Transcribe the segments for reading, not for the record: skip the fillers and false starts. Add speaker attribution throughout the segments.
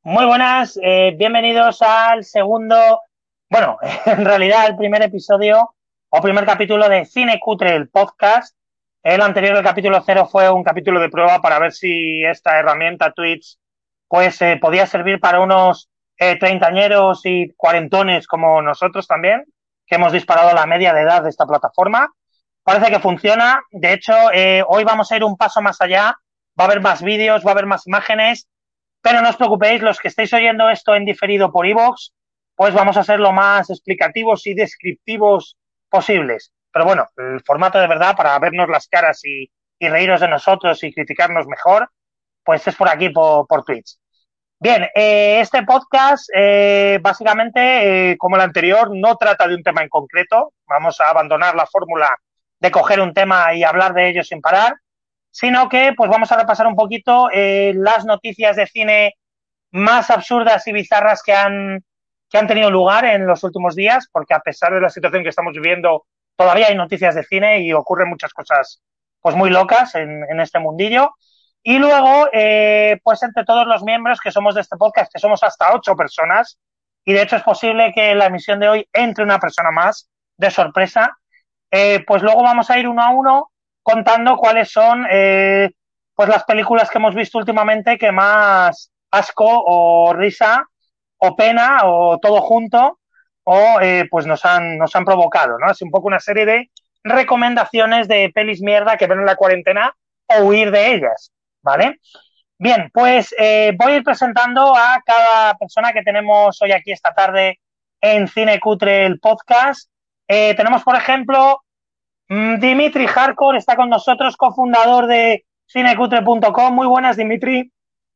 Speaker 1: Muy buenas, bienvenidos al segundo, bueno, en realidad el primer episodio o primer capítulo de Cine Cutre, el podcast. El anterior, el capítulo cero, fue un capítulo de prueba para ver si esta herramienta Twitch pues podía servir para unos treintañeros y cuarentones como nosotros también, que hemos disparado la media de edad de esta plataforma. Parece que funciona. De hecho, hoy vamos a ir un paso más allá. Va a haber más vídeos, va a haber más imágenes, pero no os preocupéis, los que estáis oyendo esto en diferido por iVoox, pues vamos a ser lo más explicativos y descriptivos posibles. Pero bueno, el formato de verdad para vernos las caras y reíros de nosotros y criticarnos mejor, pues es por aquí, por Twitch. Bien, este podcast, básicamente, como el anterior, no trata de un tema en concreto. Vamos a abandonar la fórmula de coger un tema y hablar de ello sin parar, sino que pues vamos a repasar un poquito las noticias de cine más absurdas y bizarras que han tenido lugar en los últimos días, porque a pesar de la situación que estamos viviendo, todavía hay noticias de cine y ocurren muchas cosas pues muy locas en este mundillo. Y luego, pues entre todos los miembros que somos de este podcast, que somos hasta 8 personas, y de hecho es posible que en la emisión de hoy entre una persona más de sorpresa, pues luego vamos a ir uno a uno contando cuáles son pues las películas que hemos visto últimamente que más asco o risa o pena o todo junto o pues nos han provocado, ¿no? Es un poco una serie de recomendaciones de pelis mierda que ven en la cuarentena o huir de ellas, ¿vale? Bien, pues voy a ir presentando a cada persona que tenemos hoy aquí esta tarde en Cine Cutre, el podcast. Tenemos, por ejemplo, Dimitri Hardcore está con nosotros, cofundador de cinecutre.com. Muy buenas, Dimitri.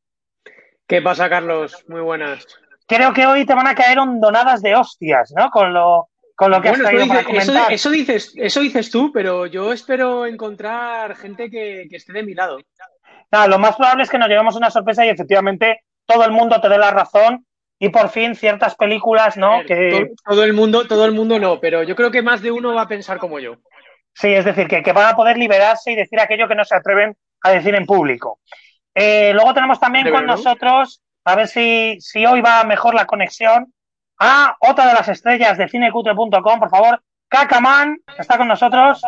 Speaker 2: ¿Qué pasa, Carlos? Muy buenas.
Speaker 1: Creo que hoy te van a caer hondonadas de hostias, ¿no? Con lo que has
Speaker 2: Bueno,
Speaker 1: traído para comentar.
Speaker 2: eso dices tú, pero yo espero encontrar gente que esté de mi lado.
Speaker 1: Nada, lo más probable es que nos llevemos una sorpresa y efectivamente todo el mundo te dé la razón y por fin ciertas películas,
Speaker 2: A
Speaker 1: ¿no?
Speaker 2: ver, todo el mundo no, pero yo creo que más de uno va a pensar como yo.
Speaker 1: Sí, es decir, que van a poder liberarse y decir aquello que no se atreven a decir en público. Luego tenemos también con
Speaker 2: Breve, ¿no?
Speaker 1: nosotros, a ver si hoy va mejor la conexión, a otra de las estrellas de cinecutre.com, por favor, Cacaman, está con nosotros.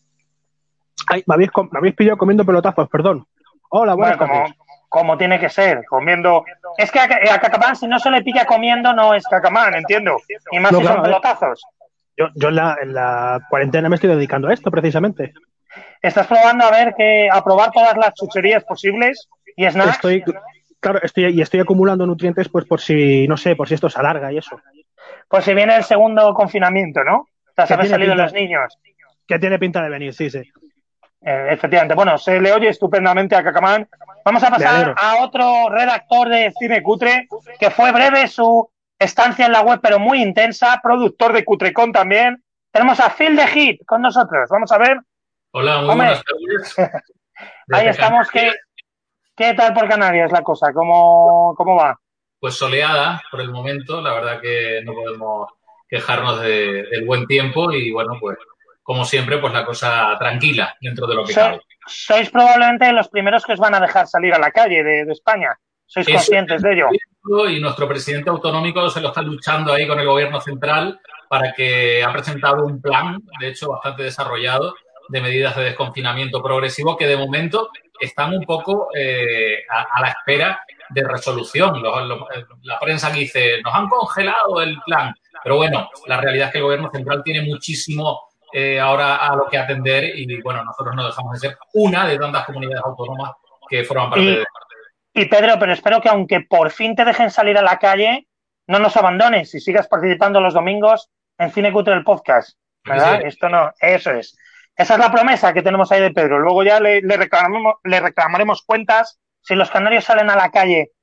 Speaker 3: Ay, me habéis pillado comiendo pelotazos, perdón. Hola, buenas
Speaker 1: Bueno,
Speaker 3: tardes.
Speaker 1: como tiene que ser, comiendo. Es que a Cacamán, si no se le pilla comiendo, no es Cacamán, entiendo. Y más
Speaker 3: No,
Speaker 1: si
Speaker 3: claro,
Speaker 1: son
Speaker 3: a ver,
Speaker 1: pelotazos.
Speaker 3: yo en la cuarentena me estoy dedicando a esto, precisamente.
Speaker 1: Estás probando a probar todas las chucherías posibles y snacks.
Speaker 3: Estoy, claro, estoy acumulando nutrientes, pues por si, no sé, por si esto se alarga y eso.
Speaker 1: Pues si viene el segundo confinamiento, ¿no? Tras
Speaker 3: ¿Qué
Speaker 1: haber
Speaker 3: tiene
Speaker 1: salido
Speaker 3: pinta,
Speaker 1: los niños.
Speaker 3: qué tiene pinta de venir? Sí, sí.
Speaker 1: Efectivamente. Bueno, se le oye estupendamente a Cacamán. Vamos a
Speaker 3: Me
Speaker 1: pasar
Speaker 3: alegro.
Speaker 1: a otro redactor de Cine Cutre, que fue breve su estancia en la web, pero muy intensa, productor de Cutrecon también. Tenemos a Phil de Hit con nosotros. Vamos a ver.
Speaker 4: Hola, muy buenas
Speaker 1: Hombre,
Speaker 4: tardes
Speaker 1: ahí
Speaker 4: desde
Speaker 1: estamos.
Speaker 4: Canarias.
Speaker 1: ¿Qué tal por Canarias la cosa? ¿Cómo va?
Speaker 4: Pues soleada por el momento, la verdad que no podemos quejarnos del buen tiempo y bueno, pues como siempre, pues la cosa tranquila dentro de lo que cabe.
Speaker 1: Sois probablemente los primeros que os van a dejar salir a la calle de España. ¿Sois
Speaker 4: Eso
Speaker 1: conscientes de ello?
Speaker 4: y nuestro presidente autonómico se lo está luchando ahí con el gobierno central para que ha presentado un plan, de hecho bastante desarrollado, de medidas de desconfinamiento progresivo que de momento están un poco a la espera de resolución. La prensa dice, nos han congelado el plan, pero bueno, la realidad es que el gobierno central tiene muchísimo ahora a lo que atender y bueno, nosotros no dejamos de ser una de tantas comunidades autónomas que forman parte
Speaker 1: Y,
Speaker 4: de...
Speaker 1: y Pedro, pero espero que aunque por fin te dejen salir a la calle, no nos abandones y sigas participando los domingos en Cine Cutre el podcast,
Speaker 4: Aquí
Speaker 1: ¿verdad?
Speaker 4: seguiré.
Speaker 1: Esto no, eso es. Esa es la promesa que tenemos ahí de Pedro. Luego ya le reclamaremos cuentas si los canarios salen a la calle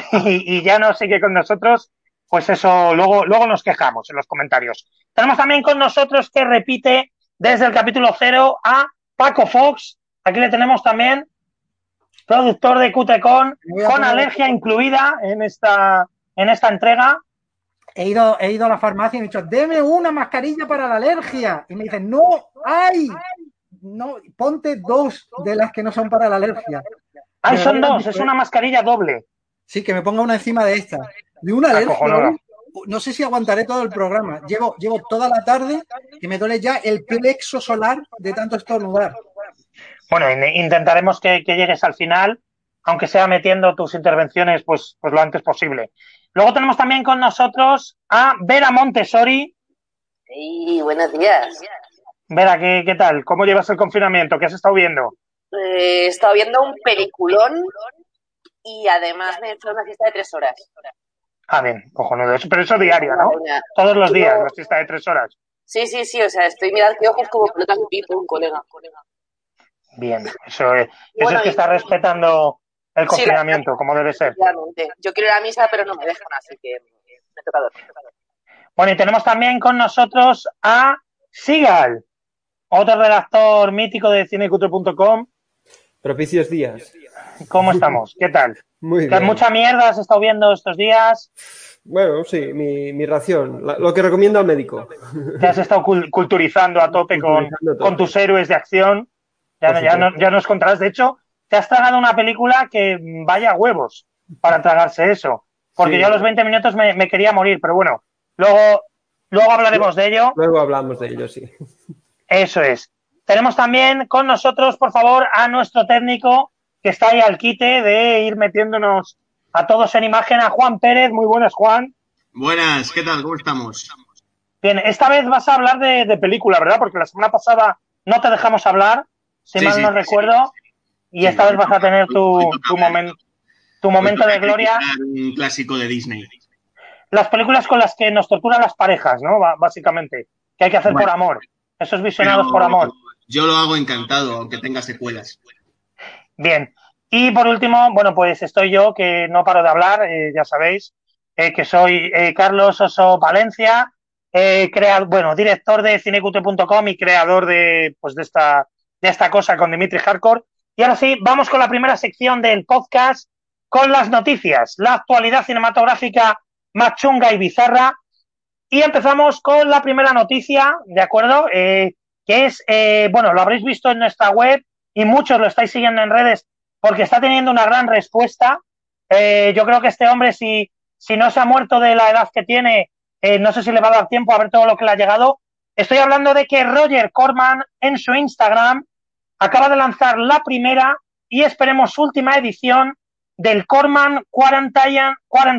Speaker 1: y ya no sigue con nosotros, pues eso, luego nos quejamos en los comentarios. Tenemos también con nosotros que repite desde el capítulo cero a Paco Fox. Aquí le tenemos también, productor de Cutecon,
Speaker 5: Me voy a
Speaker 1: con
Speaker 5: poner
Speaker 1: alergia incluida en esta entrega.
Speaker 5: he ido a la farmacia y me he dicho, deme una mascarilla para la alergia. Y me dicen, no hay. No, ponte dos de las que no son para la alergia.
Speaker 1: Ay,
Speaker 5: De verdad
Speaker 1: son
Speaker 5: que me han
Speaker 1: dos,
Speaker 5: dicho,
Speaker 1: es una mascarilla doble.
Speaker 5: Sí, que me ponga una encima de esta. De una alergia.
Speaker 1: Cojonuda.
Speaker 5: No sé si aguantaré todo el programa. Llevo toda la tarde que me duele ya el plexo solar de tanto estornudar.
Speaker 1: Bueno, intentaremos que llegues al final, aunque sea metiendo tus intervenciones pues lo antes posible. Luego tenemos también con nosotros a Vera Montessori.
Speaker 6: Sí, buenos días.
Speaker 1: Vera, ¿qué tal? ¿Cómo llevas el confinamiento? ¿Qué has estado viendo?
Speaker 6: He estado viendo un peliculón y además me he hecho una siesta de 3 horas.
Speaker 1: Ah, bien, cojonudo. Pero eso diario, ¿no? Todos los días, la siesta de 3 horas.
Speaker 6: Sí, o sea, estoy mirando que ojos como pelotas de pipo, un colega.
Speaker 1: Bien, eso es que está respetando el confinamiento, como debe ser.
Speaker 6: Realmente. Yo quiero ir a misa, pero no me dejan, así que me toca dormir.
Speaker 1: Bueno, y tenemos también con nosotros a Sigal, otro redactor mítico de cinecutre.com.
Speaker 7: Propicios días.
Speaker 1: ¿Cómo estamos? ¿Qué tal?
Speaker 7: Muy bien.
Speaker 1: ¿Mucha mierda has estado viendo estos días?
Speaker 7: Bueno, sí, mi ración, lo que recomienda el médico.
Speaker 1: Te has estado culturizando a tope con tus héroes de acción. Ya nos contarás. De hecho, te has tragado una película que vaya huevos para tragarse eso. Porque yo a los 20 minutos me quería morir, pero bueno, luego hablaremos de ello.
Speaker 7: Luego hablamos de ello, sí.
Speaker 1: Eso es. Tenemos también con nosotros, por favor, a nuestro técnico que está ahí al quite de ir metiéndonos a todos en imagen, a Juan Pérez. Muy buenas, Juan.
Speaker 8: Buenas, ¿qué tal? ¿Cómo estamos?
Speaker 1: Bien, esta vez vas a hablar de película, ¿verdad? Porque la semana pasada no te dejamos hablar, si mal no recuerdo, y esta vez vas a tener tu momento de gloria.
Speaker 8: Un clásico de Disney.
Speaker 1: Las películas con las que nos torturan las parejas, ¿no? Básicamente, que hay que hacer por amor. Esos visionados por amor.
Speaker 8: Yo lo hago encantado, aunque tenga secuelas.
Speaker 1: Bien. Y por último, bueno, pues estoy yo, que no paro de hablar, ya sabéis, que soy Carlos Oso Valencia, director de cinecutre.com y creador de esta cosa con Dimitri Hardcore. Y ahora sí, vamos con la primera sección del podcast, con las noticias, la actualidad cinematográfica más chunga y bizarra. Y empezamos con la primera noticia, ¿de acuerdo? Que es, lo habréis visto en nuestra web y muchos lo estáis siguiendo en redes porque está teniendo una gran respuesta. Yo creo que este hombre, si no se ha muerto de la edad que tiene, no sé si le va a dar tiempo a ver todo lo que le ha llegado. Estoy hablando de que Roger Corman en su Instagram acaba de lanzar la primera y esperemos última edición del Corman Quarantine,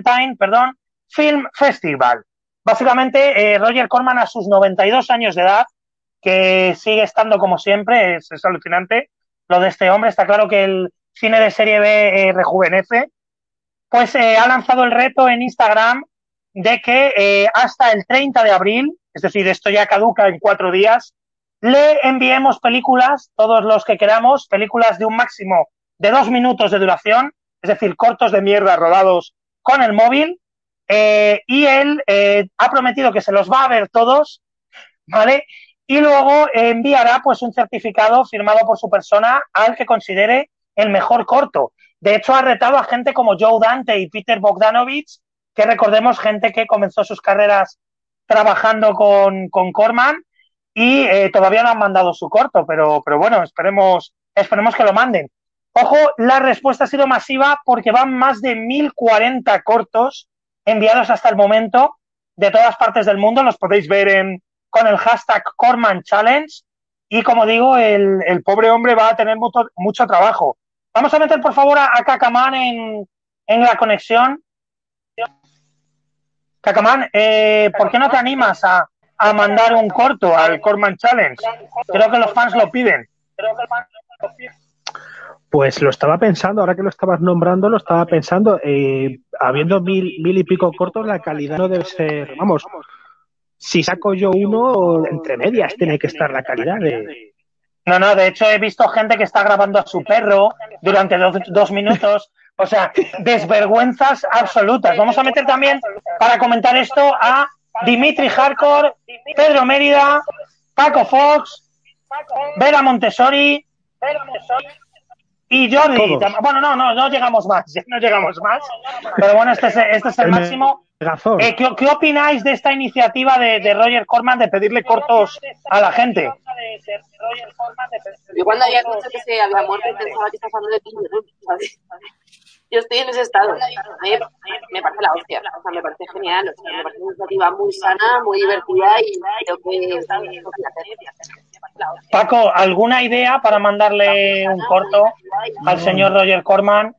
Speaker 1: Film Festival. Básicamente, Roger Corman a sus 92 años de edad, que sigue estando como siempre, es alucinante lo de este hombre. Está claro que el cine de serie B rejuvenece. Pues ha lanzado el reto en Instagram de que hasta el 30 de abril, es decir, esto ya caduca en 4 días, le enviemos películas, todos los que queramos, películas de un máximo de 2 minutos de duración, es decir, cortos de mierda rodados con el móvil, y él ha prometido que se los va a ver todos, ¿vale? Y luego enviará pues un certificado firmado por su persona al que considere el mejor corto. De hecho, ha retado a gente como Joe Dante y Peter Bogdanovich, que recordemos, gente que comenzó sus carreras trabajando con Corman y todavía no han mandado su corto, pero bueno, esperemos que lo manden. Ojo, la respuesta ha sido masiva porque van más de 1040 cortos enviados hasta el momento de todas partes del mundo. Los podéis ver con el hashtag Corman Challenge y, como digo, el pobre hombre va a tener mucho trabajo. Vamos a meter, por favor, a Cacaman en la conexión. Cacaman, ¿por qué no te animas a mandar un corto al Corman Challenge? Creo que los fans lo piden.
Speaker 3: Pues lo estaba pensando, ahora que lo estabas nombrando, lo estaba pensando. Habiendo mil y pico cortos, la calidad no debe ser, vamos, si saco yo uno, entre medias tiene que estar la calidad de...
Speaker 1: No, de hecho he visto gente que está grabando a su perro durante 2 minutos, o sea, desvergüenzas absolutas. Vamos a meter también, para comentar esto, a Dimitri Hardcore, Pedro Mérida, Paco Fox, Vera Montessori y Jordi.
Speaker 3: Todos.
Speaker 1: Bueno, no llegamos más, pero bueno, este es el máximo. ¿Qué opináis de esta iniciativa de Roger Corman de pedirle cortos a la gente?
Speaker 6: Yo cuando había dicho que se había muerto pensaba que estaba hablando de Tinder, ¿sabes? Yo estoy en ese estado. Me parece la hostia. O sea, me parece genial. O sea, me parece una iniciativa muy sana, muy divertida y creo que es lo que hacer.
Speaker 1: Paco, ¿alguna idea para mandarle un corto al señor Roger Corman?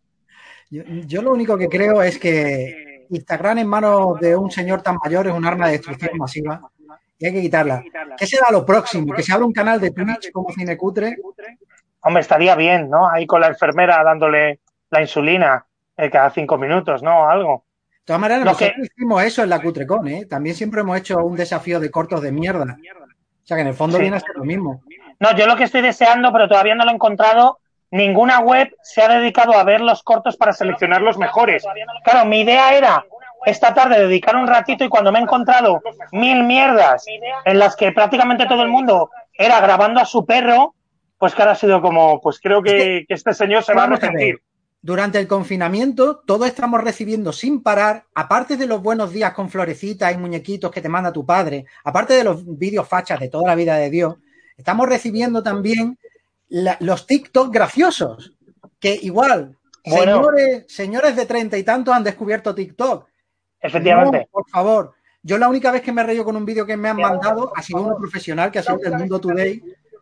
Speaker 5: Yo lo único que creo es que Instagram en manos de un señor tan mayor es un arma de destrucción masiva y hay que quitarla. ¿Qué será lo próximo? ¿Que se abra un canal de Twitch como Cinecutre?
Speaker 1: Hombre, estaría bien, ¿no? Ahí con la enfermera dándole la insulina cada 5 minutos, ¿no? Algo.
Speaker 5: De todas maneras, nosotros hicimos eso en la Cutrecon, ¿eh? También siempre hemos hecho un desafío de cortos de mierda. O sea, que en el fondo viene a ser lo mismo.
Speaker 1: No, yo lo que estoy deseando, pero todavía no lo he encontrado, ninguna web se ha dedicado a ver los cortos para seleccionar los mejores. Claro, mi idea era esta tarde dedicar un ratito y cuando me he encontrado 1000 mierdas en las que prácticamente todo el mundo era grabando a su perro, pues que ahora ha sido como, pues creo que este señor se va a arrepentir.
Speaker 5: Durante el confinamiento, todos estamos recibiendo sin parar, aparte de los buenos días con florecitas y muñequitos que te manda tu padre, aparte de los vídeos fachas de toda la vida de Dios, estamos recibiendo también los TikTok graciosos, que igual, bueno, señores de 30 y tantos han descubierto TikTok.
Speaker 1: Efectivamente.
Speaker 5: No, por favor. Yo la única vez que me he reído con un vídeo que me han mandado ha sido uno profesional, que ha sido el Mundo Today,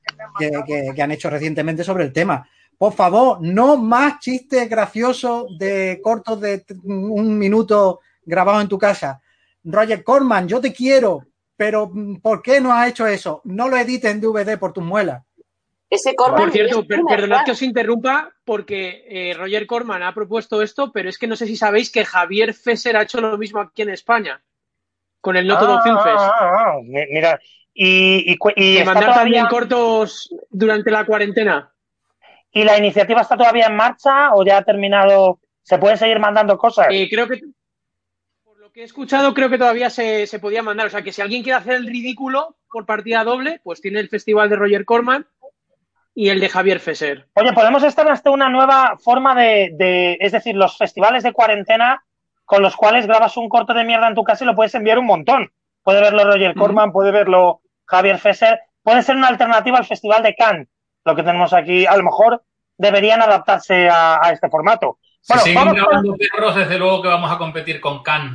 Speaker 5: que han hecho recientemente sobre el tema. Por favor, no más chistes graciosos de cortos de 1 minuto grabados en tu casa. Roger Corman, yo te quiero, pero ¿por qué no has hecho eso? No lo edites en DVD por tus muelas.
Speaker 6: Ese Corman,
Speaker 2: por cierto, perdonad que os interrumpa porque Roger Corman ha propuesto esto, pero es que no sé si sabéis que Javier Fesser ha hecho lo mismo aquí en España con el No Todo Film Fest.
Speaker 1: Mira, y
Speaker 2: mandar todavía también cortos durante la cuarentena.
Speaker 1: ¿Y la iniciativa está todavía en marcha o ya ha terminado? ¿Se pueden seguir mandando cosas?
Speaker 2: Creo que, por lo que he escuchado, creo que todavía se podía mandar. O sea, que si alguien quiere hacer el ridículo por partida doble, pues tiene el festival de Roger Corman y el de Javier Fesser.
Speaker 1: Oye, podemos estar hasta una nueva forma es decir, los festivales de cuarentena con los cuales grabas un corto de mierda en tu casa y lo puedes enviar un montón. Puede verlo Roger Corman, puede verlo Javier Fesser. Puede ser una alternativa al Festival de Cannes, lo que tenemos aquí. A lo mejor deberían adaptarse a este formato.
Speaker 4: Bueno, si siguen grabando perros, desde luego que vamos a competir con Cannes.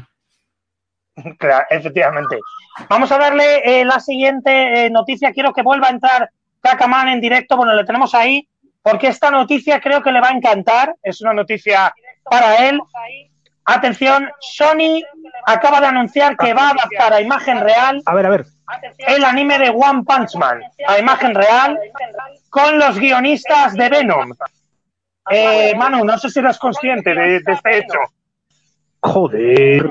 Speaker 1: Claro, efectivamente. Vamos a darle la siguiente noticia. Quiero que vuelva a entrar Cacaman en directo. Bueno, le tenemos ahí, porque esta noticia creo que le va a encantar. Es una noticia para él. Atención, Sony acaba de anunciar que va a adaptar a imagen real el anime de One Punch Man a imagen real con los guionistas de Venom. Manu, no sé si eres consciente de este hecho.
Speaker 3: Joder.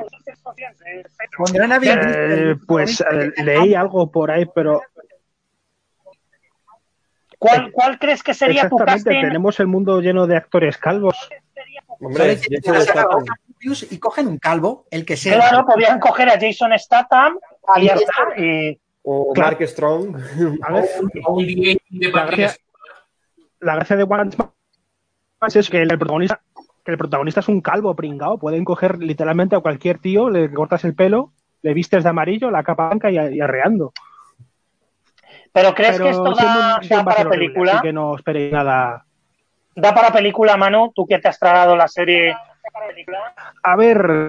Speaker 3: Pues leí algo por ahí, pero...
Speaker 1: ¿Cuál crees que sería tu casting?
Speaker 3: Tenemos el mundo lleno de actores calvos.
Speaker 7: Hombre,
Speaker 5: y cogen un calvo, el que sea.
Speaker 1: Claro, podrían coger a Jason Statham y ya está.
Speaker 7: O Mark Strong.
Speaker 3: A ver, la gracia de One Punch Man es que el protagonista es un calvo pringao. Pueden coger literalmente a cualquier tío, le cortas el pelo, le vistes de amarillo, la capa blanca y arreando.
Speaker 1: ¿Pero crees que esto da para película?
Speaker 3: Así que no esperéis nada.
Speaker 1: ¿Da para película, Manu? ¿Tú que te has tragado la serie?
Speaker 3: A ver,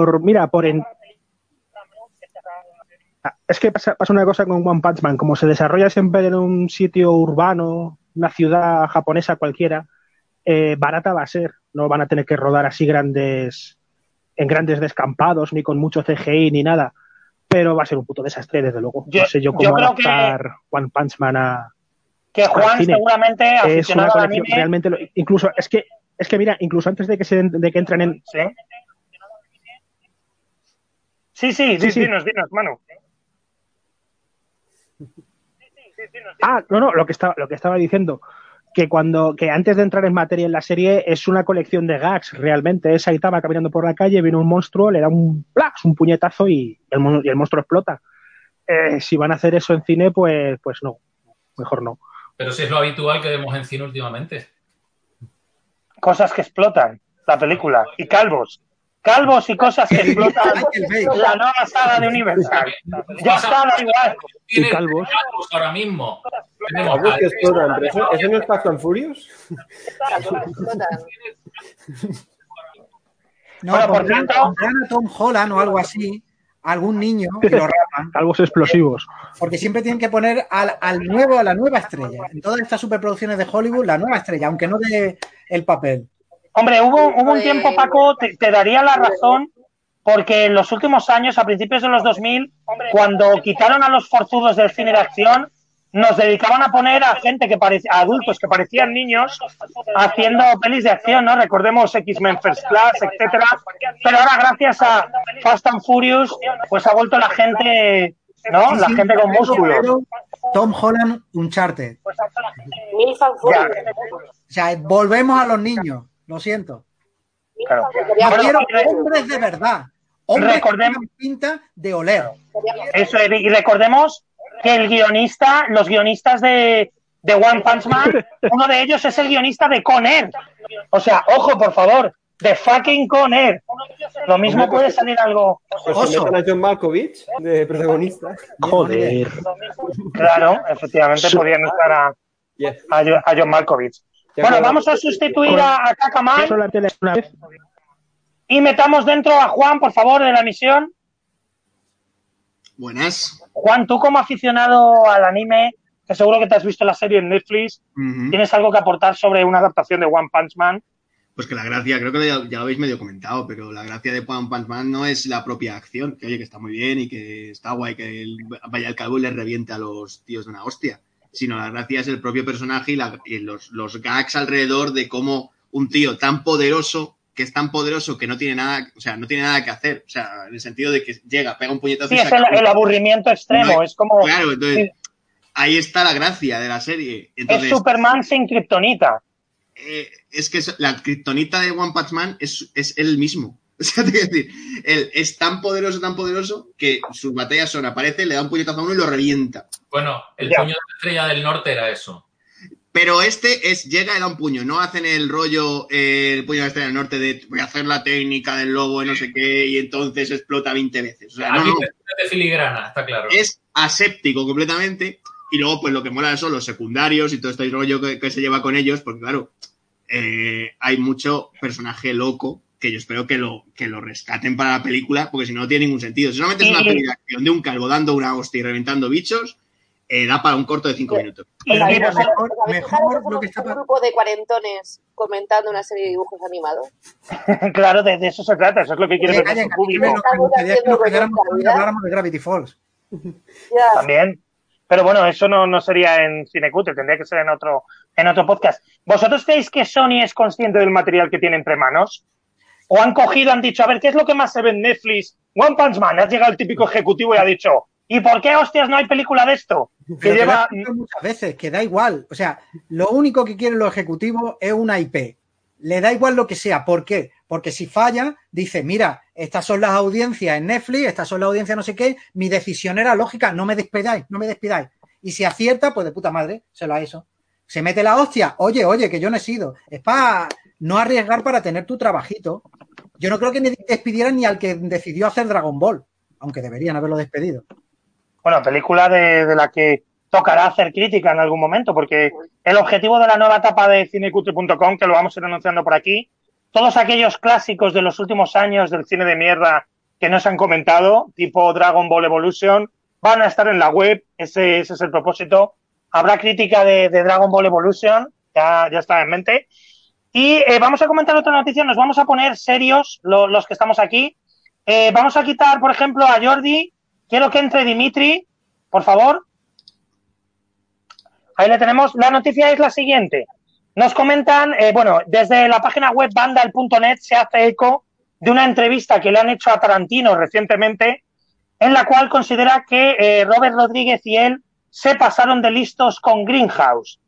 Speaker 3: es que pasa una cosa con One Punch Man. Como se desarrolla siempre en un sitio urbano, una ciudad japonesa cualquiera, barata va a ser. No van a tener que rodar así en grandes descampados, ni con mucho CGI, ni nada. Pero va a ser un puto desastre, desde luego. No sé yo cómo adaptar One Punch Man a...
Speaker 1: Que Juan seguramente
Speaker 3: es una colección realmente incluso es que mira, incluso antes de que entren en
Speaker 1: sí, dinos, Manu.
Speaker 3: No, lo que estaba diciendo que antes de entrar en materia en la serie es una colección de gags realmente. Es Saitama caminando por la calle, viene un monstruo, le da un puñetazo y el monstruo explota. Si van a hacer eso en cine, pues no, mejor no.
Speaker 4: Pero si es lo habitual que vemos en cine últimamente.
Speaker 1: Cosas que explotan, la película. Y calvos y cosas que explotan. La nueva saga de Universal. Ya está, da igual.
Speaker 3: Y calvos.
Speaker 4: Ahora mismo.
Speaker 7: Calvos que explotan. ¿Eso no es Fast and Furious?
Speaker 5: No,
Speaker 1: Bueno, por
Speaker 5: pondrán
Speaker 1: cierto-
Speaker 5: a Tom Holland o algo así, a algún niño, y lo rapan.
Speaker 3: Calvos explosivos.
Speaker 5: Porque siempre tienen que poner a la nueva estrella. En todas estas superproducciones de Hollywood, la nueva estrella, aunque no de el papel.
Speaker 1: Hombre, hubo un tiempo, Paco, te daría la razón, porque en los últimos años, a principios de los 2000, cuando quitaron a los forzudos del cine de acción, nos dedicaban a poner a gente que parecía, a adultos que parecían niños, haciendo pelis de acción, ¿no? Recordemos X-Men First Class, etcétera. Pero ahora, gracias a Fast and Furious, pues ha vuelto la gente, ¿no?
Speaker 5: Sí,
Speaker 1: La
Speaker 5: sí,
Speaker 1: gente con músculos.
Speaker 5: pero Tom Holland, Uncharted.
Speaker 6: Mil fanfuros.
Speaker 5: O sea, volvemos a los niños. Lo siento.
Speaker 1: Claro.
Speaker 5: Yo
Speaker 1: Bueno,
Speaker 5: quiero hombres de verdad. Hombres que
Speaker 1: recordemos-
Speaker 5: tengan pinta de oler.
Speaker 1: Eso, y recordemos que los guionistas de One Punch Man, uno de ellos es el guionista de Con Air. O sea, ojo, por favor, de fucking Con Air. Lo mismo puede salir algo.
Speaker 7: Pues
Speaker 5: Oso.
Speaker 7: se meten a John Malkovich de protagonista.
Speaker 3: Joder.
Speaker 1: Claro, efectivamente podrían usar
Speaker 7: Yes.
Speaker 1: a John Malkovich.
Speaker 7: Ya
Speaker 1: Bueno,
Speaker 7: acabo.
Speaker 1: vamos a sustituir a Kakaman
Speaker 3: Eso la tele una vez.
Speaker 1: y metamos dentro a Juan, por favor, de la emisión.
Speaker 8: Buenas.
Speaker 1: Juan, tú como aficionado al anime, que seguro que te has visto la serie en Netflix,
Speaker 8: Ujú.
Speaker 1: ¿tienes algo que aportar sobre una adaptación de One Punch Man?
Speaker 8: Pues que la gracia, creo que ya lo habéis medio comentado, pero la gracia de One Punch Man no es la propia acción, que oye, que está muy bien y que está guay que vaya al calvo y le reviente a los tíos de una hostia, sino la gracia es el propio personaje y los gags alrededor de cómo un tío tan poderoso, que es tan poderoso que no tiene nada, o sea, no tiene nada que hacer, o sea, en el sentido de que llega, pega un puñetazo
Speaker 1: Sí,
Speaker 8: y
Speaker 1: es
Speaker 8: se acabó.
Speaker 1: el aburrimiento extremo,
Speaker 8: No,
Speaker 1: es como...
Speaker 8: Claro, entonces,
Speaker 1: sí,
Speaker 8: ahí está la gracia de la serie.
Speaker 1: es
Speaker 8: Entonces,
Speaker 1: Superman sin kriptonita.
Speaker 8: es que la kriptonita de One Punch Man es él mismo. O sea, te quiero decir, él es tan poderoso, que sus batallas son, aparece, le da un puñetazo a uno y lo revienta.
Speaker 4: Bueno, el
Speaker 1: Ya.
Speaker 4: puño de la estrella del norte era eso.
Speaker 8: Pero llega y da un puño, no hacen el rollo, el puño de la estrella del norte de voy a hacer la técnica del lobo de no sé qué y entonces explota 20 veces. O sea,
Speaker 4: Aquí
Speaker 8: no.
Speaker 4: de filigrana, está claro.
Speaker 8: Es aséptico completamente y luego pues lo que mola son los secundarios y todo este rollo que se lleva con ellos, porque claro, hay mucho personaje loco que yo espero que lo rescaten para la película, porque si no, no tiene ningún sentido. Si solamente es una peli de acción de un calvo dando una hostia y reventando bichos, da para un corto de 5 minutos.
Speaker 1: Y
Speaker 5: Mira,
Speaker 1: mira,
Speaker 5: mejor lo que está
Speaker 6: un grupo de cuarentones comentando una serie de dibujos animados.
Speaker 1: claro, de eso se trata, eso es lo que quiere ver nuestro público.
Speaker 5: Me gustaría que nos quedáramos y habláramos de Gravity Falls.
Speaker 6: Ya.
Speaker 1: También. Pero bueno, eso no sería en Cinecutre, tendría que ser en otro podcast. ¿Vosotros creéis que Sony es consciente del material que tiene entre manos? ¿O han cogido, han dicho, a ver, ¿qué es lo que más se ve en Netflix? One Punch Man, ha llegado el típico ejecutivo y ha dicho, ¿y por qué, hostias, no hay película de esto? Que
Speaker 5: Pero
Speaker 1: lleva...
Speaker 5: te lo he dicho muchas veces, que da igual. O sea, lo único que quieren los ejecutivos es una IP. Le da igual lo que sea. ¿Por qué? Porque si falla, dice, mira, estas son las audiencias en Netflix, estas son las audiencias no sé qué, mi decisión era lógica, no me despidáis. Y si acierta, pues de puta madre, se lo ha hecho. Se mete la hostia, oye, que yo no he sido. Es para no arriesgar para tener tu trabajito. Yo no creo que ni despidieran ni al que decidió hacer Dragon Ball, aunque deberían haberlo despedido.
Speaker 1: Bueno, película de la que tocará hacer crítica en algún momento, porque el objetivo de la nueva etapa de cinecutre.com, que lo vamos a ir anunciando por aquí, todos aquellos clásicos de los últimos años del cine de mierda que no se han comentado, tipo Dragon Ball Evolution, van a estar en la web, ese es el propósito. Habrá crítica de Dragon Ball Evolution, ya está en mente. Y vamos a comentar otra noticia, nos vamos a poner serios los que estamos aquí. Vamos a quitar, por ejemplo, a Jordi. Quiero que entre Dimitri, por favor. Ahí le tenemos. La noticia es la siguiente. Nos comentan, desde la página web vandal.net se hace eco de una entrevista que le han hecho a Tarantino recientemente, en la cual considera que Robert Rodríguez y él se pasaron de listos con Greenhouse.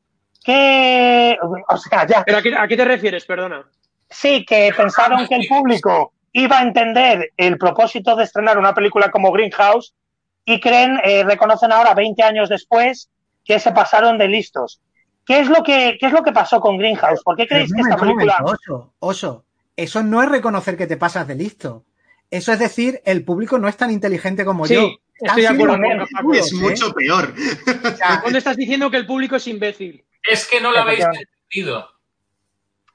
Speaker 2: ¿Pero a qué te refieres? Perdona.
Speaker 1: Sí, que pensaron que el público iba a entender el propósito de estrenar una película como Greenhouse y reconocen ahora, 20 años después, que se pasaron de listos. ¿Qué es lo que pasó con Greenhouse? ¿Por qué creéis que esta película...
Speaker 5: Oso, eso no es reconocer que te pasas de listo. Eso es decir, el público no es tan inteligente como yo.
Speaker 2: Estoy de acuerdo.
Speaker 8: Es mucho peor.
Speaker 2: ¿Dónde estás diciendo que el público es imbécil?
Speaker 4: Es que no lo habéis entendido.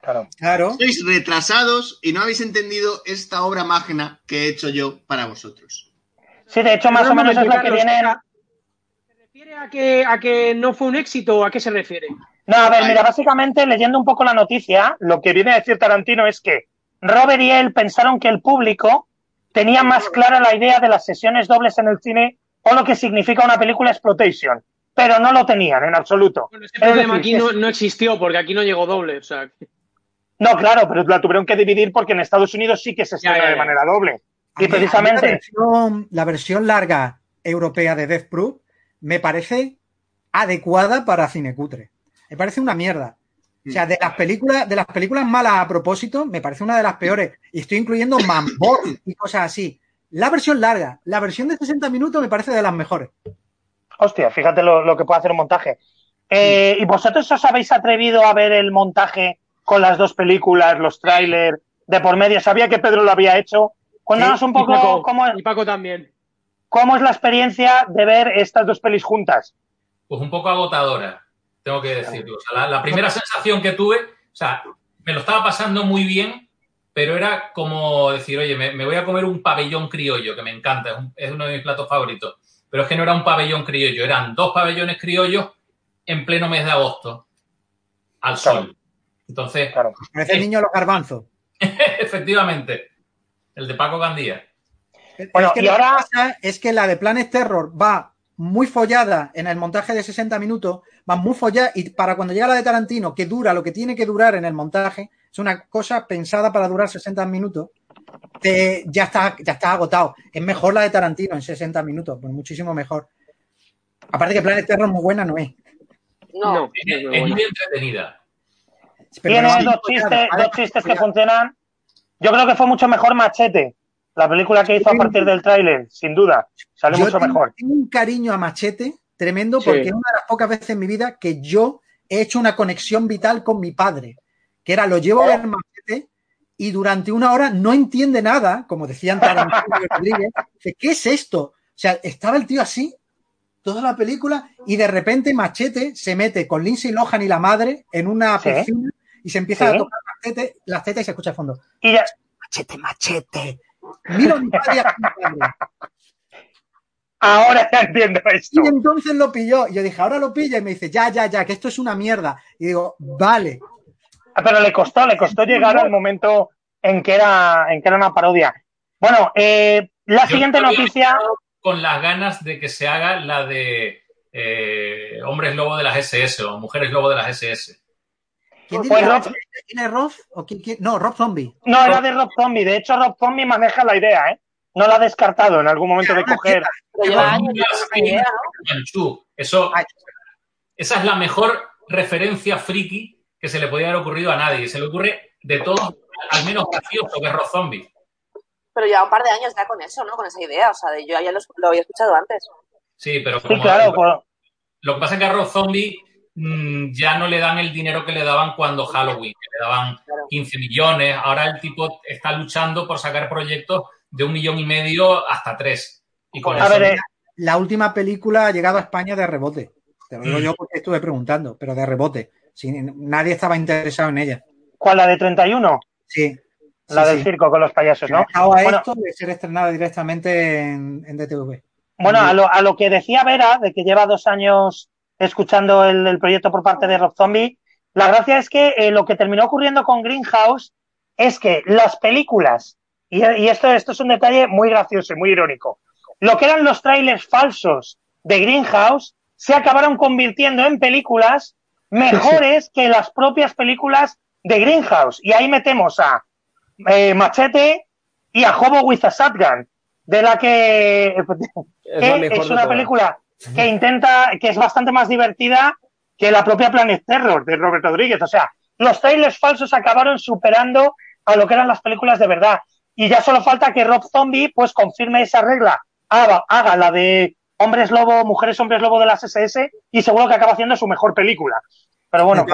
Speaker 5: Claro.
Speaker 8: Sois retrasados y no habéis entendido esta obra magna que he hecho yo para vosotros.
Speaker 1: Sí, de hecho, más o menos es lo que vienen.
Speaker 2: ¿Se refiere a que no fue un éxito o a qué se refiere?
Speaker 1: No, a ver, mira, básicamente, leyendo un poco la noticia, lo que viene a decir Tarantino es que Robert y él pensaron que el público tenía más clara la idea de las sesiones dobles en el cine o lo que significa una película exploitation, pero no lo tenían en absoluto.
Speaker 2: Bueno, ese problema aquí no existió porque aquí no llegó doble, o sea...
Speaker 1: No, claro, pero la tuvieron que dividir porque en Estados Unidos sí que se estrena de manera doble. Y precisamente...
Speaker 5: La versión larga europea de Death Proof me parece adecuada para cinecutre. Me parece una mierda. O sea, de las películas malas a propósito, me parece una de las peores. Y estoy incluyendo Manborg y cosas así. La versión larga, la versión de 60 minutos me parece de las mejores.
Speaker 1: Hostia, fíjate lo que puede hacer un montaje. ¿Y vosotros os habéis atrevido a ver el montaje con las dos películas, los trailers de por medio? Sabía que Pedro lo había hecho. Cuéntanos un poco
Speaker 2: y Paco también.
Speaker 1: ¿Cómo es la experiencia de ver estas dos pelis juntas?
Speaker 4: Pues un poco agotadora, tengo que decirlo. O sea, la primera sensación que tuve, o sea, me lo estaba pasando muy bien, pero era como decir, oye, me voy a comer un pabellón criollo, que me encanta, es uno de mis platos favoritos. Pero es que no era un pabellón criollo, eran 2 pabellones criollos en pleno mes de agosto, al sol. Entonces...
Speaker 5: Parece el niño de los garbanzos.
Speaker 4: Efectivamente, el de Paco Gandía.
Speaker 5: Bueno, y ahora lo que pasa es que la de Planet Terror va muy follada en el montaje de 60 minutos, va muy follada y para cuando llega la de Tarantino, que dura lo que tiene que durar en el montaje, es una cosa pensada para durar 60 minutos, ya está agotado. Es mejor la de Tarantino en 60 minutos, pues muchísimo mejor. Aparte que Planet Terror muy buena no es.
Speaker 6: No.
Speaker 4: Es muy entretenida.
Speaker 1: Tiene dos chistes que funcionan. Yo creo que fue mucho mejor Machete, la película que hizo a partir del tráiler, sin duda. Sale mucho mejor.
Speaker 5: Tengo un cariño a Machete tremendo porque es una de las pocas veces en mi vida que yo he hecho una conexión vital con mi padre, que era lo llevo a ver Machete y durante una hora no entiende nada, como decían Tarantino y Rodríguez, de ¿qué es esto? O sea, estaba el tío así toda la película y de repente Machete se mete con Lindsay Lohan y la madre en una piscina y se empieza a tocar las tetas y se escucha al fondo.
Speaker 1: Y ya...
Speaker 5: Machete. Mira mi padre a mi padre.
Speaker 1: Ahora ya entiendo esto.
Speaker 5: Y entonces lo pilló. Y yo dije, ahora lo pilla. Y me dice, ya, que esto es una mierda. Y digo, vale.
Speaker 1: Pero le costó llegar al momento en que era una parodia. Bueno, la siguiente noticia...
Speaker 4: Con las ganas de que se haga la de hombres lobo de las SS o mujeres lobo de las SS.
Speaker 5: ¿Quién es Rob? No, Rob Zombie.
Speaker 1: No, era de Rob Zombie. De hecho, Rob Zombie maneja la idea, ¿eh? No la ha descartado en algún momento de coger.
Speaker 4: Esa es la mejor referencia friki que se le podía haber ocurrido a nadie. Se le ocurre de todos, al menos gracioso, que es Rob Zombie.
Speaker 6: Pero ya un par de años ya con eso, ¿no? Con esa idea. O sea, yo ya lo había escuchado antes.
Speaker 4: Sí, pero
Speaker 1: como claro,
Speaker 4: lo que pasa es que a Rob Zombie ya no le dan el dinero que le daban cuando Halloween, que le daban 15 millones. Ahora el tipo está luchando por sacar proyectos de 1,5 millones hasta 3. Y con eso...
Speaker 5: La última película ha llegado a España de rebote. Te lo digo yo porque estuve preguntando, pero de rebote. Nadie estaba interesado en ella.
Speaker 1: ¿Cuál, la de 31?
Speaker 5: Sí.
Speaker 1: La del circo con los payasos, ¿no?
Speaker 5: Esto de ser estrenada directamente en DTV.
Speaker 1: Bueno, a lo que decía Vera, de que lleva 2 años escuchando el proyecto por parte de Rob Zombie, la gracia es que lo que terminó ocurriendo con Greenhouse es que las películas, y esto es un detalle muy gracioso y muy irónico, lo que eran los trailers falsos de Greenhouse se acabaron convirtiendo en películas mejores que las propias películas de Greenhouse. Y ahí metemos a Machete y a Hobo with a Shotgun, de la que es una película que es bastante más divertida que la propia Planet Terror de Robert Rodríguez. O sea, los trailers falsos acabaron superando a lo que eran las películas de verdad. Y ya solo falta que Rob Zombie pues confirme esa regla, haga la de hombres lobo, mujeres hombres lobo de las SS y seguro que acaba haciendo su mejor película. Pero bueno,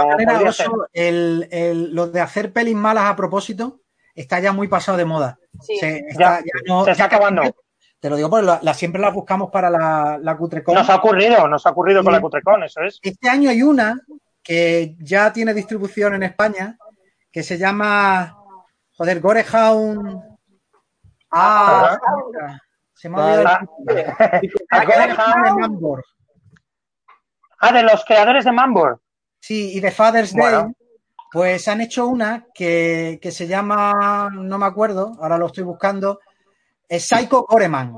Speaker 5: lo de hacer pelis malas a propósito está ya muy pasado de moda.
Speaker 6: Sí.
Speaker 1: Se está acabando.
Speaker 5: Te lo digo porque siempre las buscamos para la Cutrecon.
Speaker 1: Nos ha ocurrido con la Cutrecon, eso es.
Speaker 5: Este año hay una que ya tiene distribución en España, que se llama, joder, Gorehound. Se me ha olvidado el título.
Speaker 1: De los creadores de Mambor.
Speaker 5: Sí, y de Father's Day, pues han hecho una que se llama, no me acuerdo, ahora lo estoy buscando, es Psycho Goreman.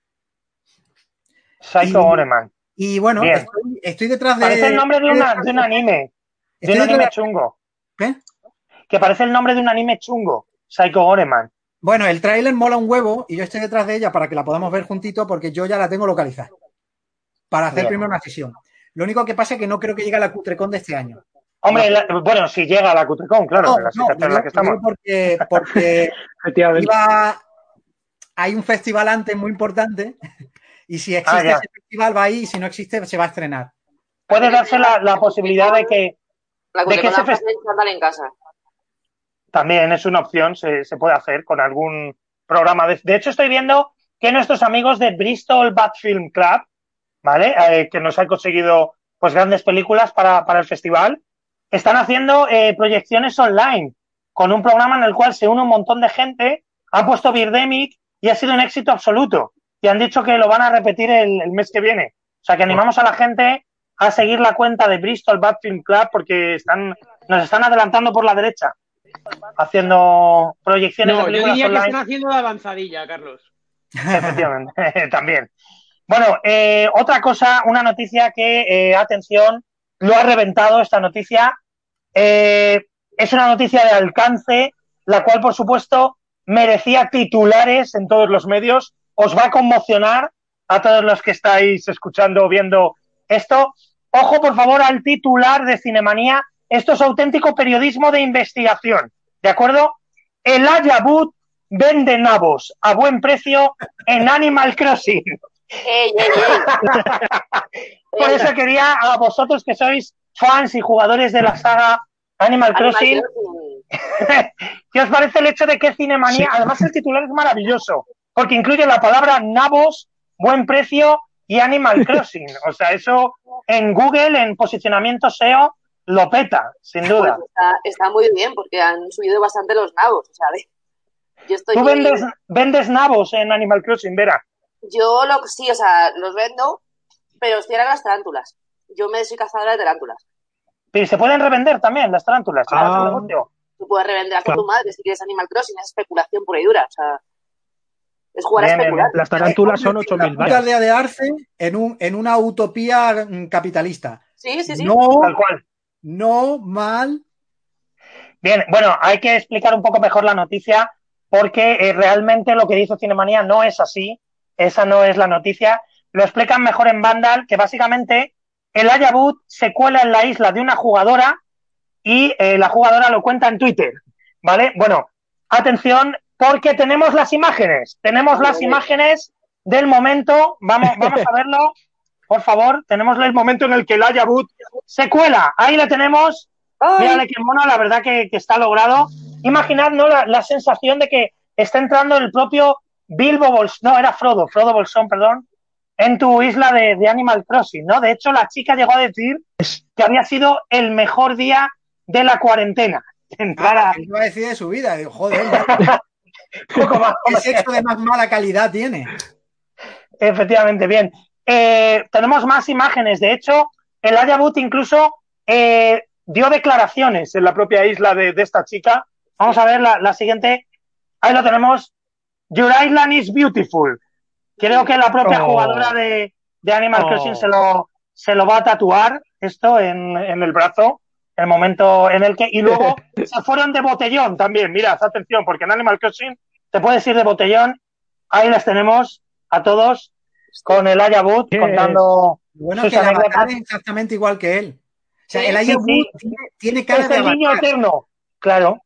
Speaker 1: Psycho Goreman.
Speaker 5: Y bueno, estoy detrás de...
Speaker 1: Parece el nombre de un anime. De un anime chungo.
Speaker 5: ¿Qué?
Speaker 1: Que parece el nombre de un anime chungo. Psycho Goreman.
Speaker 5: Bueno, el tráiler mola un huevo y yo estoy detrás de ella para que la podamos ver juntito porque yo ya la tengo localizada. Para hacer primero una sesión. Lo único que pasa es que no creo que llegue a la Cutrecon de este año.
Speaker 1: Hombre, bueno, si llega a la Cutrecon, claro, en la situación en la que estamos.
Speaker 5: Porque hay un festival antes muy importante y si existe ese festival va ahí y si no existe se va a estrenar.
Speaker 1: Puede darse la posibilidad de que...
Speaker 6: ese festival en casa.
Speaker 1: También es una opción, se puede hacer con algún programa. De hecho, estoy viendo que nuestros amigos de Bristol Bad Film Club, ¿vale? Que nos han conseguido pues grandes películas para el festival, están haciendo proyecciones online con un programa en el cual se une un montón de gente, han puesto Birdemic y ha sido un éxito absoluto. Y han dicho que lo van a repetir el mes que viene. O sea, que animamos a la gente a seguir la cuenta de Bristol Bad Film Club porque nos están adelantando por la derecha haciendo proyecciones de películas
Speaker 2: yo diría
Speaker 1: online.
Speaker 2: que están haciendo la avanzadilla, Carlos.
Speaker 1: Efectivamente, también. Bueno, otra cosa, una noticia que, atención, lo ha reventado esta noticia. Es una noticia de alcance, la cual, por supuesto, merecía titulares en todos los medios. Os va a conmocionar a todos los que estáis escuchando o viendo esto. Ojo, por favor, al titular de Cinemanía. Esto es auténtico periodismo de investigación, ¿de acuerdo? El Ayabut vende nabos a buen precio en Animal Crossing. Por eso quería a vosotros que sois fans y jugadores de la saga Animal Crossing, ¿qué os parece el hecho de que Cinemanía, además el titular es maravilloso, porque incluye la palabra nabos, buen precio y Animal Crossing? O sea, eso en Google, en posicionamiento SEO, lo peta, sin duda.
Speaker 6: Pues está muy bien, porque han subido bastante los nabos, ¿sabes?
Speaker 1: ¿Tú vendes nabos en Animal Crossing, Vera?
Speaker 6: Yo sí, o sea, los vendo, pero estoy ahora las tarántulas. Yo me soy cazadora de tarántulas.
Speaker 1: Pero se pueden revender también las tarántulas.
Speaker 6: Tú puedes revender a tu madre si quieres Animal Crossing, es especulación pura y dura. O sea, es jugar a especular.
Speaker 3: Las tarántulas son 8.000
Speaker 5: vallas. De Arce en una utopía capitalista.
Speaker 6: Sí.
Speaker 5: No,
Speaker 1: tal cual.
Speaker 5: No mal.
Speaker 1: Bien, bueno, hay que explicar un poco mejor la noticia porque realmente lo que dice Cinemanía no es así. Esa no es la noticia. Lo explican mejor en Vandal, que básicamente el Ayabut se cuela en la isla de una jugadora y la jugadora lo cuenta en Twitter, ¿vale? Bueno, atención, porque tenemos las imágenes. Tenemos las imágenes del momento. Vamos a verlo. Por favor, tenemos el momento en el que el Ayabut se cuela. Ahí la tenemos. Mírale qué mono, la verdad que está logrado. Imaginad, ¿no? La sensación de que está entrando el propio Bilbo Bolsón, no, era Frodo Bolsón, perdón, en tu isla de Animal Crossing, ¿no? De hecho, la chica llegó a decir que había sido el mejor día de la cuarentena.
Speaker 5: ¿Qué iba a decir de su vida? Digo, joder, ¿qué sexo de más mala calidad tiene?
Speaker 1: Efectivamente, bien. Tenemos más imágenes. De hecho, el Ayabut incluso dio declaraciones en la propia isla de esta chica. Vamos a ver la siguiente. Ahí lo tenemos. Your island is beautiful. Creo que la propia jugadora de Animal Crossing se lo va a tatuar esto en el brazo, el momento en el que... Y luego se fueron de botellón también. Mirad, atención, porque en Animal Crossing te puedes ir de botellón. Ahí las tenemos a todos con el Ayabut contando
Speaker 5: sus que anécdotas. Es exactamente igual que él. O sea, el Ayabut tiene cara de
Speaker 1: el niño eterno, claro.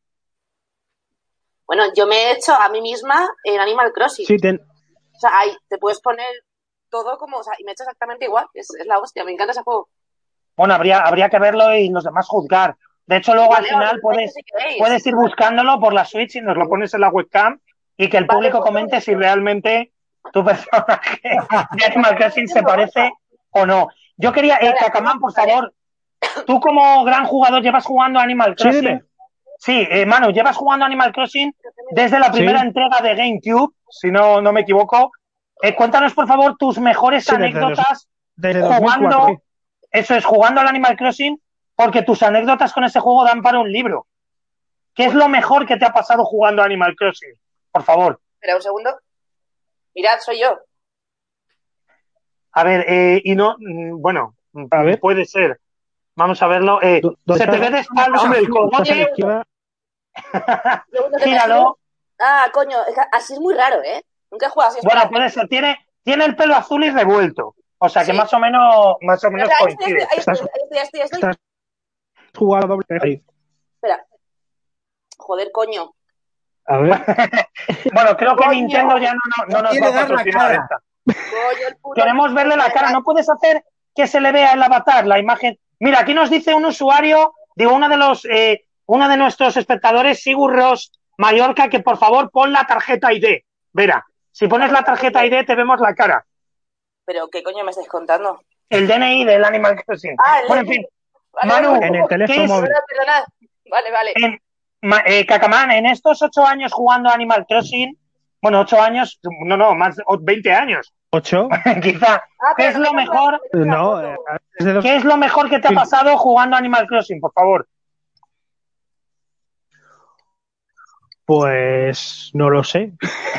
Speaker 6: Bueno, yo me he hecho a mí misma en Animal Crossing. O sea, ahí te puedes poner todo como... O sea, y me he hecho exactamente igual. Es la hostia, me encanta ese juego.
Speaker 1: Bueno, habría que verlo y los demás juzgar. De hecho, luego al final puedes ir buscándolo por la Switch y nos lo pones en la webcam y que el público comente si realmente tu personaje de Animal Crossing se parece o no. Yo quería... Cacamán, por favor, tú como gran jugador llevas jugando Animal Crossing Sí, Manu, llevas jugando Animal Crossing desde la primera entrega de GameCube, si no me equivoco. Cuéntanos, por favor, tus mejores anécdotas
Speaker 3: desde
Speaker 1: jugando.
Speaker 3: 2004.
Speaker 1: Eso es, jugando al Animal Crossing, porque tus anécdotas con ese juego dan para un libro. ¿Qué es lo mejor que te ha pasado jugando a Animal Crossing? Por favor.
Speaker 6: Espera un segundo. Mirad, soy yo.
Speaker 1: A ver, y no, bueno,
Speaker 3: A ver.
Speaker 1: puede ser. Vamos a verlo. Se te ve de espalda, hombre, el cogote. Gíralo.
Speaker 6: Ah, coño, así es muy raro, ¿eh? Nunca he jugado así.
Speaker 1: Bueno, puede ser. Tiene el pelo azul y revuelto. O sea que más o menos coincide.
Speaker 6: Estoy.
Speaker 3: Jugado doble ahí.
Speaker 6: Espera. Joder, coño.
Speaker 3: A ver.
Speaker 1: Bueno, creo que Nintendo ya no nos va a patrocinar esta. Queremos verle la cara. No puedes hacer que se le vea el avatar, la imagen. Mira, aquí nos dice un usuario, digo, uno de nuestros espectadores, Sigur Ross Mallorca, que por favor pon la tarjeta ID. Verá, si pones la tarjeta ID te vemos la cara.
Speaker 6: ¿Pero qué coño me estáis contando?
Speaker 1: El DNI del Animal Crossing. Bueno, en fin.
Speaker 6: Vale,
Speaker 1: Manu,
Speaker 3: en el teléfono móvil.
Speaker 6: Perdonad. Vale.
Speaker 1: Cacamán, en estos 8 años jugando Animal Crossing, bueno, 8 años, no, más 20 años.
Speaker 3: 8.
Speaker 1: Quizá. ¿Qué es lo mejor? ¿Qué es lo mejor que te ha pasado jugando Animal Crossing, por favor?
Speaker 3: Pues no lo sé.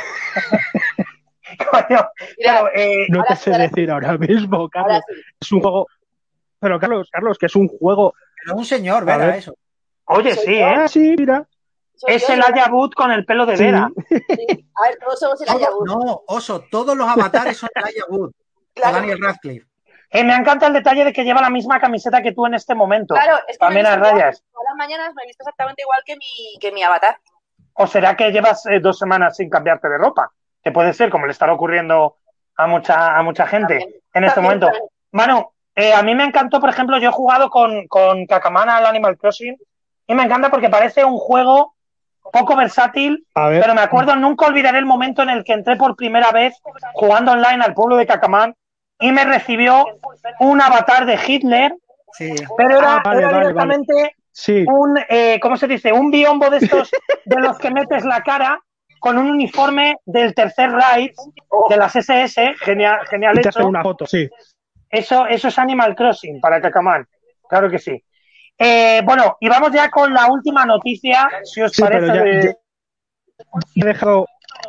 Speaker 1: Coño,
Speaker 6: Mira,
Speaker 3: no te sé decir ahora mismo, Carlos.
Speaker 6: Sí.
Speaker 3: Es un juego. Pero Carlos, que es un juego.
Speaker 5: Pero un señor, ¿verdad? Eso.
Speaker 1: Oye, sí, ¿eh?
Speaker 3: Ah, sí, mira.
Speaker 1: Es el Ayabut con el pelo de Vera.
Speaker 6: Sí. A ver, todos somos el Ayabut.
Speaker 5: No, Oso, todos los avatares son el Ayabut.
Speaker 6: Claro.
Speaker 5: Daniel Radcliffe.
Speaker 1: Me encanta el detalle de que lleva la misma camiseta que tú en este momento.
Speaker 6: Claro, es que
Speaker 1: también a rayas.
Speaker 6: Todas las mañanas me he visto exactamente igual que mi avatar.
Speaker 1: ¿O será que llevas 2 semanas sin cambiarte de ropa? Que puede ser, como le estará ocurriendo a mucha gente en este momento. Manu, a mí me encantó, por ejemplo, yo he jugado con Cacamana al Animal Crossing y me encanta porque parece un juego poco versátil, pero me acuerdo, nunca olvidaré el momento en el que entré por primera vez jugando online al pueblo de Cacamán y me recibió un avatar de Hitler, pero era directamente un, ¿cómo se dice? Un biombo de estos de los que metes la cara con un uniforme del Tercer Reich, de las SS, genial hecho.
Speaker 3: Una foto, sí.
Speaker 1: Eso es Animal Crossing para Cacamán, claro que sí. Bueno, y vamos ya con la última noticia, si os parece.
Speaker 3: He dejado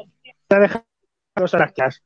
Speaker 3: los aracas.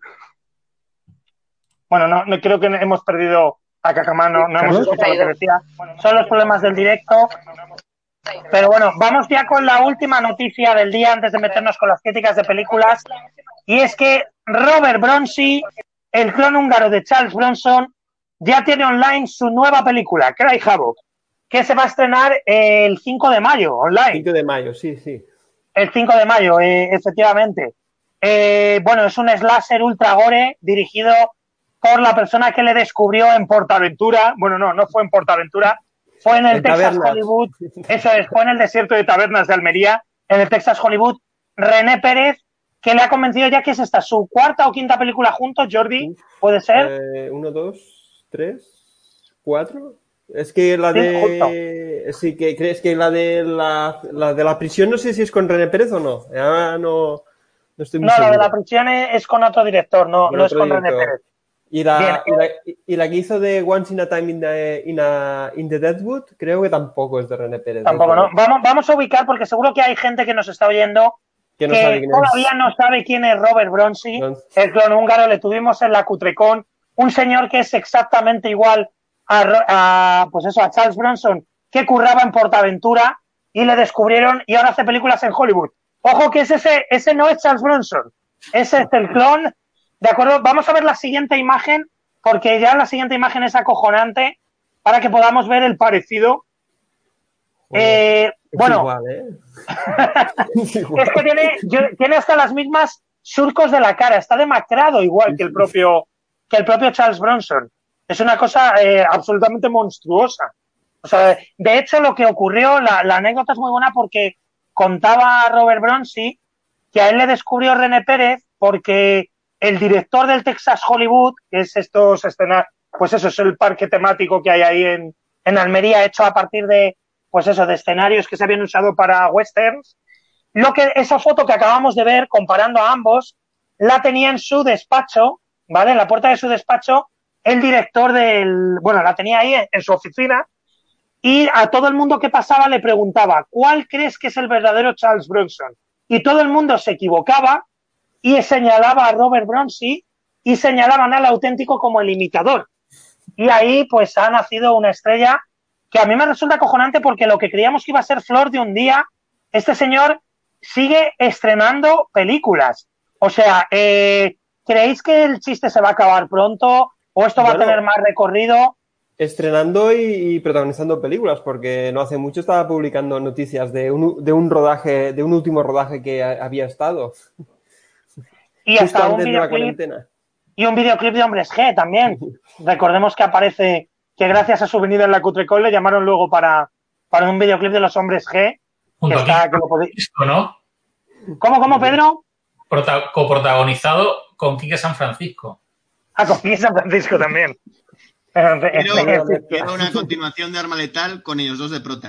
Speaker 1: Bueno, no creo que hemos perdido a Cacamán, no hemos escuchado lo que decía. Son los problemas del directo. Pero bueno, vamos ya con la última noticia del día antes de meternos con las críticas de películas. Y es que Robert Bronsi, el clon húngaro de Charles Bronson, ya tiene online su nueva película, Cry Havoc, que se va a estrenar el 5 de mayo online.
Speaker 7: 5 de mayo, sí.
Speaker 1: El 5 de mayo, efectivamente. Bueno, es un slasher ultra gore dirigido por la persona que le descubrió en PortAventura. Bueno, no fue en PortAventura, fue en el Texas Hollywood. Eso es, fue en el desierto de Tabernas de Almería, en el Texas Hollywood. René Pérez, que le ha convencido ya que es esta su 4ª o 5ª película juntos, Jordi, ¿puede ser?
Speaker 7: 1, 2, 3, 4. Es que la de... Sí, que crees que la de la prisión no sé si es con René Pérez o no. No estoy muy seguro.
Speaker 1: La de la prisión es con otro director, no es con René Pérez.
Speaker 7: Y la que hizo de Once in a Time in the Deadwood, creo que tampoco es de René Pérez.
Speaker 1: Tampoco, ¿no? Vamos a ubicar porque seguro que hay gente que nos está oyendo que todavía no sabe quién es Robert Bronsi, el clon húngaro. Le tuvimos en la Cutrecon, un señor que es exactamente igual a Charles Bronson, que curraba en PortAventura y le descubrieron y ahora hace películas en Hollywood. Ojo que ese no es Charles Bronson, ese es el clon. ¿De acuerdo? Vamos a ver la siguiente imagen, porque ya la siguiente imagen es acojonante, para que podamos ver el parecido. Bueno,
Speaker 7: igual,
Speaker 1: es que tiene hasta las mismas surcos de la cara, está demacrado igual que el propio Charles Bronson. Es una cosa absolutamente monstruosa. O sea, de hecho, lo que ocurrió, la anécdota es muy buena porque contaba Robert Bronsi que a él le descubrió René Pérez porque el director del Texas Hollywood, que es estos escenarios, pues eso es el parque temático que hay ahí en Almería, hecho a partir de pues eso, de escenarios que se habían usado para westerns. Esa foto que acabamos de ver, comparando a ambos, la tenía en su despacho, ¿vale? En la puerta de su despacho, el director la tenía ahí en su oficina, y a todo el mundo que pasaba le preguntaba, ¿cuál crees que es el verdadero Charles Bronson? Y todo el mundo se equivocaba y señalaba a Robert Bronson y señalaban al auténtico como el imitador. Y ahí pues ha nacido una estrella que a mí me resulta acojonante, porque lo que creíamos que iba a ser flor de un día, este señor sigue estrenando películas. O sea, ¿creéis que el chiste se va a acabar pronto o esto va a tener más recorrido?
Speaker 7: Estrenando y protagonizando películas, porque no hace mucho estaba publicando noticias de un rodaje, de un último rodaje que había estado.
Speaker 1: Y hasta un videoclip, y un videoclip de Hombres G también. Recordemos que aparece, que gracias a su venida en la Cutrecon le llamaron luego para un videoclip de los Hombres G.
Speaker 4: Junto
Speaker 1: que
Speaker 4: lo podéis, ¿no?
Speaker 1: ¿Cómo, Pedro?
Speaker 4: Coprotagonizado con Quique San Francisco.
Speaker 1: Con Quique San Francisco también.
Speaker 8: Quiero una continuación de Arma Letal con ellos dos de protas.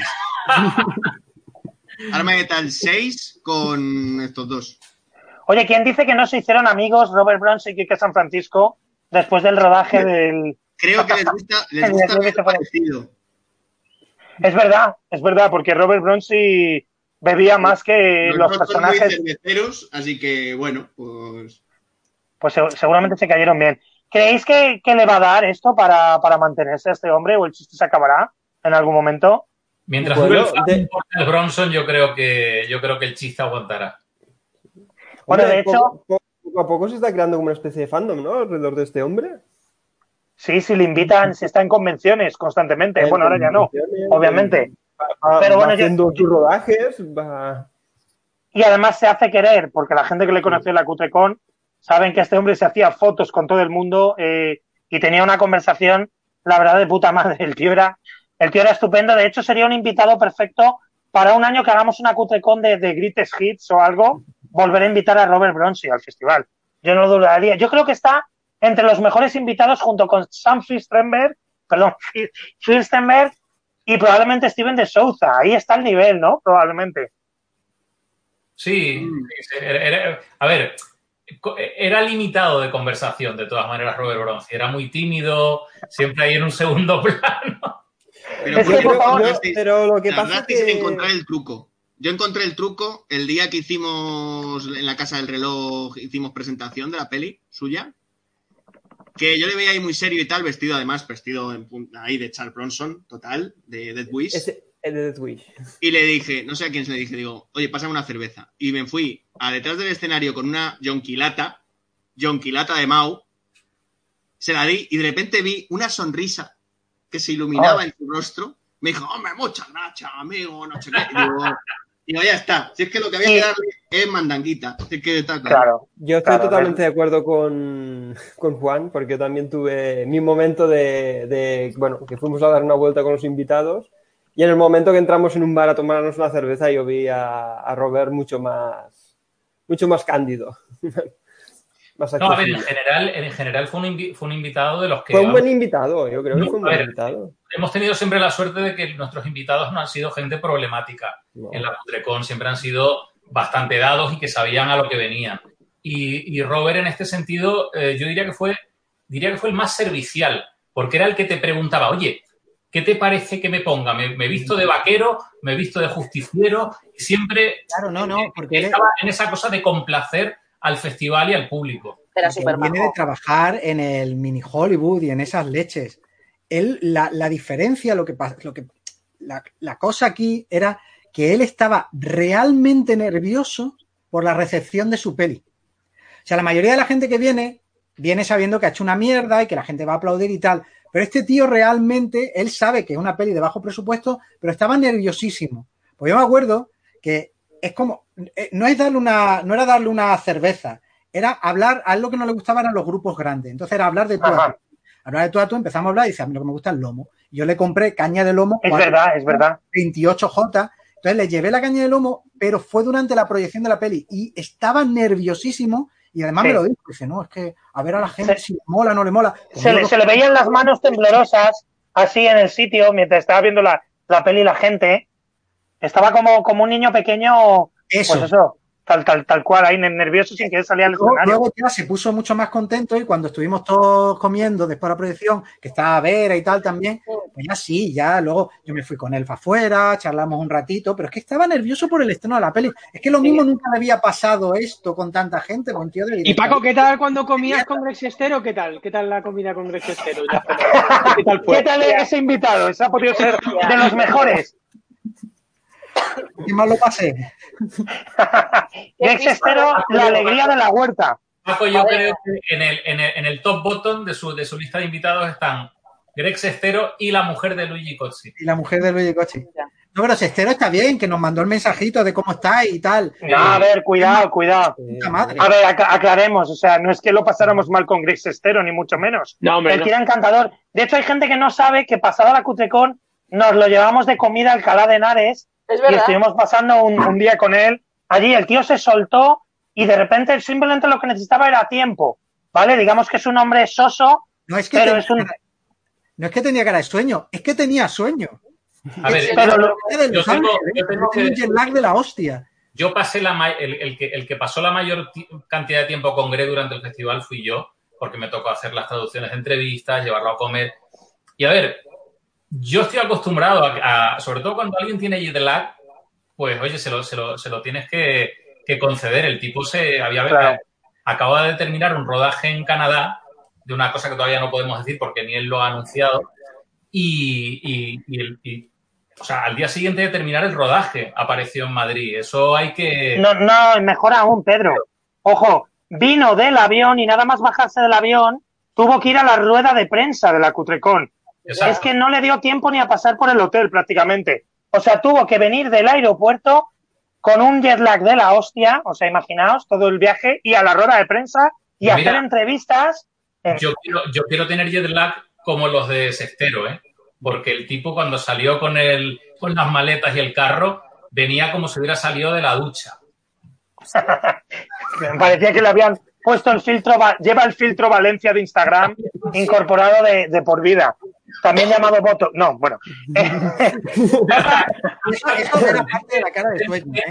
Speaker 8: Arma Letal 6 con estos dos.
Speaker 1: Oye, ¿quién dice que no se hicieron amigos Robert Bronson y Quique San Francisco después del rodaje del...
Speaker 8: Creo que les gusta ver parecido.
Speaker 1: Es verdad, porque Robert Bronson bebía más que los personajes.
Speaker 8: Son muy cerveceros, así que bueno, pues...
Speaker 1: Pues seguramente se cayeron bien. ¿Creéis que le va a dar esto para mantenerse a este hombre, o el chiste se acabará en algún momento?
Speaker 4: Mientras dure el Bronson, yo creo que el chiste aguantará.
Speaker 1: Bueno, de hecho...
Speaker 7: Poco a poco se está creando como una especie de fandom, ¿no? Alrededor de este hombre.
Speaker 1: Sí, le invitan, se está en convenciones constantemente. Bueno, ahora ya no, obviamente.
Speaker 7: Pero bueno, haciendo sus rodajes, va...
Speaker 1: Y además se hace querer, porque la gente que le conoció en la Cutrecon saben que este hombre se hacía fotos con todo el mundo y tenía una conversación, la verdad, de puta madre. El tío era estupendo. De hecho, sería un invitado perfecto para un año que hagamos una Cutrecon de Greatest Hits o algo, volver a invitar a Robert Bronson al festival. Yo no dudaría. Yo creo que está entre los mejores invitados junto con Sam Firstenberg y probablemente Steven de Souza. Ahí está el nivel, ¿no? Probablemente.
Speaker 4: Sí. A ver, era limitado de conversación, de todas maneras, Robert Bronson. Era muy tímido, siempre ahí en un segundo plano.
Speaker 8: Pero lo que pasa es que... encontrar el truco. Yo encontré el truco el día que hicimos en la Casa del Reloj, hicimos presentación de la peli suya, que yo le veía ahí muy serio y tal, vestido ahí de Charles Bronson, total, de Death Wish.
Speaker 7: El de Death Wish.
Speaker 8: Y le dije, no sé a quién se le dije, digo, oye, pásame una cerveza. Y me fui a detrás del escenario con una jonquilata de Mau, se la di y de repente vi una sonrisa que se iluminaba en su rostro. Me dijo, hombre, muchas gracias, amigo, no sé qué. Y digo, ya está. Si es que lo que había que darle es mandanguita. Si es que está
Speaker 1: claro.
Speaker 7: Yo estoy totalmente de acuerdo con Juan, porque yo también tuve mi momento de que fuimos a dar una vuelta con los invitados, y en el momento que entramos en un bar a tomarnos una cerveza, yo vi a Robert mucho más cándido.
Speaker 4: No, a ver, en general fue un invitado de los que...
Speaker 7: Fue un buen invitado, yo creo que fue un buen invitado.
Speaker 4: Hemos tenido siempre la suerte de que nuestros invitados no han sido gente problemática. No. En la Cutrecon siempre han sido bastante dados y que sabían a lo que venían. Y Robert, en este sentido, yo diría que fue el más servicial, porque era el que te preguntaba, oye, ¿qué te parece que me ponga? ¿Me visto de vaquero? ¿Me visto de justiciero? Y siempre porque estaba en esa cosa de complacer al festival y al público.
Speaker 5: Era súper majo. Viene de trabajar en el mini Hollywood y en esas leches. Él, la diferencia, la cosa aquí era que él estaba realmente nervioso por la recepción de su peli. O sea, la mayoría de la gente que viene sabiendo que ha hecho una mierda y que la gente va a aplaudir y tal. Pero este tío realmente, él sabe que es una peli de bajo presupuesto, pero estaba nerviosísimo. Pues yo me acuerdo que es como, no era darle una cerveza, era hablar, a él lo que no le gustaba eran los grupos grandes, entonces era hablar de tú a tú. Hablar de tú a tú, empezamos a hablar y dice, a mí lo que me gusta es el lomo. Yo le compré caña de lomo.
Speaker 1: Es verdad.
Speaker 5: 28J. Entonces le llevé la caña de lomo, pero fue durante la proyección de la peli y estaba nerviosísimo y además me lo dijo. Dice, no, es que a ver a la gente si le mola o no le mola.
Speaker 1: Pues se le veían las manos temblorosas así en el sitio mientras estaba viendo la peli la gente. Estaba como un niño pequeño,
Speaker 5: Eso.
Speaker 1: pues eso, tal cual, ahí nervioso sin querer salir al escenario.
Speaker 5: Luego ya se puso mucho más contento y cuando estuvimos todos comiendo después de la proyección, que estaba Vera y tal también, pues ya sí, ya luego yo me fui con él para afuera, charlamos un ratito, pero es que estaba nervioso por el estreno de la peli. Es que lo mismo nunca me había pasado esto con tanta gente, con tío de...
Speaker 2: Y Paco, ¿qué tal cuando comías con Greg Sestero? ¿Qué tal? ¿Qué tal la comida con Greg Sestero?
Speaker 1: ¿Qué tal fue? ¿Qué tal ese invitado? Ese ha podido ser de los mejores.
Speaker 5: ¿Qué más lo pasé?
Speaker 1: Greg Sestero, la alegría de la huerta.
Speaker 4: Paco, yo creo que en el top bottom de su lista de invitados están Greg Sestero y la mujer de Luigi Cozzi.
Speaker 5: Y la mujer de Luigi Cozzi. No, pero Sestero está bien, que nos mandó el mensajito de cómo está y tal.
Speaker 1: No, a ver, cuidado. A ver, aclaremos, o sea, no es que lo pasáramos mal con Greg Sestero, ni mucho menos.
Speaker 2: No, hombre,
Speaker 1: el tío era encantador. De hecho, hay gente que no sabe que pasada la Cutrecon nos lo llevamos de comida a Alcalá de Henares y estuvimos pasando un día con él. Allí el tío se soltó y de repente simplemente lo que necesitaba era tiempo, ¿vale? Digamos que es un hombre soso,
Speaker 5: no es que
Speaker 1: pero es un...
Speaker 5: No es que tenía cara de sueño, es que tenía sueño.
Speaker 4: A ver,
Speaker 5: yo tengo un jet lag de la hostia.
Speaker 4: Yo pasé el que pasó la mayor cantidad de tiempo con Greg durante el festival fui yo, porque me tocó hacer las traducciones de entrevistas, llevarlo a comer. Y a ver, yo estoy acostumbrado a sobre todo cuando alguien tiene jet lag, pues oye, se lo tienes que conceder. El tipo acaba de terminar un rodaje en Canadá de una cosa que todavía no podemos decir porque ni él lo ha anunciado y o sea, al día siguiente de terminar el rodaje apareció en Madrid. Eso hay que...
Speaker 1: No, mejor aún, Pedro. Ojo, vino del avión y nada más bajarse del avión tuvo que ir a la rueda de prensa de la Cutrecon. Exacto. Es que no le dio tiempo ni a pasar por el hotel prácticamente. O sea, tuvo que venir del aeropuerto con un jet lag de la hostia, o sea, imaginaos todo el viaje y a la rueda de prensa y hacer entrevistas.
Speaker 4: Yo quiero tener jet lag como los de Sestero, ¿eh? Porque el tipo cuando salió con las maletas y el carro venía como si hubiera salido de la ducha.
Speaker 1: Me parecía que le habían puesto el filtro, lleva el filtro Valencia de Instagram incorporado de por vida. También llamado voto. No, bueno.
Speaker 5: Eso era parte de la cara de sueño, ¿eh?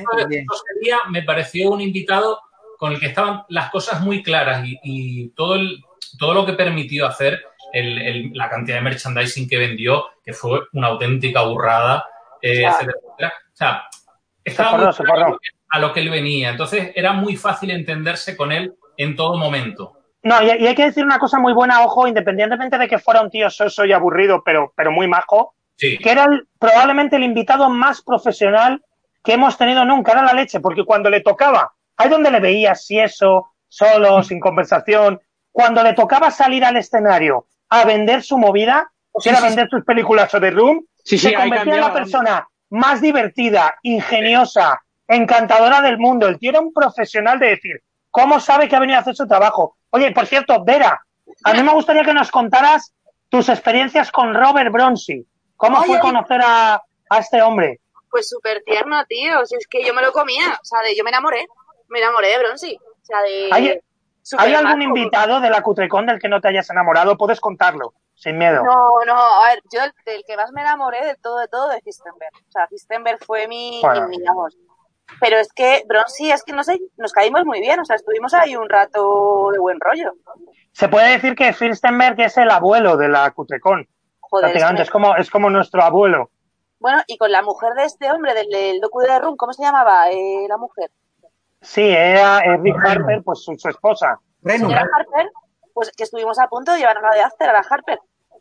Speaker 4: Me pareció un invitado con el que estaban las cosas muy claras y todo lo que permitió hacer, la cantidad de merchandising que vendió, que fue una auténtica burrada, etcétera, etcétera. O sea, estaba muy claro a lo que él venía. Entonces, era muy fácil entenderse con él en todo momento.
Speaker 1: No, y hay que decir una cosa muy buena, ojo, independientemente de que fuera un tío soso y aburrido, pero muy majo, sí, que era probablemente el invitado más profesional que hemos tenido nunca, era la leche, porque cuando le tocaba, ahí donde le veías, si eso, solo, sin conversación, cuando le tocaba salir al escenario a vender su movida, o sea, a vender sus películas o The Room, se convertía en la persona más divertida, ingeniosa, encantadora del mundo. El tío era un profesional de decir, ¿cómo sabe que ha venido a hacer su trabajo? Oye, por cierto, Vera, a mí me gustaría que nos contaras tus experiencias con Robert Bronzi. ¿Cómo fue conocer a este hombre?
Speaker 6: Pues súper tierno, tío. Si es que yo me lo comía. O sea, yo me enamoré de Bronzi. O sea,
Speaker 1: ¿Hay algún invitado de la Cutrecon del que no te hayas enamorado? Puedes contarlo, sin miedo.
Speaker 6: No, a ver, yo del que más me enamoré de Fistenberg. O sea, Fistenberg fue mi amor. Pero es que Bronzi, es que no sé, nos caímos muy bien, o sea, estuvimos ahí un rato de buen rollo.
Speaker 1: Se puede decir que Fistenberg es el abuelo de la Cutrecon. Joder, prácticamente, es como nuestro abuelo.
Speaker 6: Bueno, y con la mujer de este hombre, del docu de Room, ¿cómo se llamaba la mujer?
Speaker 1: Sí, era Rick Harper, pues su esposa.
Speaker 6: Señora Harper, pues que estuvimos a punto de llevarnos de after a la Harper.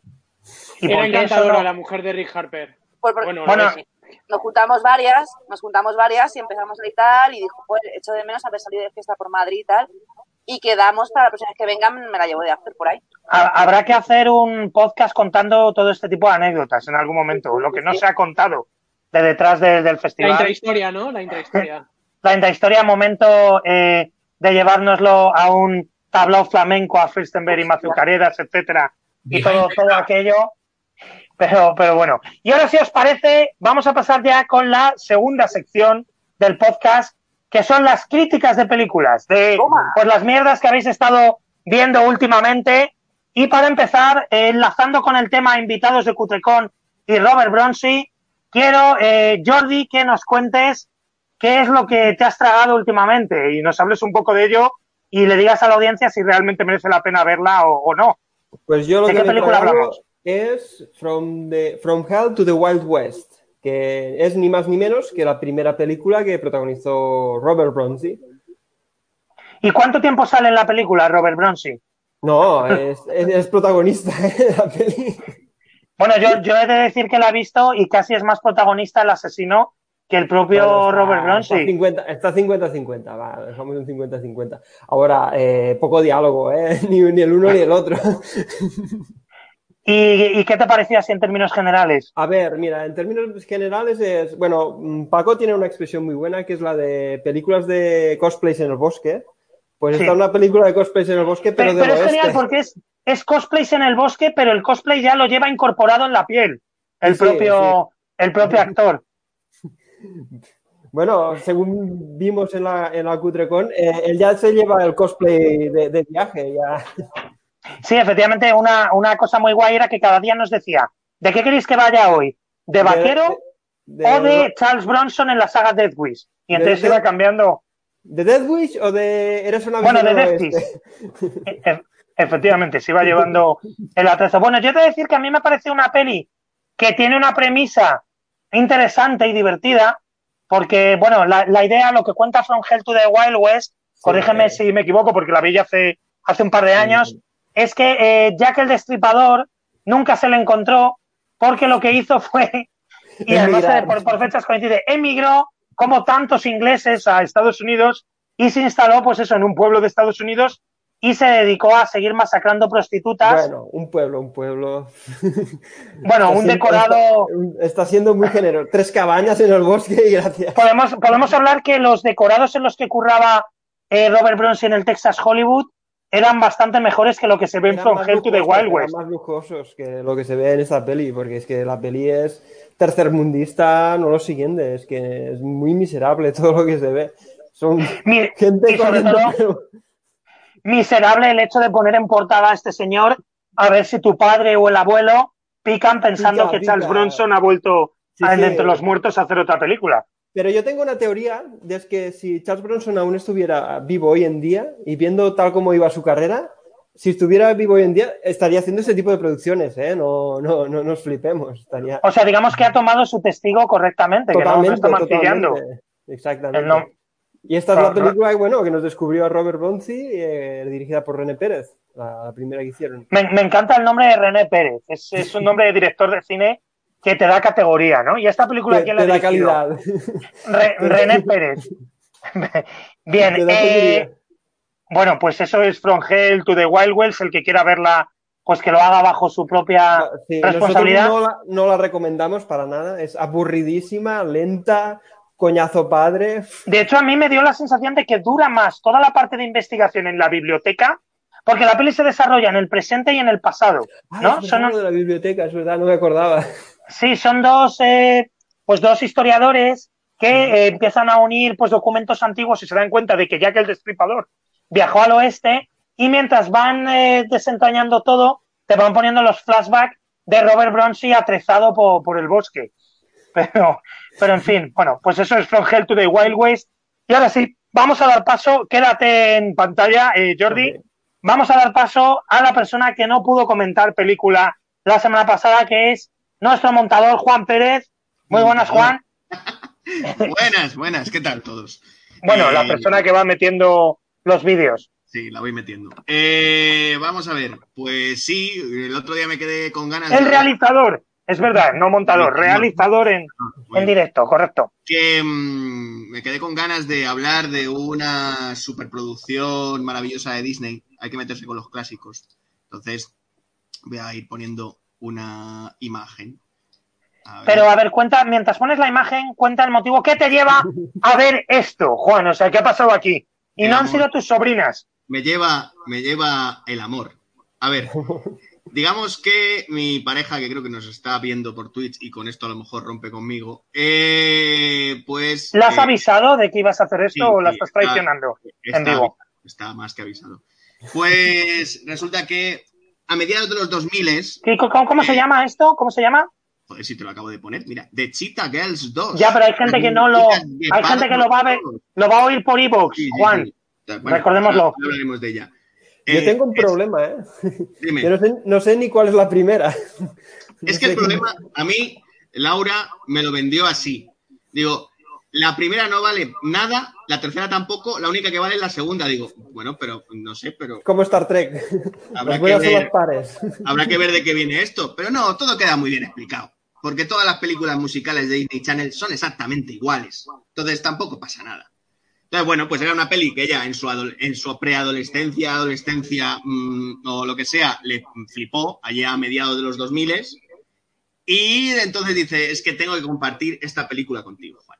Speaker 2: ¿Y era encantadora la mujer de Rick Harper?
Speaker 6: Bueno, nos juntamos varias y empezamos a editar y dijo, pues echo de menos haber salido de fiesta por Madrid y tal, y quedamos para la próxima vez que vengan, me la llevo de after por ahí.
Speaker 1: Habrá que hacer un podcast contando todo este tipo de anécdotas en algún momento, lo que no se ha contado de detrás del festival.
Speaker 2: La intrahistoria, ¿no? La intrahistoria.
Speaker 1: La intrahistoria, momento de llevárnoslo a un tablao flamenco a Fistenberg y Mazucaredas, etcétera, y todo aquello. Pero bueno. Y ahora, si os parece, vamos a pasar ya con la segunda sección del podcast, que son las críticas de películas, de pues las mierdas que habéis estado viendo últimamente. Y para empezar, enlazando con el tema invitados de Cutrecon y Robert Bronzi, quiero, Jordi, que nos cuentes qué es lo que te has tragado últimamente y nos hables un poco de ello y le digas a la audiencia si realmente merece la pena verla o no.
Speaker 7: Pues yo lo
Speaker 1: ¿De
Speaker 7: que
Speaker 1: qué
Speaker 7: me he
Speaker 1: película
Speaker 7: tragado
Speaker 1: hablamos?
Speaker 7: es From Hell to the Wild West, que es ni más ni menos que la primera película que protagonizó Robert Bronzi.
Speaker 1: ¿Y cuánto tiempo sale en la película Robert Bronzi?
Speaker 7: No, es protagonista de la peli.
Speaker 1: Bueno, yo he de decir que la he visto y casi es más protagonista el asesino que el propio
Speaker 7: Bueno,
Speaker 1: Robert Bronzi.
Speaker 7: Está 50-50, va, dejamos un 50-50. Ahora, poco diálogo, ni el uno ni el otro.
Speaker 1: ¿Y qué te pareció así en términos generales?
Speaker 7: A ver, mira, en términos generales es... Bueno, Paco tiene una expresión muy buena que es la de películas de cosplays en el bosque. Pues
Speaker 1: Sí.
Speaker 7: está una película de cosplays en el bosque, pero del
Speaker 1: es
Speaker 7: oeste.
Speaker 1: genial porque es cosplays en el bosque, pero el cosplay ya lo lleva incorporado en la piel. El propio actor.
Speaker 7: Bueno, según vimos en la Cutrecon, él ya se lleva el cosplay de viaje. Ya.
Speaker 1: Sí, efectivamente, una cosa muy guay era que cada día nos decía, ¿de qué queréis que vaya hoy? ¿De vaquero o de Charles Bronson en la saga Death Wish? Y entonces iba cambiando.
Speaker 7: ¿De Death Wish o de Eres una
Speaker 1: Bueno, de
Speaker 7: aficionado
Speaker 1: Death Wish. Efectivamente, se iba llevando el atrezo. Bueno, yo te voy a decir que a mí me parece una peli que tiene una premisa interesante y divertida, porque, bueno, la idea, lo que cuenta From Hell to the Wild West, corrígeme si me equivoco, porque la vi ya hace un par de años, es que Jack el Destripador nunca se le encontró porque lo que hizo fue, y además por fechas coincide, emigró como tantos ingleses a Estados Unidos y se instaló, pues eso, en un pueblo de Estados Unidos y se dedicó a seguir masacrando prostitutas.
Speaker 7: Bueno, un pueblo.
Speaker 1: Bueno, un decorado...
Speaker 7: Está siendo muy generoso. 3 cabañas en el bosque y gracias.
Speaker 1: Podemos hablar que los decorados en los que curraba Robert Bronzi en el Texas Hollywood eran bastante mejores que lo que se ve en From Hell to the Wild West.
Speaker 7: Eran más lujosos que lo que se ve en esta peli, porque es que la peli es tercermundista, no lo siguiente, es que es muy miserable todo lo que se ve. Son gente
Speaker 1: y sobre todo, miserable el hecho de poner en portada a este señor a ver si tu padre o el abuelo pican pensando que Charles Bronson ha vuelto entre los muertos a hacer otra película.
Speaker 7: Pero yo tengo una teoría de que si Charles Bronson aún estuviera vivo hoy en día y viendo tal como iba su carrera, si estuviera vivo hoy en día estaría haciendo ese tipo de producciones, no nos flipemos. Estaría...
Speaker 1: O sea, digamos que ha tomado su testigo correctamente,
Speaker 7: totalmente,
Speaker 1: que no está mancillando.
Speaker 7: Exactamente. Y esta es la película que nos descubrió a Robert Bronzi, dirigida por René Pérez, la primera que hicieron.
Speaker 1: Me encanta el nombre de René Pérez. Es un nombre de director de cine que te da categoría, ¿no? Y esta película ¿quién la ha dirigido?
Speaker 7: Calidad.
Speaker 1: René Pérez. Bien. Bueno, pues eso es From Hell to the Wild West. El que quiera verla, pues que lo haga bajo su propia responsabilidad.
Speaker 7: No la recomendamos para nada. Es aburridísima, lenta, coñazo padre.
Speaker 1: De hecho, a mí me dio la sensación de que dura más toda la parte de investigación en la biblioteca, porque la peli se desarrolla en el presente y en el pasado, ¿no?
Speaker 7: De la biblioteca, es verdad, no me acordaba.
Speaker 1: Sí, son dos historiadores que empiezan a unir pues documentos antiguos y se dan cuenta de que Jack el Destripador viajó al oeste y mientras van desentrañando todo, te van poniendo los flashbacks de Robert Bronzi atrezado por el bosque. Pero en fin, bueno, pues eso es From Hell to the Wild West. Y ahora sí, vamos a dar paso, quédate en pantalla, Jordi. Okay. Vamos a dar paso a la persona que no pudo comentar película la semana pasada, que es nuestro montador Juan Pérez. Muy buenas, Juan.
Speaker 8: Buenas, ¿qué tal todos?
Speaker 1: Bueno, la persona que va metiendo los vídeos.
Speaker 8: Sí, la voy metiendo. Vamos a ver, pues sí, el otro día me quedé con ganas
Speaker 1: El realizador, es verdad, no montador, realizador en directo, correcto.
Speaker 8: Que me quedé con ganas de hablar de una superproducción maravillosa de Disney. Hay que meterse con los clásicos. Entonces, voy a ir poniendo una imagen.
Speaker 1: Pero, a ver, mientras pones la imagen, cuenta el motivo que te lleva a ver esto, Juan. O sea, ¿qué ha pasado aquí? Y no han sido tus sobrinas.
Speaker 8: Me lleva el amor. A ver, digamos que mi pareja, que creo que nos está viendo por Twitch y con esto a lo mejor rompe conmigo, pues...
Speaker 1: ¿La has avisado de que ibas a hacer esto o la estás traicionando en vivo?
Speaker 8: Está más que avisado. Pues resulta que a mediados de los 2000...
Speaker 1: ¿Cómo se llama esto? ¿Cómo se llama?
Speaker 8: Joder, si te lo acabo de poner. Mira, The Cheetah Girls 2.
Speaker 1: Ya, pero hay gente que no lo... Hay gente que lo va a oír por iVoox, sí, Juan. Sí. Bueno, recordémoslo.
Speaker 8: No hablaremos de ella.
Speaker 7: Yo tengo un problema, ¿eh?
Speaker 8: Dime.
Speaker 7: Yo no sé ni cuál es la primera.
Speaker 8: Es que el problema, a mí, Laura me lo vendió así. Digo, la primera no vale nada, la tercera tampoco, la única que vale es la segunda. Digo, bueno, pero no sé, pero...
Speaker 7: Como Star Trek.
Speaker 8: Habrá que ver, los pares. Habrá que ver de qué viene esto. Pero no, todo queda muy bien explicado. Porque todas las películas musicales de Disney Channel son exactamente iguales. Entonces tampoco pasa nada. Entonces, bueno, pues era una peli que ella en su preadolescencia, adolescencia o lo que sea, le flipó allá a mediados de los 2000 y entonces dice, es que tengo que compartir esta película contigo, Juan.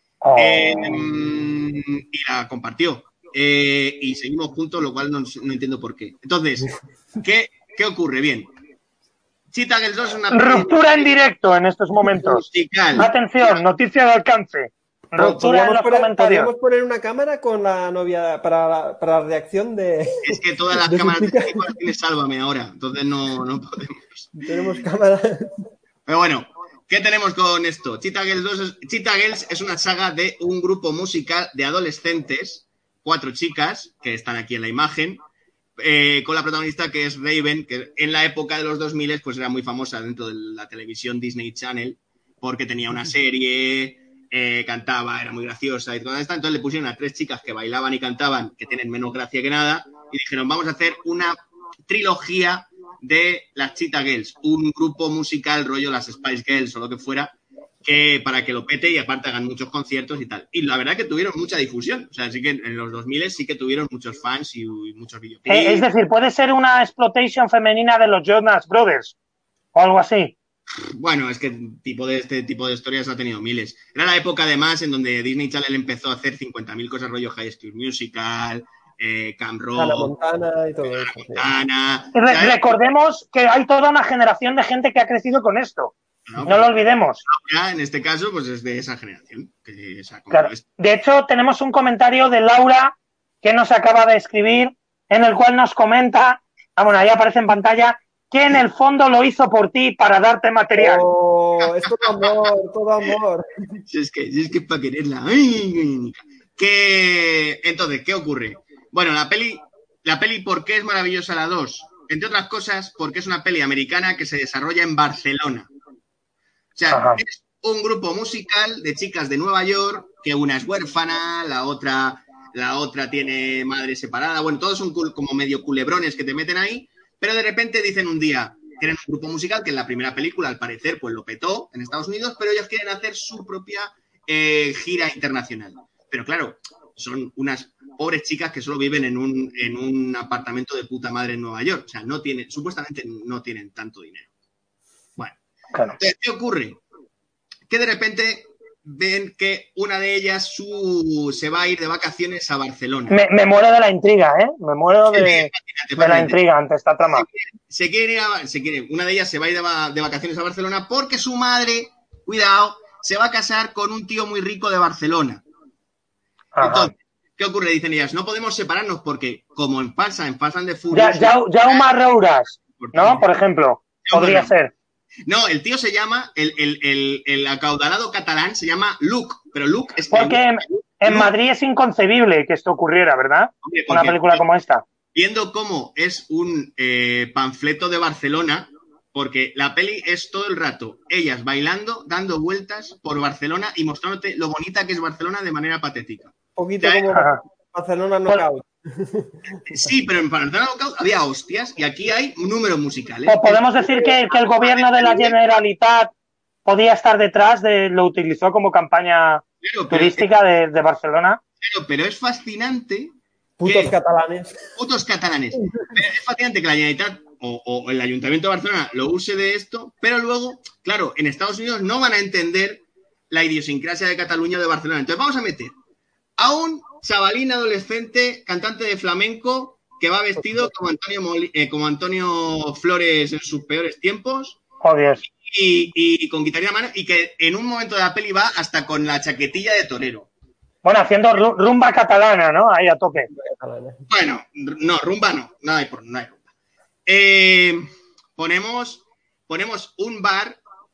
Speaker 8: Y la compartió. Y seguimos juntos, lo cual no entiendo por qué. Entonces, ¿qué ocurre? Bien. Cheetah Girls 2 es una película...
Speaker 1: Ruptura en directo en estos momentos.
Speaker 8: Musical.
Speaker 1: Atención, noticia de alcance.
Speaker 7: ¿Podríamos poner una cámara con la novia para la reacción de...
Speaker 8: Es que todas las cámaras de películas tiene Sálvame ahora, entonces no podemos.
Speaker 7: Tenemos cámara.
Speaker 8: Pero bueno, ¿qué tenemos con esto? Cheetah Girls es una saga de un grupo musical de adolescentes, 4 chicas, que están aquí en la imagen, con la protagonista que es Raven, que en la época de los 2000 pues era muy famosa dentro de la televisión Disney Channel, porque tenía una serie... cantaba, era muy graciosa y toda esta, entonces le pusieron a 3 chicas que bailaban y cantaban, que tienen menos gracia que nada, y dijeron, vamos a hacer una trilogía de las Cheetah Girls, un grupo musical rollo las Spice Girls o lo que fuera, que para que lo pete y aparte hagan muchos conciertos y tal. Y la verdad que tuvieron mucha difusión, o sea, sí que en los 2000 sí que tuvieron muchos fans y muchos videoclips.
Speaker 1: Es decir, puede ser una exploitation femenina de los Jonas Brothers o algo así.
Speaker 8: Bueno, es que este tipo de historias ha tenido miles. Era la época, además, en donde Disney Channel empezó a hacer 50.000 cosas rollo High School Musical, Camp Rock,
Speaker 7: Hannah Montana y todo eso.
Speaker 8: Montana.
Speaker 1: Recordemos que hay toda una generación de gente que ha crecido con esto. No lo olvidemos.
Speaker 8: Ya, en este caso, pues es de esa generación.
Speaker 1: Claro. De hecho, tenemos un comentario de Laura que nos acaba de escribir, en el cual nos comenta, bueno, ahí aparece en pantalla, que en el fondo lo hizo por ti para darte material.
Speaker 7: Oh, es todo amor, todo amor.
Speaker 8: Si es que para quererla. Entonces, ¿qué ocurre? Bueno, la peli, ¿por qué es maravillosa la 2? Entre otras cosas, porque es una peli americana que se desarrolla en Barcelona. O sea, es un grupo musical de chicas de Nueva York, que una es huérfana, la otra tiene madre separada. Bueno, todos son como medio culebrones que te meten ahí. Pero de repente dicen un día, tienen un grupo musical que en la primera película, al parecer, pues lo petó en Estados Unidos, pero ellos quieren hacer su propia gira internacional. Pero claro, son unas pobres chicas que solo viven en un apartamento de puta madre en Nueva York. O sea, supuestamente no tienen tanto dinero. Bueno, claro. Entonces, ¿qué ocurre? Que de repente ven que una de ellas se va a ir de vacaciones a Barcelona.
Speaker 1: Me muero de la intriga, ¿eh? Me muero de la intriga ante esta trama.
Speaker 8: Una de ellas se va a ir de vacaciones a Barcelona porque su madre, cuidado, se va a casar con un tío muy rico de Barcelona. Ajá. Entonces, ¿qué ocurre? Dicen ellas, no podemos separarnos porque, como en Fast and the Furious...
Speaker 1: Jaume Rouras, ¿no? Por ejemplo, podría ser.
Speaker 8: No, el tío se llama, el acaudalado catalán se llama Luc, pero Luc es...
Speaker 1: Porque en Madrid es inconcebible que esto ocurriera, ¿verdad? Hombre, una película como esta.
Speaker 8: Viendo cómo es un panfleto de Barcelona, porque la peli es todo el rato ellas bailando, dando vueltas por Barcelona y mostrándote lo bonita que es Barcelona de manera patética.
Speaker 7: Un poquito como Barcelona Knockout.
Speaker 8: Sí, pero en Barcelona Knockout había hostias y aquí hay números musicales.
Speaker 1: O podemos decir que el gobierno de la Generalitat podía estar detrás lo utilizó como campaña turística de Barcelona.
Speaker 8: Pero es fascinante.
Speaker 7: Putos catalanes.
Speaker 8: Pero es fascinante que la Generalitat o el Ayuntamiento de Barcelona lo use de esto, pero luego, claro, en Estados Unidos no van a entender la idiosincrasia de Cataluña o de Barcelona. Entonces vamos a meter a un chavalín adolescente, cantante de flamenco, que va vestido como Antonio Flores en sus peores tiempos.
Speaker 1: Oh, Dios.
Speaker 8: Y con guitarra en mano, y que en un momento de la peli va hasta con la chaquetilla de torero.
Speaker 1: Bueno, haciendo rumba catalana, ¿no? Ahí a tope.
Speaker 8: Bueno, no, rumba no. No hay rumba. Ponemos un bar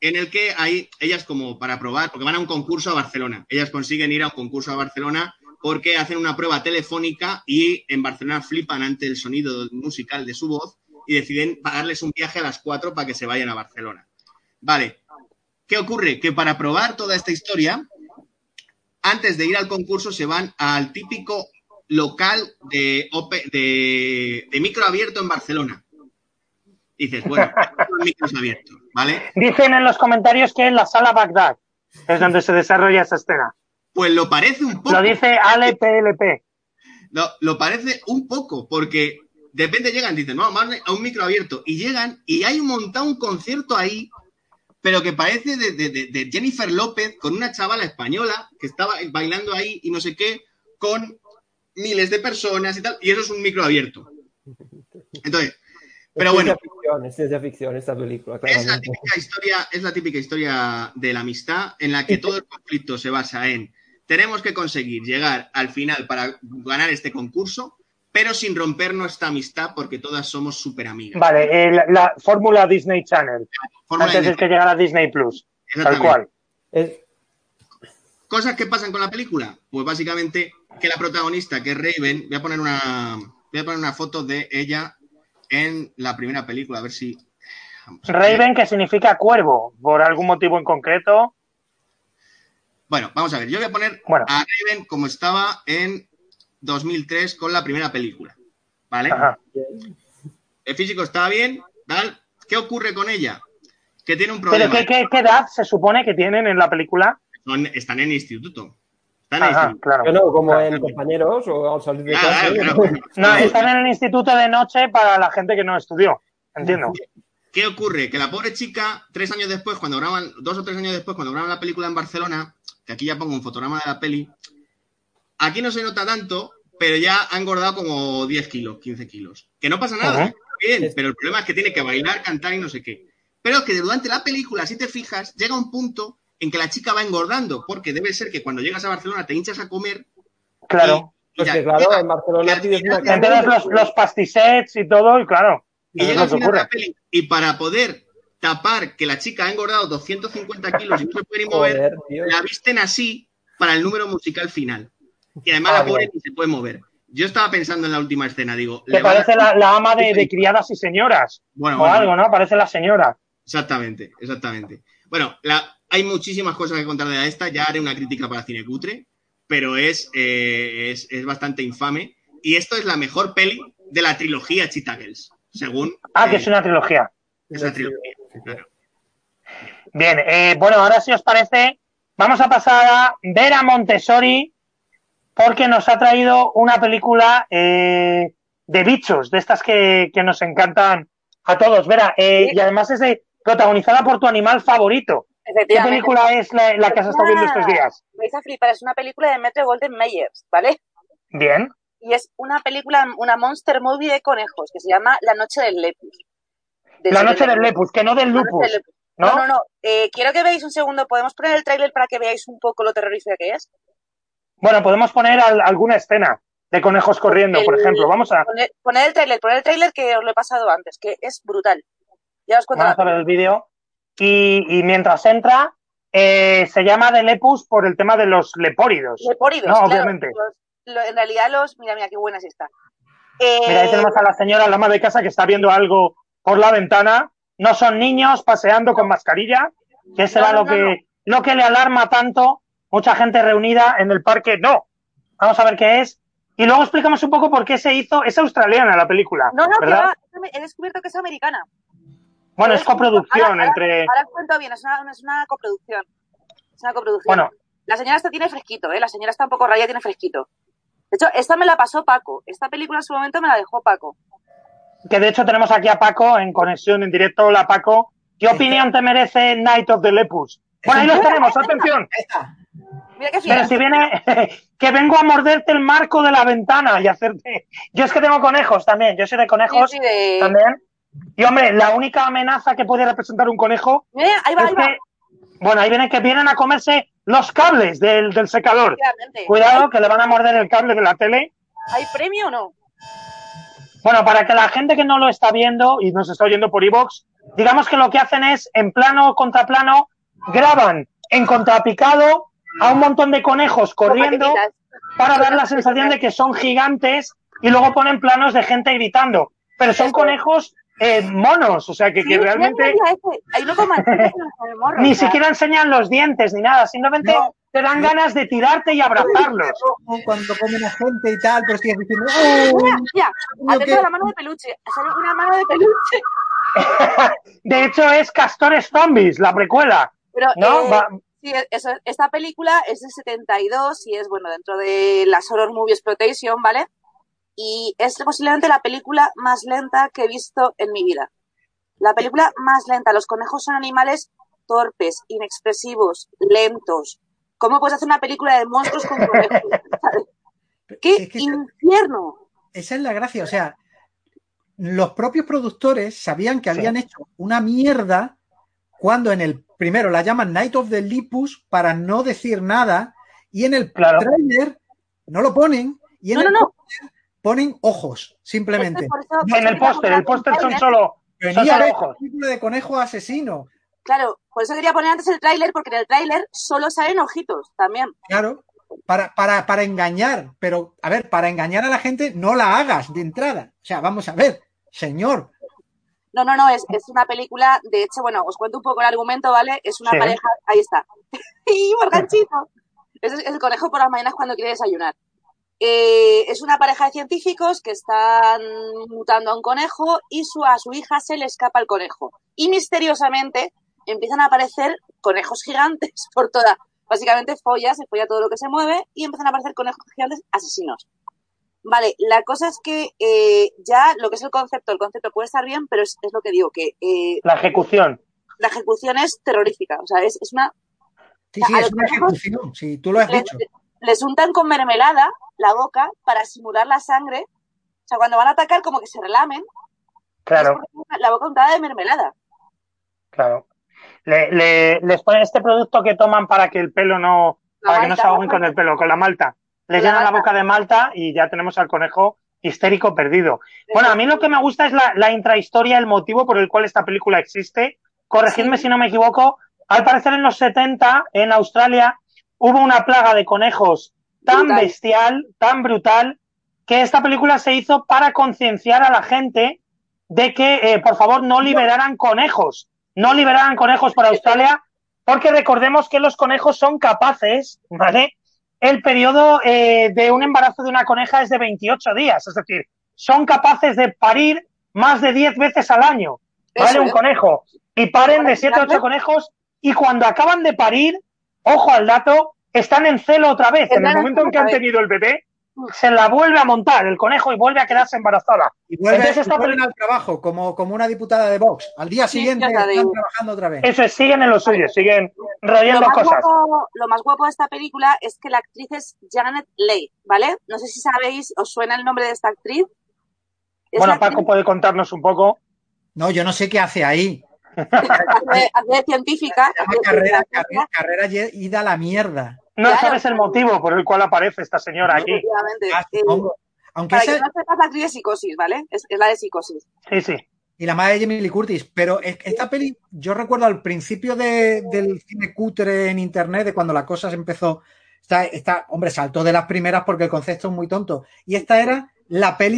Speaker 8: en el que hay ellas como para probar, porque van a un concurso a Barcelona. Ellas consiguen ir a un concurso a Barcelona porque hacen una prueba telefónica y en Barcelona flipan ante el sonido musical de su voz y deciden pagarles un viaje a las 4 para que se vayan a Barcelona. Vale, ¿qué ocurre? Que para probar toda esta historia, antes de ir al concurso se van al típico local de micro abierto en Barcelona. Dices, bueno, los micros abiertos, ¿vale?
Speaker 1: Dicen en los comentarios que en la sala Bagdad es donde se desarrolla esa escena.
Speaker 8: Pues lo parece un poco.
Speaker 1: Lo dice Ale PLP.
Speaker 8: Lo parece un poco, porque de repente llegan, dicen, no, vamos a un micro abierto, y llegan y hay montado un concierto ahí, pero que parece de Jennifer López con una chavala española que estaba bailando ahí y no sé qué, con miles de personas y tal, y eso es un micro abierto. Entonces, pero bueno.
Speaker 7: Es ciencia ficción esta película,
Speaker 8: es la típica historia de la amistad en la que todo el conflicto se basa en tenemos que conseguir llegar al final para ganar este concurso, pero sin romper nuestra amistad porque todas somos súper amigas.
Speaker 1: Vale, la fórmula Disney Channel. Antes de que llegara a Disney Plus. Tal cual.
Speaker 8: ¿Cosas que pasan con la película? Pues básicamente que la protagonista, que es Raven, voy a poner una foto de ella en la primera película, a ver si...
Speaker 1: Raven, que significa cuervo, por algún motivo en concreto.
Speaker 8: Bueno, vamos a ver, yo voy a poner a Raven como estaba en 2003 con la primera película, ¿vale? Ajá. El físico estaba bien, tal. ¿Qué ocurre con ella? Que tiene un problema.
Speaker 1: ¿Pero qué edad se supone que tienen en la película?
Speaker 8: Están en instituto.
Speaker 1: Claro.
Speaker 7: Bueno, como en compañeros o al salir de casa.
Speaker 1: No, están en el instituto de noche para la gente que no estudió, entiendo.
Speaker 8: ¿Qué ocurre? Que la pobre chica, 2 o 3 años después, cuando graban la película en Barcelona, que aquí ya pongo un fotograma de la peli, aquí no se nota tanto, pero ya ha engordado como 10 kilos, 15 kilos. Que no pasa nada, bien, pero el problema es que tiene que bailar, cantar y no sé qué. Pero es que durante la película, si te fijas, llega un punto en que la chica va engordando, porque debe ser que cuando llegas a Barcelona te hinchas a comer.
Speaker 1: Claro.
Speaker 7: Claro, en Barcelona pides una carne.
Speaker 1: Entonces los pastisets y todo, y claro.
Speaker 8: Y llega al final de la peli, y para poder tapar que la chica ha engordado 250 kilos y no se puede ni mover, la visten así para el número musical final. Y además la pobre ni se puede mover. Yo estaba pensando en la última escena, digo...
Speaker 1: Que parece la ama de criadas y señoras. Bueno, algo, ¿no? Parece la señora.
Speaker 8: Exactamente. Bueno, hay muchísimas cosas que contar de esta. Ya haré una crítica para Cine Cutre, pero es bastante infame. Y esto es la mejor peli de la trilogía Cheetah Girls, según...
Speaker 1: que es una trilogía.
Speaker 8: Es una trilogía, claro.
Speaker 1: Bien, bueno, ahora si os parece, vamos a pasar a Vera Montessori, porque nos ha traído una película de bichos, de estas que nos encantan a todos. Vera, y además es protagonizada por tu animal favorito. ¿Qué película es la que has estado viendo estos días?
Speaker 6: Vais a flipar, es una película de Metro-Goldwyn-Mayer, ¿vale?
Speaker 1: Bien.
Speaker 6: Y es una película, una monster movie de conejos, que se llama La Noche del Lepus.
Speaker 1: La Noche del Lepus, que no del lupus.
Speaker 6: No. Quiero que veáis un segundo. ¿Podemos poner el tráiler para que veáis un poco lo terrorífica que es?
Speaker 1: Bueno, podemos poner alguna escena de conejos corriendo, por ejemplo. Vamos a...
Speaker 6: Poner el tráiler que os lo he pasado antes, que es brutal. Ya os cuento.
Speaker 1: Vamos a ver el vídeo. Y mientras entra, se llama de lepus por el tema de los lepóridos.
Speaker 6: Lepóridos,
Speaker 1: no,
Speaker 6: claro,
Speaker 1: obviamente.
Speaker 6: En realidad Mira, qué buena es esta.
Speaker 1: Mira, ahí tenemos a la señora, la ama de casa, que está viendo algo por la ventana. No son niños paseando con mascarilla, que será lo que le alarma tanto. Mucha gente reunida en el parque. No. Vamos a ver qué es. Y luego explicamos un poco por qué se hizo. Es australiana la película.
Speaker 6: No,
Speaker 1: ¿verdad?
Speaker 6: he descubierto que es americana.
Speaker 1: Bueno, es coproducción entre...
Speaker 6: Ahora cuento bien, es una coproducción. Es una coproducción.
Speaker 1: Bueno.
Speaker 6: La señora esta tiene fresquito, La señora está un poco raya, tiene fresquito. De hecho, esta me la pasó Paco. Esta película en su momento me la dejó Paco.
Speaker 1: Que de hecho tenemos aquí a Paco en conexión, en directo. Hola, Paco. ¿Qué opinión te merece Night of the Lepus? Bueno, ahí los tenemos, atención.
Speaker 6: Mira qué fiel.
Speaker 1: Pero si viene, que vengo a morderte el marco de la ventana y hacerte... Yo es que tengo conejos también, yo soy de conejos también. Y hombre, la única amenaza que puede representar un conejo
Speaker 6: ahí va.
Speaker 1: Bueno, ahí vienen que vienen a comerse los cables del secador. Cuidado, que le van a morder el cable de la tele.
Speaker 6: ¿Hay premio o no?
Speaker 1: Bueno, para que la gente que no lo está viendo y nos está oyendo por iVoox, digamos que lo que hacen es, en plano contra plano, graban en contrapicado a un montón de conejos corriendo para dar la sensación de que son gigantes y luego ponen planos de gente gritando. Pero son conejos monos, o sea, que realmente ni siquiera enseñan los dientes ni nada, simplemente te dan ganas de tirarte y abrazarlos.
Speaker 5: Cuando comen a gente y tal, pero sigues diciendo...
Speaker 6: Mira, atento a la mano de peluche, sale una mano de peluche.
Speaker 1: De hecho, es Castores Zombies, la precuela.
Speaker 6: Pero,
Speaker 1: ¿no?
Speaker 6: sí, esta película es de 72 y es, bueno, dentro de las Horror Movie Exploitation, ¿vale? Y es posiblemente la película más lenta que he visto en mi vida. La película más lenta. Los conejos son animales torpes, inexpresivos, lentos. ¿Cómo puedes hacer una película de monstruos con conejos? ¡Qué infierno!
Speaker 5: Esa es la gracia. O sea, los propios productores sabían que habían hecho una mierda cuando en el primero la llaman Night of the Lepus para no decir nada y en el tráiler no lo ponen y en el ponen ojos, simplemente.
Speaker 1: En el póster son solo ojos.
Speaker 5: Película de conejo asesino.
Speaker 6: Claro, por eso quería poner antes el tráiler, porque en el tráiler solo salen ojitos también.
Speaker 5: Claro, para engañar, pero a ver, para engañar a la gente no la hagas de entrada. O sea, vamos a ver, señor.
Speaker 6: No, es una película, de hecho, bueno, os cuento un poco el argumento, ¿vale? Es una pareja, ahí está. ¡Y Morganchito! Es el conejo por las mañanas cuando quiere desayunar. Es una pareja de científicos que están mutando a un conejo y a su hija se le escapa el conejo. Y misteriosamente empiezan a aparecer conejos gigantes por toda. Básicamente se folla todo lo que se mueve y empiezan a aparecer conejos gigantes asesinos. Vale, la cosa es que ya lo que es el concepto puede estar bien, pero es lo que digo, que...
Speaker 1: la ejecución
Speaker 6: es terrorífica, o sea, es una...
Speaker 5: Sí, es una ejecución, sí, tú lo has dicho.
Speaker 6: Les untan con mermelada la boca para simular la sangre. O sea, cuando van a atacar, como que se relamen.
Speaker 1: Claro.
Speaker 6: La boca untada de mermelada.
Speaker 1: Claro. Les ponen este producto que toman para que el pelo no... Para que no se ahoguen con el pelo, con la malta. Les llenan la boca de malta y ya tenemos al conejo histérico perdido. Bueno, a mí lo que me gusta es la intrahistoria, el motivo por el cual esta película existe. Corregidme si no me equivoco. Al parecer en los 70, en Australia, hubo una plaga de conejos tan bestial, tan brutal, que esta película se hizo para concienciar a la gente de que, por favor, no liberaran conejos para Australia, porque recordemos que los conejos son capaces, ¿vale? El periodo de un embarazo de una coneja es de 28 días, es decir, son capaces de parir más de 10 veces al año, ¿vale? Un conejo. Y paren de 7 a 8 conejos y cuando acaban de parir, ojo al dato, están en celo otra vez. En el momento en que han tenido el bebé, se la vuelve a montar el conejo y vuelve a quedarse embarazada.
Speaker 5: Y vuelven al trabajo, como una diputada de Vox. Al día siguiente están trabajando otra vez.
Speaker 1: Eso es, siguen en lo suyo, siguen rodeando cosas.
Speaker 6: Lo más guapo de esta película es que la actriz es Janet Leigh, ¿vale? No sé si sabéis, ¿os suena el nombre de esta actriz?
Speaker 1: Bueno, Paco puede contarnos un poco.
Speaker 5: No, yo no sé qué hace ahí.
Speaker 6: Hace científica.
Speaker 5: Carrera ida a la mierda.
Speaker 1: No sabes el motivo por el cual aparece esta señora aquí.
Speaker 5: Aunque
Speaker 6: para que no sepas, la actriz de Psicosis, ¿vale? Es la de Psicosis.
Speaker 1: Sí.
Speaker 5: Y la madre de Jamie Lee Curtis. Pero esta peli, yo recuerdo al principio del cine cutre en internet, de cuando la cosa se empezó. Hombre, saltó de las primeras porque el concepto es muy tonto. Y esta era la peli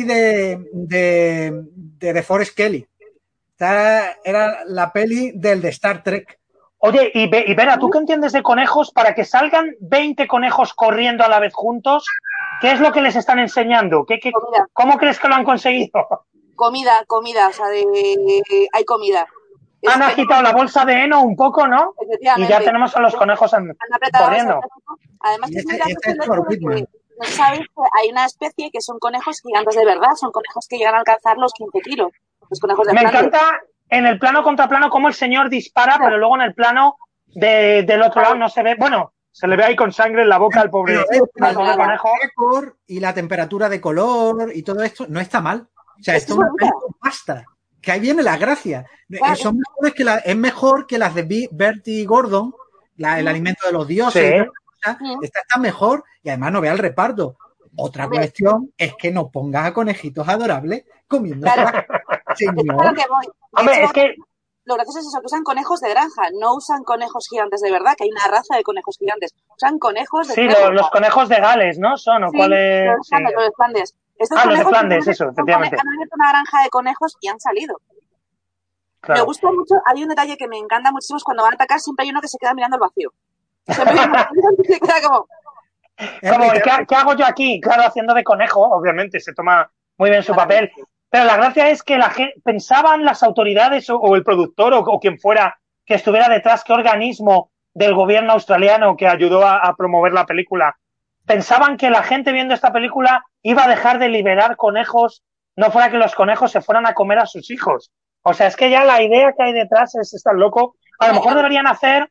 Speaker 5: de Forrest Kelly. Esta era la peli de Star Trek.
Speaker 1: Oye, y Vera, ¿tú qué entiendes de conejos? Para que salgan 20 conejos corriendo a la vez juntos, ¿qué es lo que les están enseñando? ¿Cómo crees que lo han conseguido?
Speaker 6: Comida, o sea, hay comida.
Speaker 1: Han agitado la bolsa de heno un poco, ¿no? Y ya tenemos a los conejos corriendo.
Speaker 6: Además, no sabéis que hay una especie que son conejos gigantes de verdad, son conejos que llegan a alcanzar los 15 kilos. Los conejos de
Speaker 1: Me encanta en el plano contra plano cómo el señor dispara, pero luego en el plano del otro lado no se ve. Bueno, se le ve ahí con sangre en la boca al pobre conejo.
Speaker 5: Y la temperatura de color y todo esto no está mal. O sea, esto basta. Que ahí viene la gracia. Es mejor que las de Bertie Gordon, el alimento de los dioses. Esta está mejor y además no vea el reparto. Otra cuestión es que no pongas a conejitos adorables comiendo.
Speaker 1: Hombre, es que
Speaker 6: lo gracioso es eso, que usan conejos de granja, no usan conejos gigantes de verdad, que hay una raza de conejos gigantes. Usan conejos de
Speaker 1: Sí, los conejos de Gales, ¿no? Son, ¿o
Speaker 6: sí,
Speaker 1: cuáles?
Speaker 6: Los de Flandes. Estos
Speaker 1: los de Flandes, eso, efectivamente.
Speaker 6: Han abierto una granja de conejos y han salido. Claro. Me gusta mucho, hay un detalle que me encanta muchísimo, es cuando van a atacar siempre hay uno que se queda mirando el vacío. Siempre hay uno que se queda como...
Speaker 1: ¿Qué hago yo aquí? Claro, haciendo de conejo, obviamente, se toma muy bien su papel. Pero la gracia es que la gente, pensaban las autoridades o el productor o quien fuera que estuviera detrás, qué organismo del gobierno australiano que ayudó a promover la película, pensaban que la gente viendo esta película iba a dejar de liberar conejos, no fuera que los conejos se fueran a comer a sus hijos. O sea, es que ya la idea que hay detrás es estar loco. A lo mejor deberían hacer...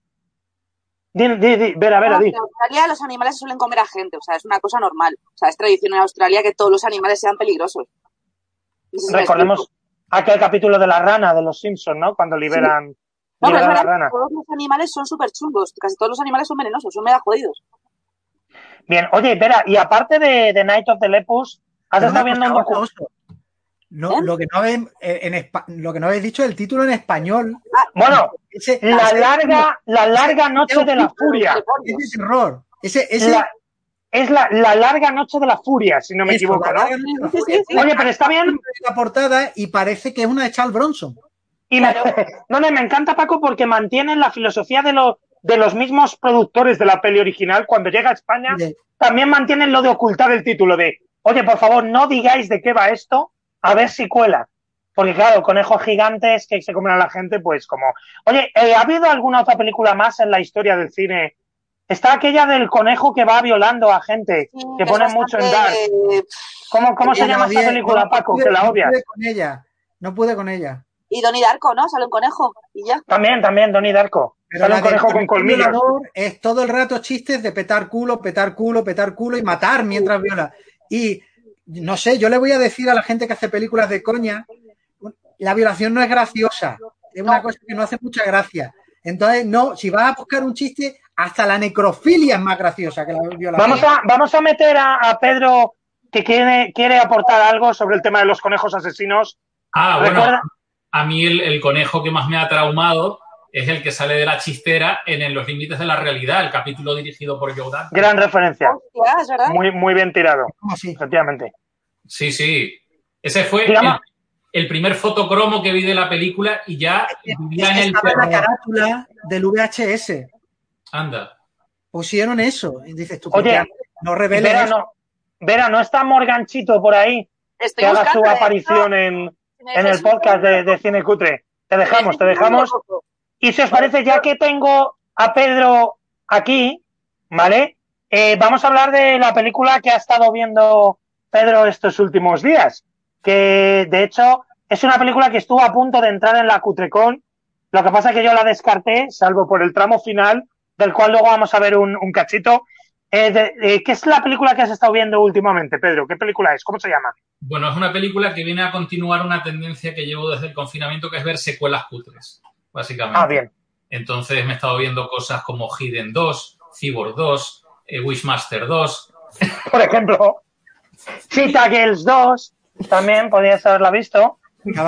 Speaker 1: Vera, di.
Speaker 6: En Australia los animales suelen comer a gente, o sea, es una cosa normal. O sea, es tradición en Australia que todos los animales sean peligrosos.
Speaker 1: Recordemos aquel capítulo de la rana de los Simpsons, ¿no? Cuando liberan,
Speaker 6: sí. No,
Speaker 1: liberan a la rana.
Speaker 6: Todos los animales son súper chungos, casi todos los animales son venenosos, son mega jodidos.
Speaker 1: Bien, oye, Vera, y aparte de Night of the Lepus, ¿has estado viendo un documental?
Speaker 5: No, lo que no habéis dicho es el título en español.
Speaker 1: Bueno, la larga noche de la furia.
Speaker 5: Ese terror.
Speaker 1: Es la larga noche de la furia, si no me equivoco, ¿no? Oye, pero está bien.
Speaker 5: La portada y parece que es una de Charles Bronson.
Speaker 1: Y me encanta, Paco, porque mantienen la filosofía de los mismos productores de la peli original. Cuando llega a España, también mantienen lo de ocultar el título de, oye, por favor, no digáis de qué va esto, a ver si cuela. Porque claro, conejos gigantes que se comen a la gente, pues como... Oye, ¿ha habido alguna otra película más en la historia del cine? Está aquella del conejo que va violando a gente, que pone mucho en Dark. ¿Cómo se llama esa película, Paco? Que la odias.
Speaker 5: No pude con ella.
Speaker 6: Y Donnie Darko, ¿no? Sale un conejo y ya.
Speaker 1: También, Donnie Darko. Sale un conejo con colmillos.
Speaker 5: Es todo el rato chistes de petar culo y matar mientras viola. Y no sé, yo le voy a decir a la gente que hace películas de coña, la violación no es graciosa. Es una cosa que no hace mucha gracia. Entonces, no, si vas a buscar un chiste, hasta la necrofilia es más graciosa que la violación.
Speaker 1: Vamos a meter a Pedro, que quiere aportar algo sobre el tema de los conejos asesinos.
Speaker 4: Bueno, a mí el conejo que más me ha traumado es el que sale de la chistera en Los límites de la realidad, el capítulo dirigido por Joe Dante.
Speaker 1: Gran referencia.
Speaker 6: ¿Es verdad?
Speaker 1: Muy bien tirado, efectivamente.
Speaker 4: Sí. Ese fue el primer fotocromo que vi de la película y ya vivía en
Speaker 5: la carátula del VHS.
Speaker 4: Anda.
Speaker 5: Pusieron eso. Y dices tú,
Speaker 1: oye,
Speaker 5: no reveles
Speaker 1: Vera, ¿no está Morganchito por ahí?
Speaker 6: Estoy
Speaker 1: que haga su aparición en el podcast de Cine Cutre. Te dejamos. Y si os parece, ya que tengo a Pedro aquí, ¿vale? Vamos a hablar de la película que ha estado viendo Pedro estos últimos días. Que, de hecho, es una película que estuvo a punto de entrar en la Cutrecon. Lo que pasa es que yo la descarté, salvo por el tramo final, del cual luego vamos a ver un cachito. ¿Qué es la película que has estado viendo últimamente, Pedro? ¿Qué película es? ¿Cómo se llama?
Speaker 4: Bueno, es una película que viene a continuar una tendencia que llevo desde el confinamiento, que es ver secuelas cutres, básicamente.
Speaker 1: Bien.
Speaker 4: Entonces me he estado viendo cosas como Hidden 2, Cyborg 2, Wishmaster 2.
Speaker 1: Por ejemplo, Cheetah Girls 2, también podrías haberla visto.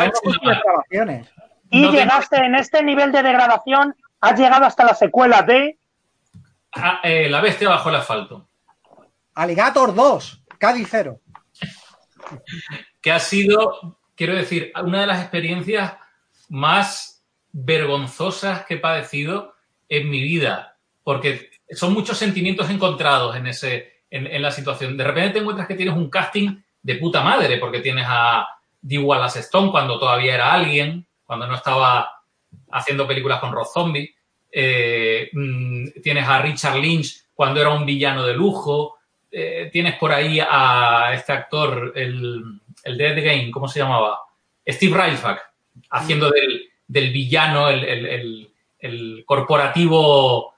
Speaker 1: Y llegaste en este nivel de degradación, has llegado hasta la secuela de...
Speaker 4: La bestia bajo el asfalto.
Speaker 5: Alligator 2, Cádiz 0.
Speaker 4: Que ha sido, quiero decir, una de las experiencias más vergonzosas que he padecido en mi vida, porque son muchos sentimientos encontrados en la situación. De repente te encuentras que tienes un casting de puta madre, porque tienes a Dee Wallace Stone cuando todavía era alguien, cuando no estaba haciendo películas con Rob Zombie. Tienes a Richard Lynch cuando era un villano de lujo. Tienes por ahí a este actor, el Dead Game, ¿cómo se llamaba? Steve Railsback, haciendo del villano, el corporativo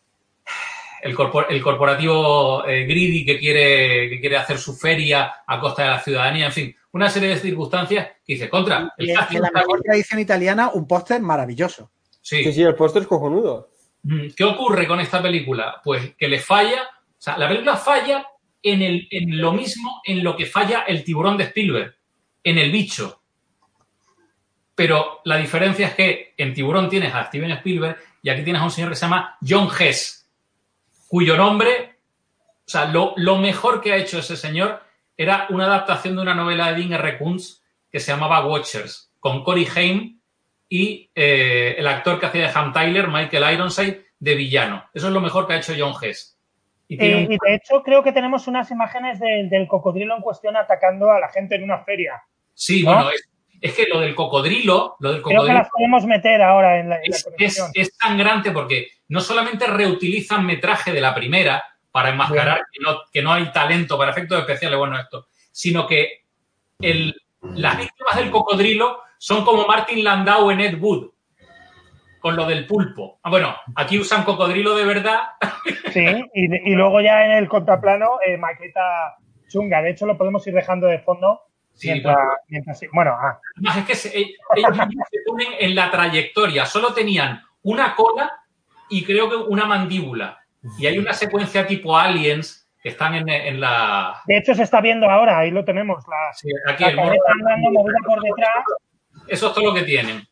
Speaker 4: greedy que quiere hacer su feria a costa de la ciudadanía, en fin, una serie de circunstancias que dice contra.
Speaker 5: Y en la mejor tradición italiana, un póster maravilloso.
Speaker 7: Sí, el póster es cojonudo.
Speaker 4: ¿Qué ocurre con esta película? Pues que le falla, o sea, la película falla en lo mismo en lo que falla El tiburón de Spielberg, en el bicho. pero la diferencia es que en Tiburón tienes a Steven Spielberg y aquí tienes a un señor que se llama John Hess, cuyo nombre, o sea, lo mejor que ha hecho ese señor era una adaptación de una novela de Dean R. Kuntz que se llamaba Watchers, con Corey Haim y el actor que hacía de Ham Tyler, Michael Ironside, de villano. Eso es lo mejor que ha hecho John Hess.
Speaker 1: Y de hecho creo que tenemos unas imágenes del cocodrilo en cuestión atacando a la gente en una feria.
Speaker 4: Sí,
Speaker 1: ¿no?
Speaker 4: bueno, es que lo del cocodrilo...
Speaker 1: Creo que las podemos meter ahora en la conexión.
Speaker 4: Es sangrante porque no solamente reutilizan metraje de la primera para enmascarar que no hay talento para efectos especiales, bueno, esto, sino que las víctimas del cocodrilo son como Martin Landau en Ed Wood, con lo del pulpo. Bueno, aquí usan cocodrilo de verdad.
Speaker 1: Sí, y luego ya en el contraplano, maqueta chunga. De hecho, lo podemos ir dejando de fondo.
Speaker 4: Sí,
Speaker 1: mientras bueno,
Speaker 4: Además, es que ellos se ponen en la trayectoria. Solo tenían una cola y creo que una mandíbula. Y hay una secuencia tipo Aliens que están en la...
Speaker 1: De hecho, se está viendo ahora. Ahí lo tenemos.
Speaker 4: Aquí
Speaker 1: la cabeza andando movida por detrás.
Speaker 4: Eso es todo lo que tienen.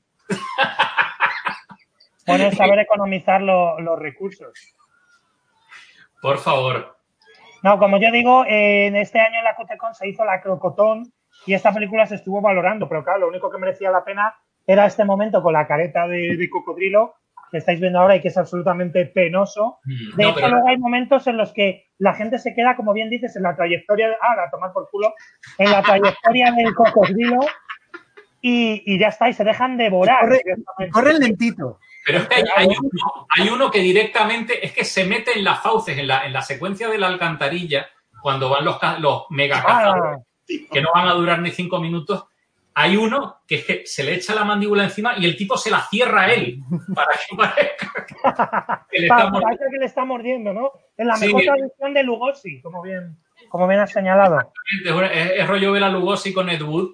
Speaker 1: Bueno, es saber economizar los recursos.
Speaker 4: Por favor.
Speaker 1: No, como yo digo, en este año en la Cutecon se hizo la Crocotón y esta película se estuvo valorando, pero claro, lo único que merecía la pena era este momento con la careta de cocodrilo que estáis viendo ahora y que es absolutamente penoso. De hecho, luego hay momentos en los que la gente se queda, como bien dices, en la trayectoria, a tomar por culo, en la trayectoria del cocodrilo y ya está, y se dejan devorar.
Speaker 5: Corren lentito.
Speaker 4: Pero es que hay uno que directamente es que se mete en las fauces, en la secuencia de la alcantarilla, cuando van los mega cazadores, que no van a durar ni 5 minutos. Hay uno que es que se le echa la mandíbula encima y el tipo se la cierra a él para que parezca
Speaker 1: que le está mordiendo, ¿no? En la mejor traducción de Lugosi, como bien has señalado.
Speaker 4: Es rollo Bela Lugosi con Ed Wood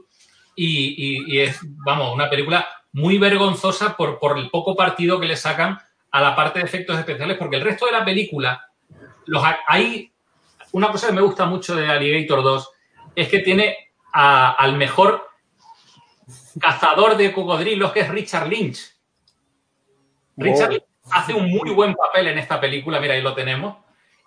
Speaker 4: y es, vamos, una película muy vergonzosa por el poco partido que le sacan a la parte de efectos especiales, porque el resto de la película, hay una cosa que me gusta mucho de Alligator 2, es que tiene al mejor cazador de cocodrilos, que es Richard Lynch. Richard Lynch hace un muy buen papel en esta película, mira, ahí lo tenemos,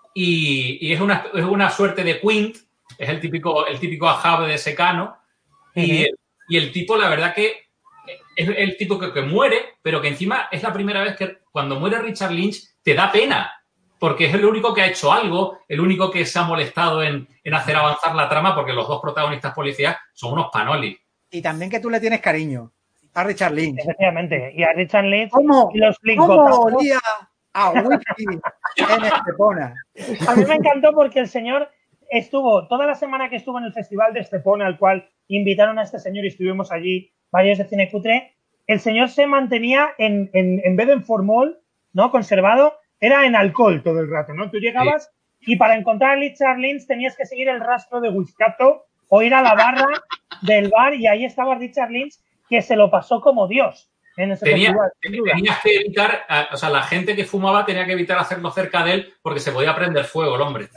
Speaker 4: y es una suerte de Quint, es el típico Ahab de Secano, y el tipo, la verdad que es el tipo que muere, pero que encima es la primera vez que cuando muere Richard Lynch te da pena, porque es el único que ha hecho algo, el único que se ha molestado en hacer avanzar la trama, porque los dos protagonistas policías son unos panolis.
Speaker 5: Y también que tú le tienes cariño a Richard Lynch.
Speaker 1: Efectivamente, y a Richard Lynch
Speaker 5: y
Speaker 1: los
Speaker 5: ¿Cómo olía a whisky en Estepona?
Speaker 1: A mí me encantó porque el señor estuvo, toda la semana que estuvo en el Festival de Estepona, al cual invitaron a este señor y estuvimos allí varios de cine cutre, el señor se mantenía en vez de en formol, ¿no? Conservado, era en alcohol todo el rato, ¿no? Tú llegabas y para encontrar a Richard Lynch tenías que seguir el rastro de Whiskato o ir a la barra del bar y ahí estaba Richard Lynch, que se lo pasó como Dios en ese festival.
Speaker 4: Tenías que evitar, o sea, la gente que fumaba tenía que evitar hacerlo cerca de él porque se podía prender fuego el hombre.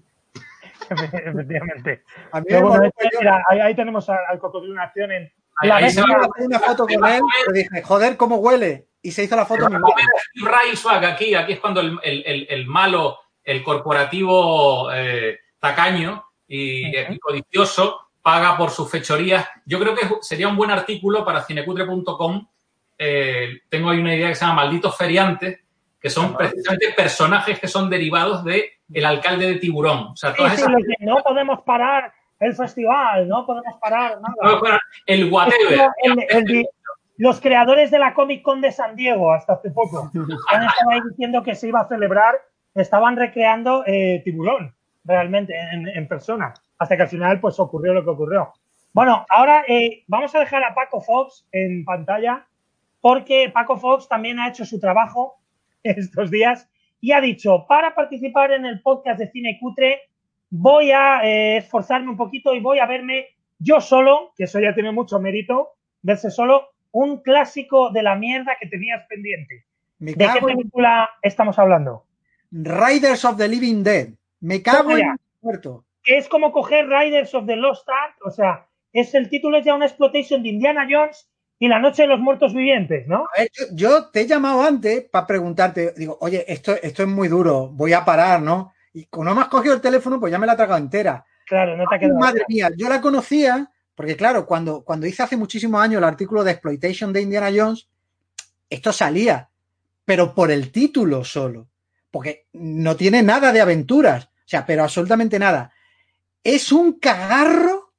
Speaker 1: Efectivamente.
Speaker 5: A mí
Speaker 1: mira, ahí tenemos al cocodrilo en acción en
Speaker 5: ahí se va a hacer una foto con él, le dije, joder, ¿cómo huele? Y se hizo la foto en mi mano.
Speaker 4: Aquí es cuando el malo, el corporativo tacaño y codicioso paga por sus fechorías. Yo creo que sería un buen artículo para cinecutre.com. Tengo ahí una idea que se llama Malditos Feriantes, que son precisamente personajes que son derivados de el alcalde de Tiburón. O sea, todas esas...
Speaker 1: no podemos parar el festival, no podemos parar nada.
Speaker 4: El whatever.
Speaker 1: Los creadores de la Comic Con de San Diego, hasta hace poco, han estado ahí diciendo que se iba a celebrar, estaban recreando Tiburón, realmente, en persona, hasta que al final pues ocurrió lo que ocurrió. Bueno, ahora vamos a dejar a Paco Fox en pantalla, porque Paco Fox también ha hecho su trabajo estos días y ha dicho, para participar en el podcast de Cine Cutre, voy a esforzarme un poquito y voy a verme yo solo, que eso ya tiene mucho mérito, verse solo, un clásico de la mierda que tenías pendiente. ¿De qué película estamos hablando?
Speaker 5: Riders of the Living Dead. Me cago en muerto.
Speaker 1: Es como coger Riders of the Lost Ark, o sea, el título es ya una exploitation de Indiana Jones y La noche de los muertos vivientes, ¿no?
Speaker 5: A ver, yo te he llamado antes para preguntarte, digo, oye, esto es muy duro, voy a parar, ¿no? Y como no me has cogido el teléfono, pues ya me la he tragado entera.
Speaker 1: Claro, no te ha quedado.
Speaker 5: Madre mía, yo la conocía, porque claro, cuando hice hace muchísimos años el artículo de Exploitation de Indiana Jones, esto salía, pero por el título solo, porque no tiene nada de aventuras, o sea, pero absolutamente nada. Es un cagarro.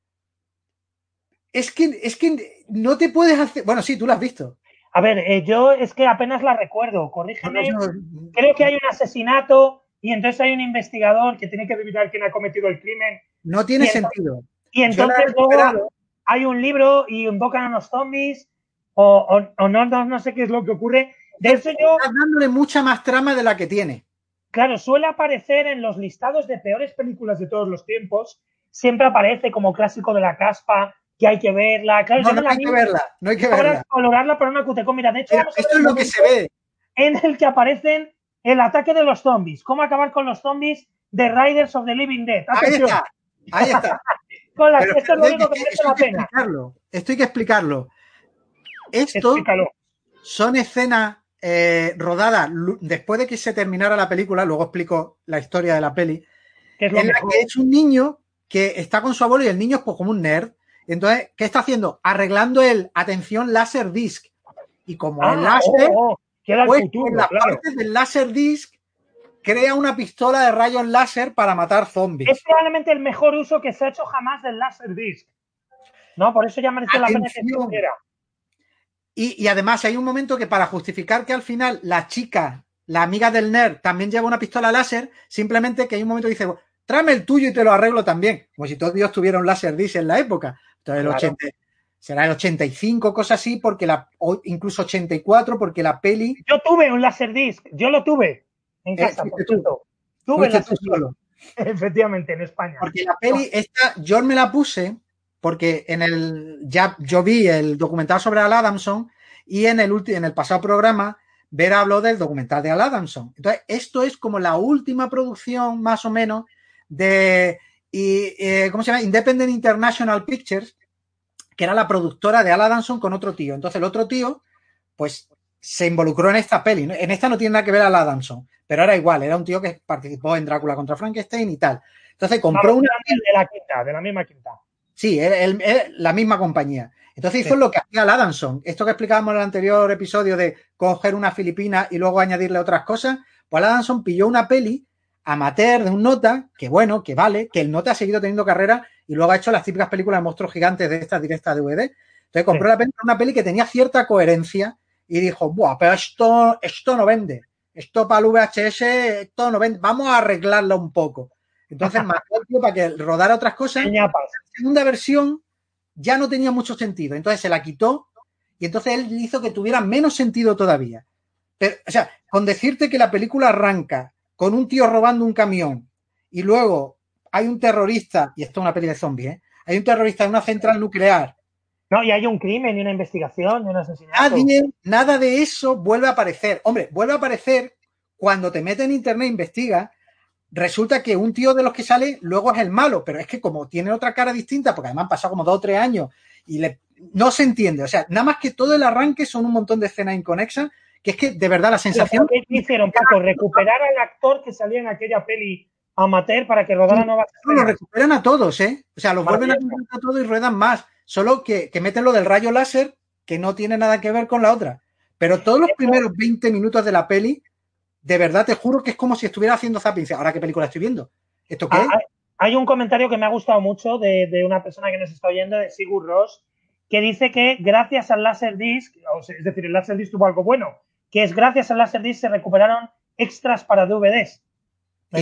Speaker 5: Es que no te puedes hacer... Bueno, sí, tú la has visto.
Speaker 1: A ver, yo es que apenas la recuerdo, corrígeme. Creo que hay un asesinato y entonces hay un investigador que tiene que adivinar quién ha cometido el crimen.
Speaker 5: No tiene sentido.
Speaker 1: Y entonces luego hay un libro y invocan a unos zombies o no sé qué es lo que ocurre. De eso yo...
Speaker 5: Estás dándole mucha más trama de la que tiene.
Speaker 1: Claro, suele aparecer en los listados de peores películas de todos los tiempos. Siempre aparece como clásico de la caspa, que hay que verla. Claro,
Speaker 5: no hay que verla, no hay que verla.
Speaker 1: Valorarla por una cutecón. Mira, de hecho,
Speaker 5: esto es lo que se ve.
Speaker 1: En el que aparecen el ataque de los zombies. Cómo acabar con los zombies de Riders of the Living Dead.
Speaker 5: ¡Atención! Ahí está.
Speaker 1: Esto es lo único que merece la pena.
Speaker 5: Esto hay que explicarlo. Esto son escenas rodadas después de que se terminara la película. Luego explico la historia de la peli. En la que es un niño que está con su abuelo y el niño es pues como un nerd. Entonces, ¿qué está haciendo? Arreglando el, atención, Laserdisc. Y como el láser, pues futuro, en la parte del Laserdisc crea una pistola de rayos láser para matar zombies.
Speaker 1: Es probablemente el mejor uso que se ha hecho jamás del Laserdisc. No, por eso ya merece la pena que se hiciera.
Speaker 5: Y además hay un momento que para justificar que al final la chica, la amiga del nerd, también lleva una pistola láser, simplemente que hay un momento que dice, tráeme el tuyo y te lo arreglo también. Como si todos Dios tuviera un Laserdisc en la época. Entonces será el 85, cosas así, o incluso 84, porque la peli...
Speaker 1: Yo tuve un Laserdisc, yo lo tuve en casa, por cierto. Tuve Laserdisc, efectivamente, en España.
Speaker 5: Porque la peli esta, yo me la puse porque yo vi el documental sobre Al Adamson y en el pasado programa Vera habló del documental de Al Adamson. Entonces, esto es como la última producción, más o menos, de... ¿cómo se llama? Independent International Pictures, que era la productora de Al Adamson con otro tío. Entonces el otro tío, pues, se involucró en esta peli. En esta no tiene nada que ver Al Adamson, pero era igual, era un tío que participó en Drácula contra Frankenstein y tal. Entonces compró una...
Speaker 1: de la misma quinta.
Speaker 5: Sí, la misma compañía. Entonces hizo lo que hacía Al Adamson. Esto que explicábamos en el anterior episodio de coger una filipina y luego añadirle otras cosas, pues Al Adamson pilló una peli amateur de un nota, que bueno, que vale, que el nota ha seguido teniendo carrera y luego ha hecho las típicas películas de monstruos gigantes de estas directas DVD. Entonces compró una peli que tenía cierta coherencia y dijo, buah, pero esto no vende. Esto para el VHS, esto no vende. Vamos a arreglarlo un poco. Entonces mató el tío para que rodara otras cosas. La segunda versión ya no tenía mucho sentido. Entonces se la quitó y entonces él hizo que tuviera menos sentido todavía. Pero, o sea, con decirte que la película arranca con un tío robando un camión y luego hay un terrorista, y esto es una peli de zombies, ¿eh? Hay un terrorista en una central nuclear.
Speaker 1: No, y hay un crimen y una investigación y un asesinato.
Speaker 5: Nada de eso vuelve a aparecer. Hombre, vuelve a aparecer cuando te metes en internet e investigas. Resulta que un tío de los que sale luego es el malo, pero es que como tiene otra cara distinta, porque además han pasado como 2 o 3 años y no se entiende. O sea, nada más que todo el arranque son un montón de escenas inconexas, que es que de verdad la sensación...
Speaker 1: ¿Qué hicieron, Paco? ¿Recuperar al actor que salía en aquella peli amateur para que rodara nuevas escenas?
Speaker 5: Lo recuperan a todos, ¿eh? O sea, los vuelven a recuperar a todos y ruedan más. Solo que meten lo del rayo láser, que no tiene nada que ver con la otra. Pero todos los primeros 20 minutos de la peli, de verdad te juro que es como si estuviera haciendo zapping. Ahora, ¿qué película estoy viendo? ¿Esto qué es?
Speaker 1: Hay un comentario que me ha gustado mucho de una persona que nos está oyendo, de Sigur Ross, que dice que gracias al Laserdisc, es decir, el Laserdisc tuvo algo bueno, que es gracias al Laserdisc se recuperaron extras para DVDs.
Speaker 5: Y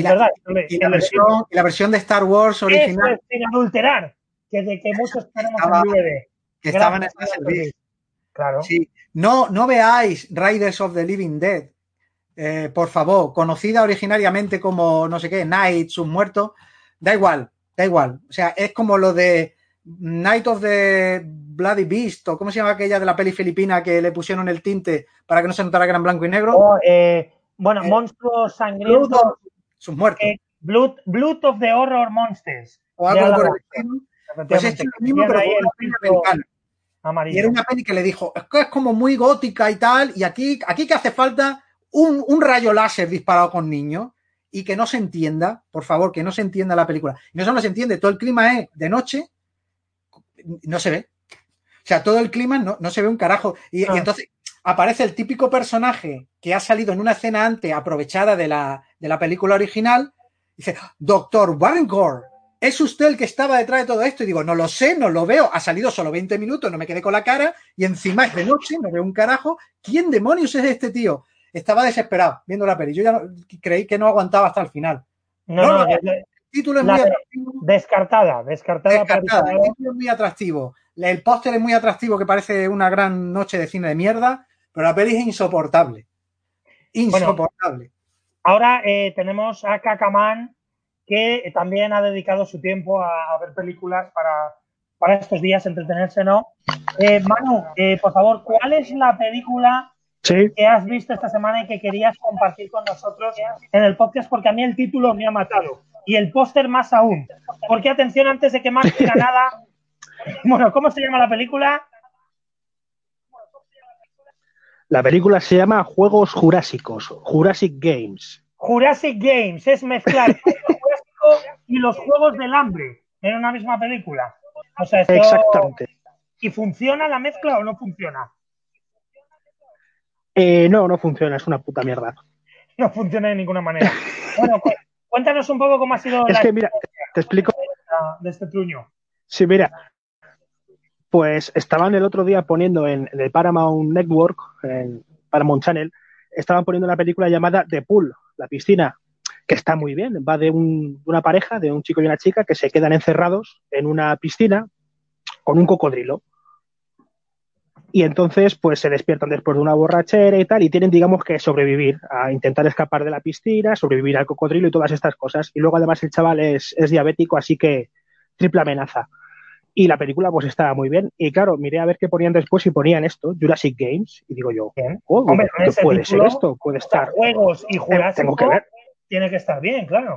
Speaker 5: la versión de Star Wars original.
Speaker 1: Sin adulterar, que muchos tenemos en DVD.
Speaker 5: Que estaban en Laserdisc.
Speaker 1: Claro.
Speaker 5: Sí. No veáis Riders of the Living Dead. Por favor, conocida originariamente como no sé qué, Night, sus muertos, da igual. O sea, es como lo de Night of the Bloody Beast, o ¿cómo se llama aquella de la peli filipina que le pusieron el tinte para que no se notara que eran blanco y negro?
Speaker 1: Monstruos sangrientos.
Speaker 5: Sus muertos.
Speaker 1: Blood of the Horror Monsters.
Speaker 5: O algo por el estilo. Pues esto es lo mismo, pero con una peli americana.
Speaker 1: Amarillo.
Speaker 5: Y era una peli que le dijo, es que es como muy gótica y tal, y aquí que hace falta un rayo láser disparado con niños y que no se entienda, por favor, que no se entienda la película. Y no solo se entiende, todo el clima es de noche, no se ve. O sea, todo el clima no se ve un carajo. Y entonces aparece el típico personaje que ha salido en una escena antes aprovechada de la película original. Dice, Dr. Warengore, ¿es usted el que estaba detrás de todo esto? Y digo, no lo sé, no lo veo. Ha salido solo 20 minutos, no me quedé con la cara. Y encima es de noche, no veo un carajo. ¿Quién demonios es este tío? Estaba desesperado viendo la peli. Yo ya creí que no aguantaba hasta el final. El título es muy atractivo.
Speaker 1: Descartada.
Speaker 5: El título es muy atractivo. El póster es muy atractivo, que parece una gran noche de cine de mierda, pero la peli es insoportable. Insoportable.
Speaker 1: Bueno, ahora tenemos a Cacamán, que también ha dedicado su tiempo a ver películas para estos días, entretenerse, ¿no? Manu, por favor, ¿cuál es la película que has visto esta semana y que querías compartir con nosotros en el podcast? Porque a mí el título me ha matado. Y el póster más aún. Porque, atención, antes de que más diga nada... Bueno, ¿cómo se llama la película?
Speaker 3: La película se llama Juegos Jurásicos, Jurassic Games.
Speaker 1: Jurassic Games, es mezclar el Jurásico y los Juegos del Hambre en una misma película. O sea, esto...
Speaker 3: Exactamente.
Speaker 1: ¿Y funciona la mezcla o no funciona?
Speaker 3: No funciona, es una puta mierda.
Speaker 1: No funciona de ninguna manera. Bueno, cuéntanos un poco cómo ha sido
Speaker 3: es que, mira, te explico.
Speaker 1: De este truño.
Speaker 3: Sí, mira, pues estaban el otro día poniendo en el Paramount Network, en Paramount Channel, estaban poniendo una película llamada The Pool, la piscina, que está muy bien. Va de una pareja, de un chico y una chica, que se quedan encerrados en una piscina con un cocodrilo. Y entonces, pues se despiertan después de una borrachera y tal, y tienen, digamos, que sobrevivir, a intentar escapar de la piscina, sobrevivir al cocodrilo y todas estas cosas. Y luego, además, el chaval es diabético, así que triple amenaza. Y la película, pues, estaba muy bien. Y claro, miré a ver qué ponían después y ponían esto, Jurassic Games, y digo yo,
Speaker 1: hombre,
Speaker 3: ¿qué puede ser esto? Puede estar...
Speaker 1: Juegos y Jurásico,
Speaker 3: tengo que ver.
Speaker 1: Tiene que estar bien, claro.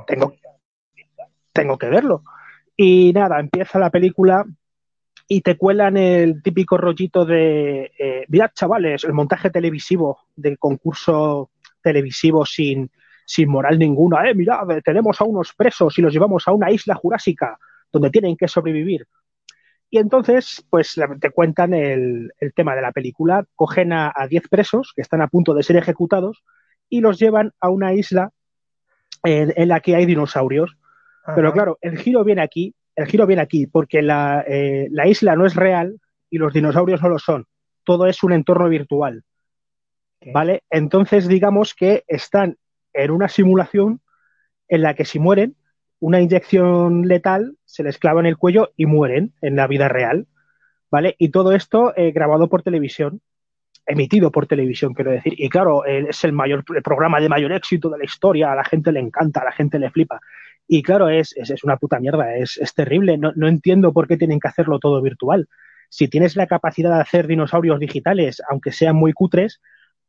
Speaker 3: Tengo que verlo. Y nada, empieza la película y te cuelan el típico rollito de mirad, chavales, el montaje televisivo del concurso televisivo sin moral ninguna. Mirad, tenemos a unos presos y los llevamos a una isla jurásica donde tienen que sobrevivir. Y entonces, pues te cuentan el tema de la película. Cogen a 10 presos que están a punto de ser ejecutados y los llevan a una isla en la que hay dinosaurios. Ajá. Pero claro, el giro viene aquí porque la isla no es real y los dinosaurios no lo son. Todo es un entorno virtual. Okay. ¿Vale? Entonces, digamos que están en una simulación en la que si mueren, una inyección letal se les clava en el cuello y mueren en la vida real. ¿Vale? Y todo esto grabado por televisión, emitido por televisión, quiero decir. Y claro, es el programa de mayor éxito de la historia, a la gente le encanta, a la gente le flipa. Y claro, es una puta mierda, es terrible. No entiendo por qué tienen que hacerlo todo virtual. Si tienes la capacidad de hacer dinosaurios digitales, aunque sean muy cutres,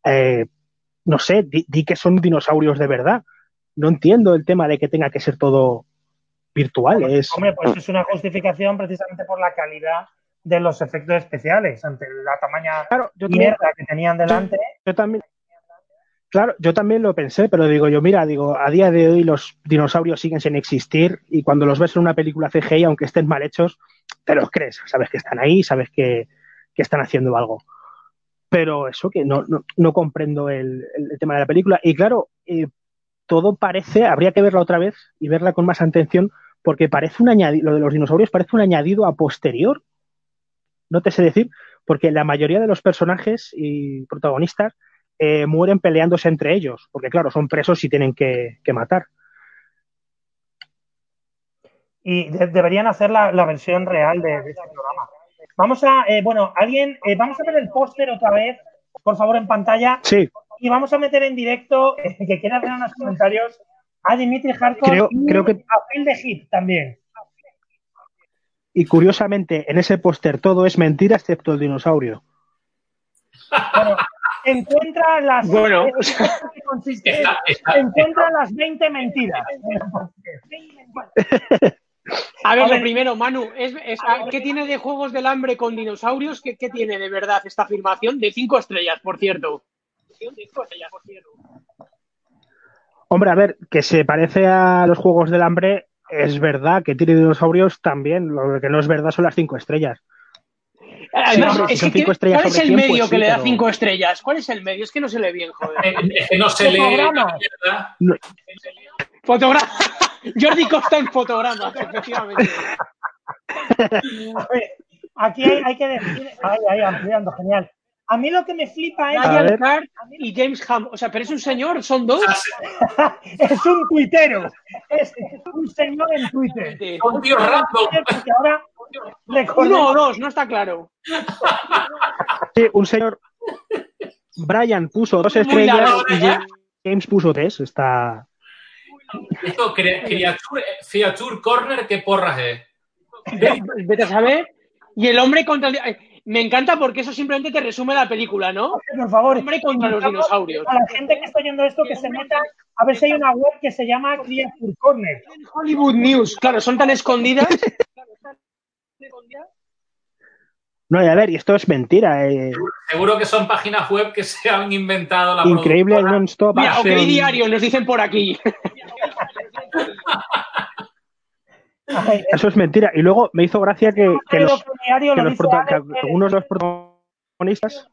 Speaker 3: no sé, di que son dinosaurios de verdad. No entiendo el tema de que tenga que ser todo virtual.
Speaker 1: Hombre, pues es una justificación precisamente por la calidad de los efectos especiales ante la tamaña mierda que tenían delante.
Speaker 3: Yo también lo pensé, pero digo, a día de hoy los dinosaurios siguen sin existir y cuando los ves en una película CGI, aunque estén mal hechos, te los crees, sabes que están ahí, sabes que están haciendo algo. Pero eso que no comprendo el tema de la película. Y claro, todo parece, habría que verla otra vez y verla con más atención, porque parece un añadido, lo de los dinosaurios parece un añadido a posterior. No te sé decir, porque la mayoría de los personajes y protagonistas mueren peleándose entre ellos, porque claro, son presos y tienen que matar.
Speaker 1: Y deberían hacer la versión real de este programa. Vamos a, vamos a ver el póster otra vez, por favor, en pantalla.
Speaker 3: Sí.
Speaker 1: Y vamos a meter en directo, que quiera hacer unos comentarios, a Dimitri Hardcore
Speaker 3: creo que...
Speaker 1: a Phil de Hit también.
Speaker 3: Y curiosamente, en ese póster todo es mentira excepto el dinosaurio.
Speaker 1: Bueno, encuentra las... Encuentra las 20 mentiras.
Speaker 2: A ver, lo primero, Manu, ¿qué tiene de Juegos del Hambre con dinosaurios? ¿Qué tiene de verdad esta afirmación? De 5 estrellas, por cierto.
Speaker 3: Hombre, a ver, que se parece a los Juegos del Hambre, es verdad que tiene dinosaurios también. Lo que no es verdad son las 5 estrellas.
Speaker 2: Además,
Speaker 3: Sí,
Speaker 2: es que, ¿cuál es el medio que le da 5 estrellas? ¿Cuál es el medio? Es que no se lee bien, joder.
Speaker 4: Es que no se lee.
Speaker 3: No.
Speaker 2: Fotograma. Jordi Costa en fotogramas, efectivamente.
Speaker 1: A ver, aquí hay que decir... Ahí, ampliando, genial. A mí lo que me flipa es...
Speaker 2: Ryan Card y James Ham. O sea, ¿pero es un señor? ¿Son dos?
Speaker 1: Es un tuitero. Es un señor en Twitter.
Speaker 4: Un tío random.
Speaker 1: Porque ahora...
Speaker 2: Uno o dos, no está claro.
Speaker 3: Sí, un señor... Brian puso 2 estrellas y James puso 3. Está...
Speaker 4: Esto, Feature Corner, ¿qué porras es?
Speaker 2: Vete a saber. Y el hombre contra... Me encanta porque eso simplemente te resume la película, ¿no?
Speaker 1: Por favor,
Speaker 2: el hombre contra los dinosaurios.
Speaker 1: A la gente que está oyendo esto, que se meta a ver si hay una web que se llama Creature Corner.
Speaker 2: Hollywood News, claro, son tan escondidas.
Speaker 3: No, y a ver, y esto es mentira.
Speaker 4: Seguro que son páginas web que se han inventado la
Speaker 3: Increíble
Speaker 4: productora.
Speaker 3: non-stop.
Speaker 2: Mira, OK Diario, nos dicen por aquí.
Speaker 3: Eso es mentira. Y luego me hizo gracia que algunos de los protagonistas...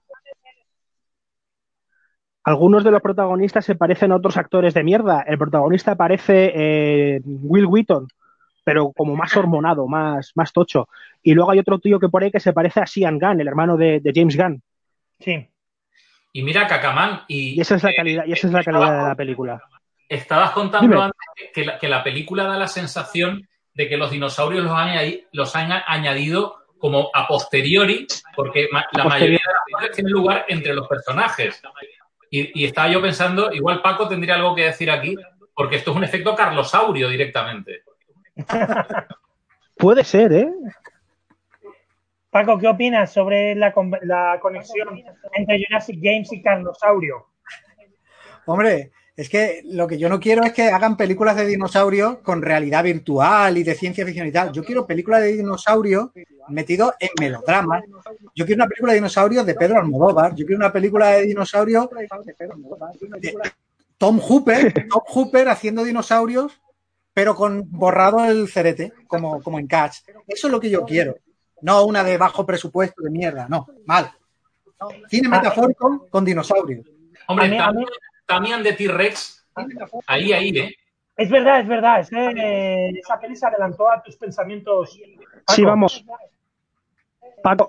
Speaker 3: Algunos de los protagonistas se parecen a otros actores de mierda. El protagonista parece Will Wheaton, pero como más hormonado, más tocho. Y luego hay otro tío que por ahí que se parece a Sean Gunn, el hermano de James Gunn.
Speaker 1: Sí.
Speaker 4: Y mira, Cacamán.
Speaker 3: Y esa es la calidad, de la película.
Speaker 4: Estabas contando antes que la película da la sensación de que los dinosaurios los han añadido como a posteriori, porque la mayoría de las cosas tienen lugar entre los personajes. Y estaba yo pensando, igual Paco tendría algo que decir aquí, porque esto es un efecto carlosaurio directamente.
Speaker 3: Puede ser, ¿eh?
Speaker 1: Paco, ¿qué opinas sobre la conexión entre Jurassic Games y Carlosaurio?
Speaker 5: Hombre, es que lo que yo no quiero es que hagan películas de dinosaurios con realidad virtual y de ciencia ficción y tal. Yo quiero películas de dinosaurios metidos en melodrama. Yo quiero una película de dinosaurios de Pedro Almodóvar. Yo quiero una película de dinosaurios de Tom Hooper haciendo dinosaurios, pero con borrado el cerete, como en Catch. Eso es lo que yo quiero. No una de bajo presupuesto de mierda, no, mal. Cine metafórico con dinosaurios.
Speaker 4: Hombre, también de T-Rex, ahí, ¿eh?
Speaker 1: Es verdad. Esa peli se adelantó a tus pensamientos. Paco.
Speaker 3: Sí, vamos. Paco.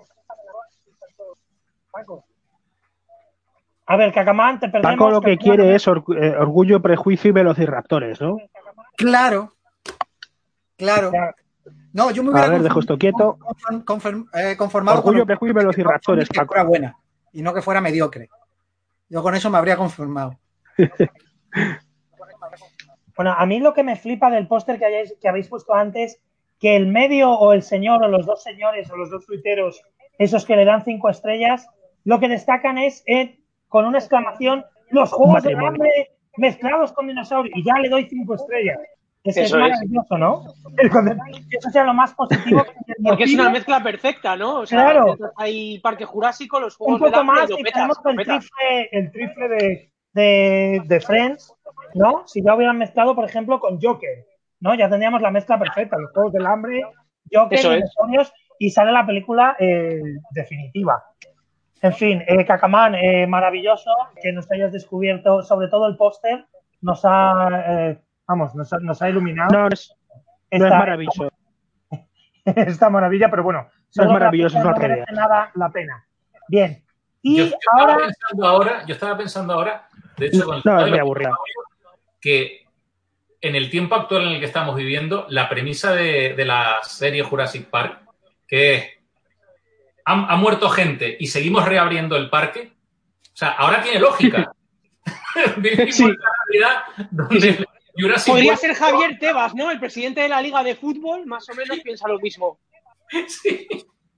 Speaker 1: A ver, Cacamán, te perdemos.
Speaker 3: Paco lo que quiere es Orgullo, Prejuicio y Velociraptores, ¿no?
Speaker 5: Claro. No, yo me hubiera...
Speaker 3: A ver, dejo esto quieto.
Speaker 5: Conformado
Speaker 3: Orgullo,
Speaker 5: con
Speaker 3: Prejuicio y Velociraptores,
Speaker 5: que fuera buena y no que fuera mediocre. Yo con eso me habría conformado.
Speaker 1: Bueno, a mí lo que me flipa del póster que habéis puesto antes, que el medio o el señor o los dos señores o los dos tuiteros, esos que le dan 5 estrellas, lo que destacan es con una exclamación, los Juegos del Hambre mezclados con dinosaurios, y ya le doy 5 estrellas. Eso es maravilloso, ¿no? Eso sea lo más positivo.
Speaker 2: Porque es una mezcla perfecta, ¿no? O sea,
Speaker 1: claro.
Speaker 2: Hay Parque Jurásico, los Juegos
Speaker 1: del
Speaker 2: Hambre,
Speaker 1: y tenemos el trifle de Friends, ¿no? Si ya hubieran mezclado, por ejemplo, con Joker, ¿no? Ya tendríamos la mezcla perfecta, los Juegos del Hambre, Joker, dinosaurios, y sale la película definitiva. En fin, Cacamán, maravilloso que nos hayas descubierto, sobre todo el póster, nos ha iluminado.
Speaker 3: No es maravilloso.
Speaker 1: Esta maravilla, pero bueno,
Speaker 3: no es maravilloso,
Speaker 1: no merece nada la pena. Bien. Y
Speaker 4: yo estaba pensando ahora, de hecho,
Speaker 3: es muy aburrido,
Speaker 4: que en el tiempo actual en el que estamos viviendo, la premisa de la serie Jurassic Park, que es ha muerto gente y seguimos reabriendo el parque, o sea, ahora tiene lógica. Vivimos en la realidad donde Jurassic
Speaker 2: podría
Speaker 4: World...
Speaker 2: ser Javier Tebas, ¿no? El presidente de la Liga de Fútbol, más o menos piensa lo mismo.
Speaker 4: Sí.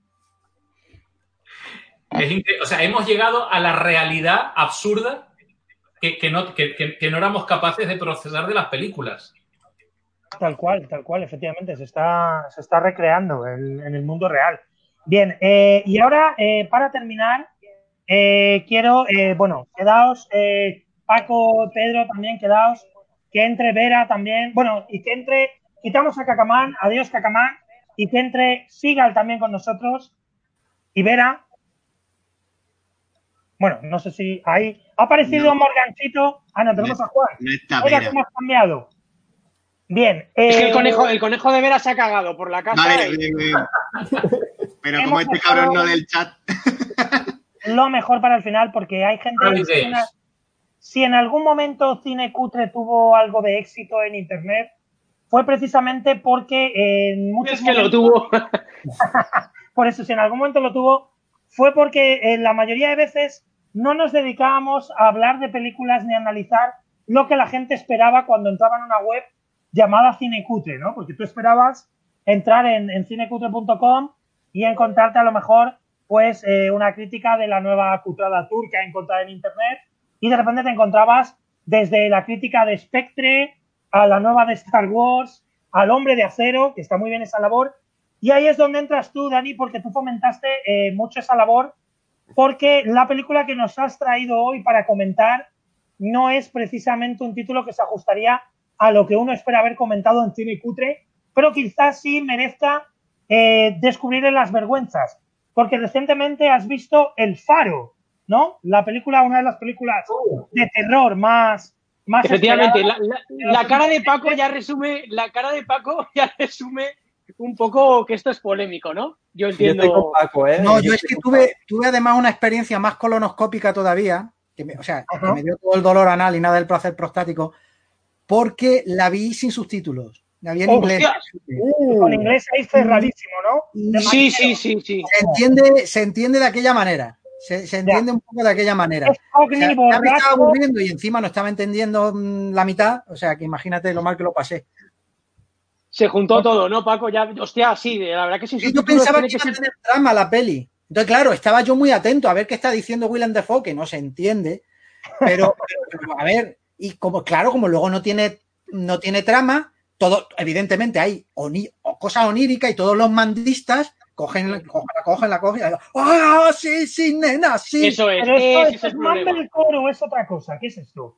Speaker 4: O sea, hemos llegado a la realidad absurda que no éramos capaces de procesar de las películas.
Speaker 1: Tal cual, efectivamente, se está recreando en el mundo real. Bien, y ahora, para terminar, quiero, quedaos, Paco, Pedro también, quedaos, que entre Vera también, bueno, y que entre, quitamos a Cacamán, adiós Cacamán, y que entre Sigal también con nosotros, y Vera. Bueno, no sé si ahí ha aparecido Morgancito. Ah, no, tenemos a Juan.
Speaker 8: No está
Speaker 1: Oiga,
Speaker 8: Vera.
Speaker 1: ¿cómo has cambiado? Bien.
Speaker 2: Es que el conejo de Vera se ha cagado por la casa.
Speaker 8: Vale, bien. Pero como este cabrón no lee el chat.
Speaker 1: Lo mejor para el final, porque hay gente. Si en algún momento Cine Cutre tuvo algo de éxito en internet, fue precisamente porque en muchos
Speaker 2: es que momentos, lo tuvo.
Speaker 1: Por eso, si en algún momento lo tuvo, fue porque la mayoría de veces no nos dedicábamos a hablar de películas ni a analizar lo que la gente esperaba cuando entraba en una web llamada Cinecutre, ¿no? Porque tú esperabas entrar en cinecutre.com y encontrarte a lo mejor pues una crítica de la nueva cutrada turca encontrada en internet, y de repente te encontrabas desde la crítica de Spectre a la nueva de Star Wars, al Hombre de Acero, que está muy bien esa labor. Y ahí es donde entras tú, Dani, porque tú fomentaste mucho esa labor, porque la película que nos has traído hoy para comentar no es precisamente un título que se ajustaría a lo que uno espera haber comentado en Cine Cutre, pero quizás sí merezca descubrirle las vergüenzas, porque recientemente has visto El Faro, ¿no? La película, una de las películas de terror más
Speaker 2: efectivamente, la cara de Paco ya resume, un poco que esto es polémico, ¿no? Yo entiendo.
Speaker 5: Yo con Paco, no, yo es que tuve además una experiencia más colonoscópica todavía, que me dio todo el dolor anal y nada del placer prostático, porque la vi sin subtítulos. La vi en inglés.
Speaker 1: Con inglés ahí cerradísimo, ¿no?
Speaker 2: Sí.
Speaker 5: Se entiende de aquella manera. Se entiende un poco de aquella manera. Ya me estaba aburriendo y encima no estaba entendiendo la mitad. O sea, que imagínate lo mal que lo pasé.
Speaker 2: Se juntó todo, ¿no, Paco? Ya, hostia, sí, la verdad que sí.
Speaker 5: Yo pensaba que iba a tener trama la peli. Entonces, claro, estaba yo muy atento a ver qué está diciendo Willem Dafoe, que no se entiende. Pero a ver, y como luego no tiene trama, todo, evidentemente hay cosas oníricas y todos los mandistas cogen la ¡ah, sí, nena, sí!
Speaker 2: Eso es.
Speaker 1: Pero ¿esto es Mumblecore o es otra cosa? ¿Qué es esto?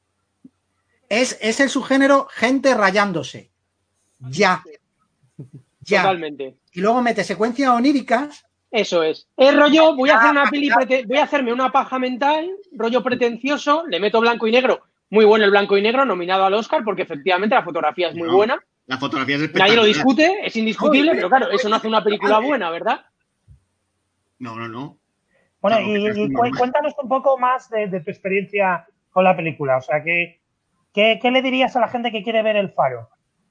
Speaker 5: Es el subgénero gente rayándose. Ya.
Speaker 2: Totalmente.
Speaker 5: Y luego mete secuencias oníricas.
Speaker 2: Eso es. Es rollo, voy a hacer una peli, voy a hacerme una paja mental, rollo pretencioso, le meto blanco y negro. Muy bueno el blanco y negro, nominado al Oscar, porque efectivamente la fotografía es muy buena.
Speaker 8: La fotografía es espectacular.
Speaker 2: Nadie lo discute, es indiscutible, pero claro, eso no hace una película buena, ¿verdad?
Speaker 8: No.
Speaker 1: Bueno, y cuéntanos un poco más de tu experiencia con la película. O sea, ¿qué le dirías a la gente que quiere ver El Faro?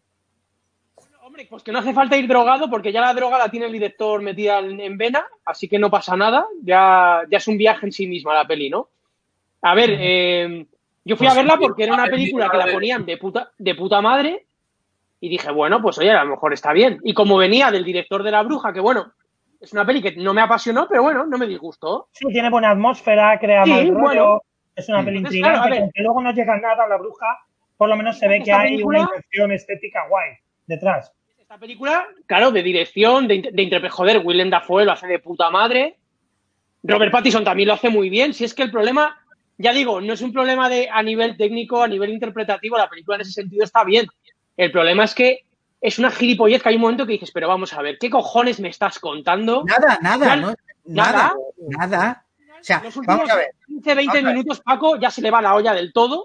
Speaker 2: Hombre, pues que no hace falta ir drogado, porque ya la droga la tiene el director metida en vena, así que no pasa nada. Ya es un viaje en sí misma la peli, ¿no? A ver, yo fui a verla porque era una película que la ponían de puta madre y dije, bueno, pues oye, a lo mejor está bien. Y como venía del director de La Bruja, que bueno, es una peli que no me apasionó, pero bueno, no me disgustó.
Speaker 1: Sí, tiene buena atmósfera, crea mal rollo, bueno, es una peli intrigante, claro, aunque luego no llega nada a La Bruja, por lo menos se ve que hay una intención estética guay detrás.
Speaker 2: Esta película, claro, de dirección, joder, Willem Dafoe lo hace de puta madre, Robert Pattinson también lo hace muy bien. Si es que el problema, ya digo, no es un problema a nivel técnico, a nivel interpretativo, la película en ese sentido está bien. El problema es que es una gilipollez, que hay un momento que dices, pero vamos a ver, ¿qué cojones me estás contando?
Speaker 5: Nada. O sea,
Speaker 2: los últimos 15-20 minutos, Paco, ya se le va la olla del todo.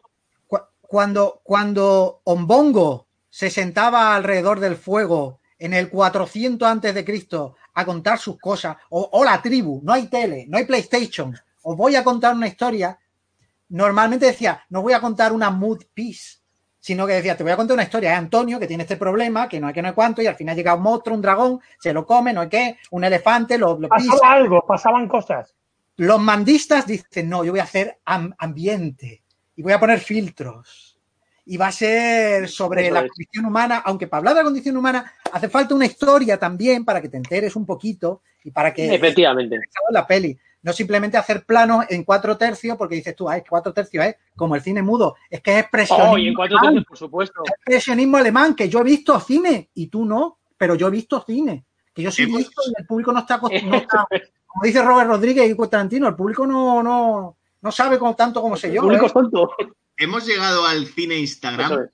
Speaker 5: Cuando Ombongo se sentaba alrededor del fuego en el 400 a.C. a contar sus cosas, o la tribu, no hay tele, no hay PlayStation, os voy a contar una historia, normalmente decía, no voy a contar una mood piece, sino que decía, te voy a contar una historia, es Antonio que tiene este problema, que no hay cuánto, y al final llega un monstruo, un dragón, se lo come, no hay qué, un elefante, lo
Speaker 1: pasaba pasaban cosas.
Speaker 5: Los mandistas dicen, no, yo voy a hacer ambiente, y voy a poner filtros, y va a ser sobre la condición humana, aunque para hablar de la condición humana hace falta una historia también para que te enteres un poquito, y para que...
Speaker 2: Efectivamente.
Speaker 5: La peli. No simplemente hacer planos en 4/3, porque dices tú, 4/3 es como el cine mudo. Es que es expresionismo.
Speaker 2: Y en 4/3, por supuesto.
Speaker 5: Es expresionismo alemán, que yo he visto cine y tú no, pero yo he visto cine. Que yo soy listo y el público no está acostumbrado. Como dice Robert Rodríguez y Tarantino, el público no sabe tanto como sé yo.
Speaker 2: El público es tonto.
Speaker 8: Hemos llegado al cine Instagram.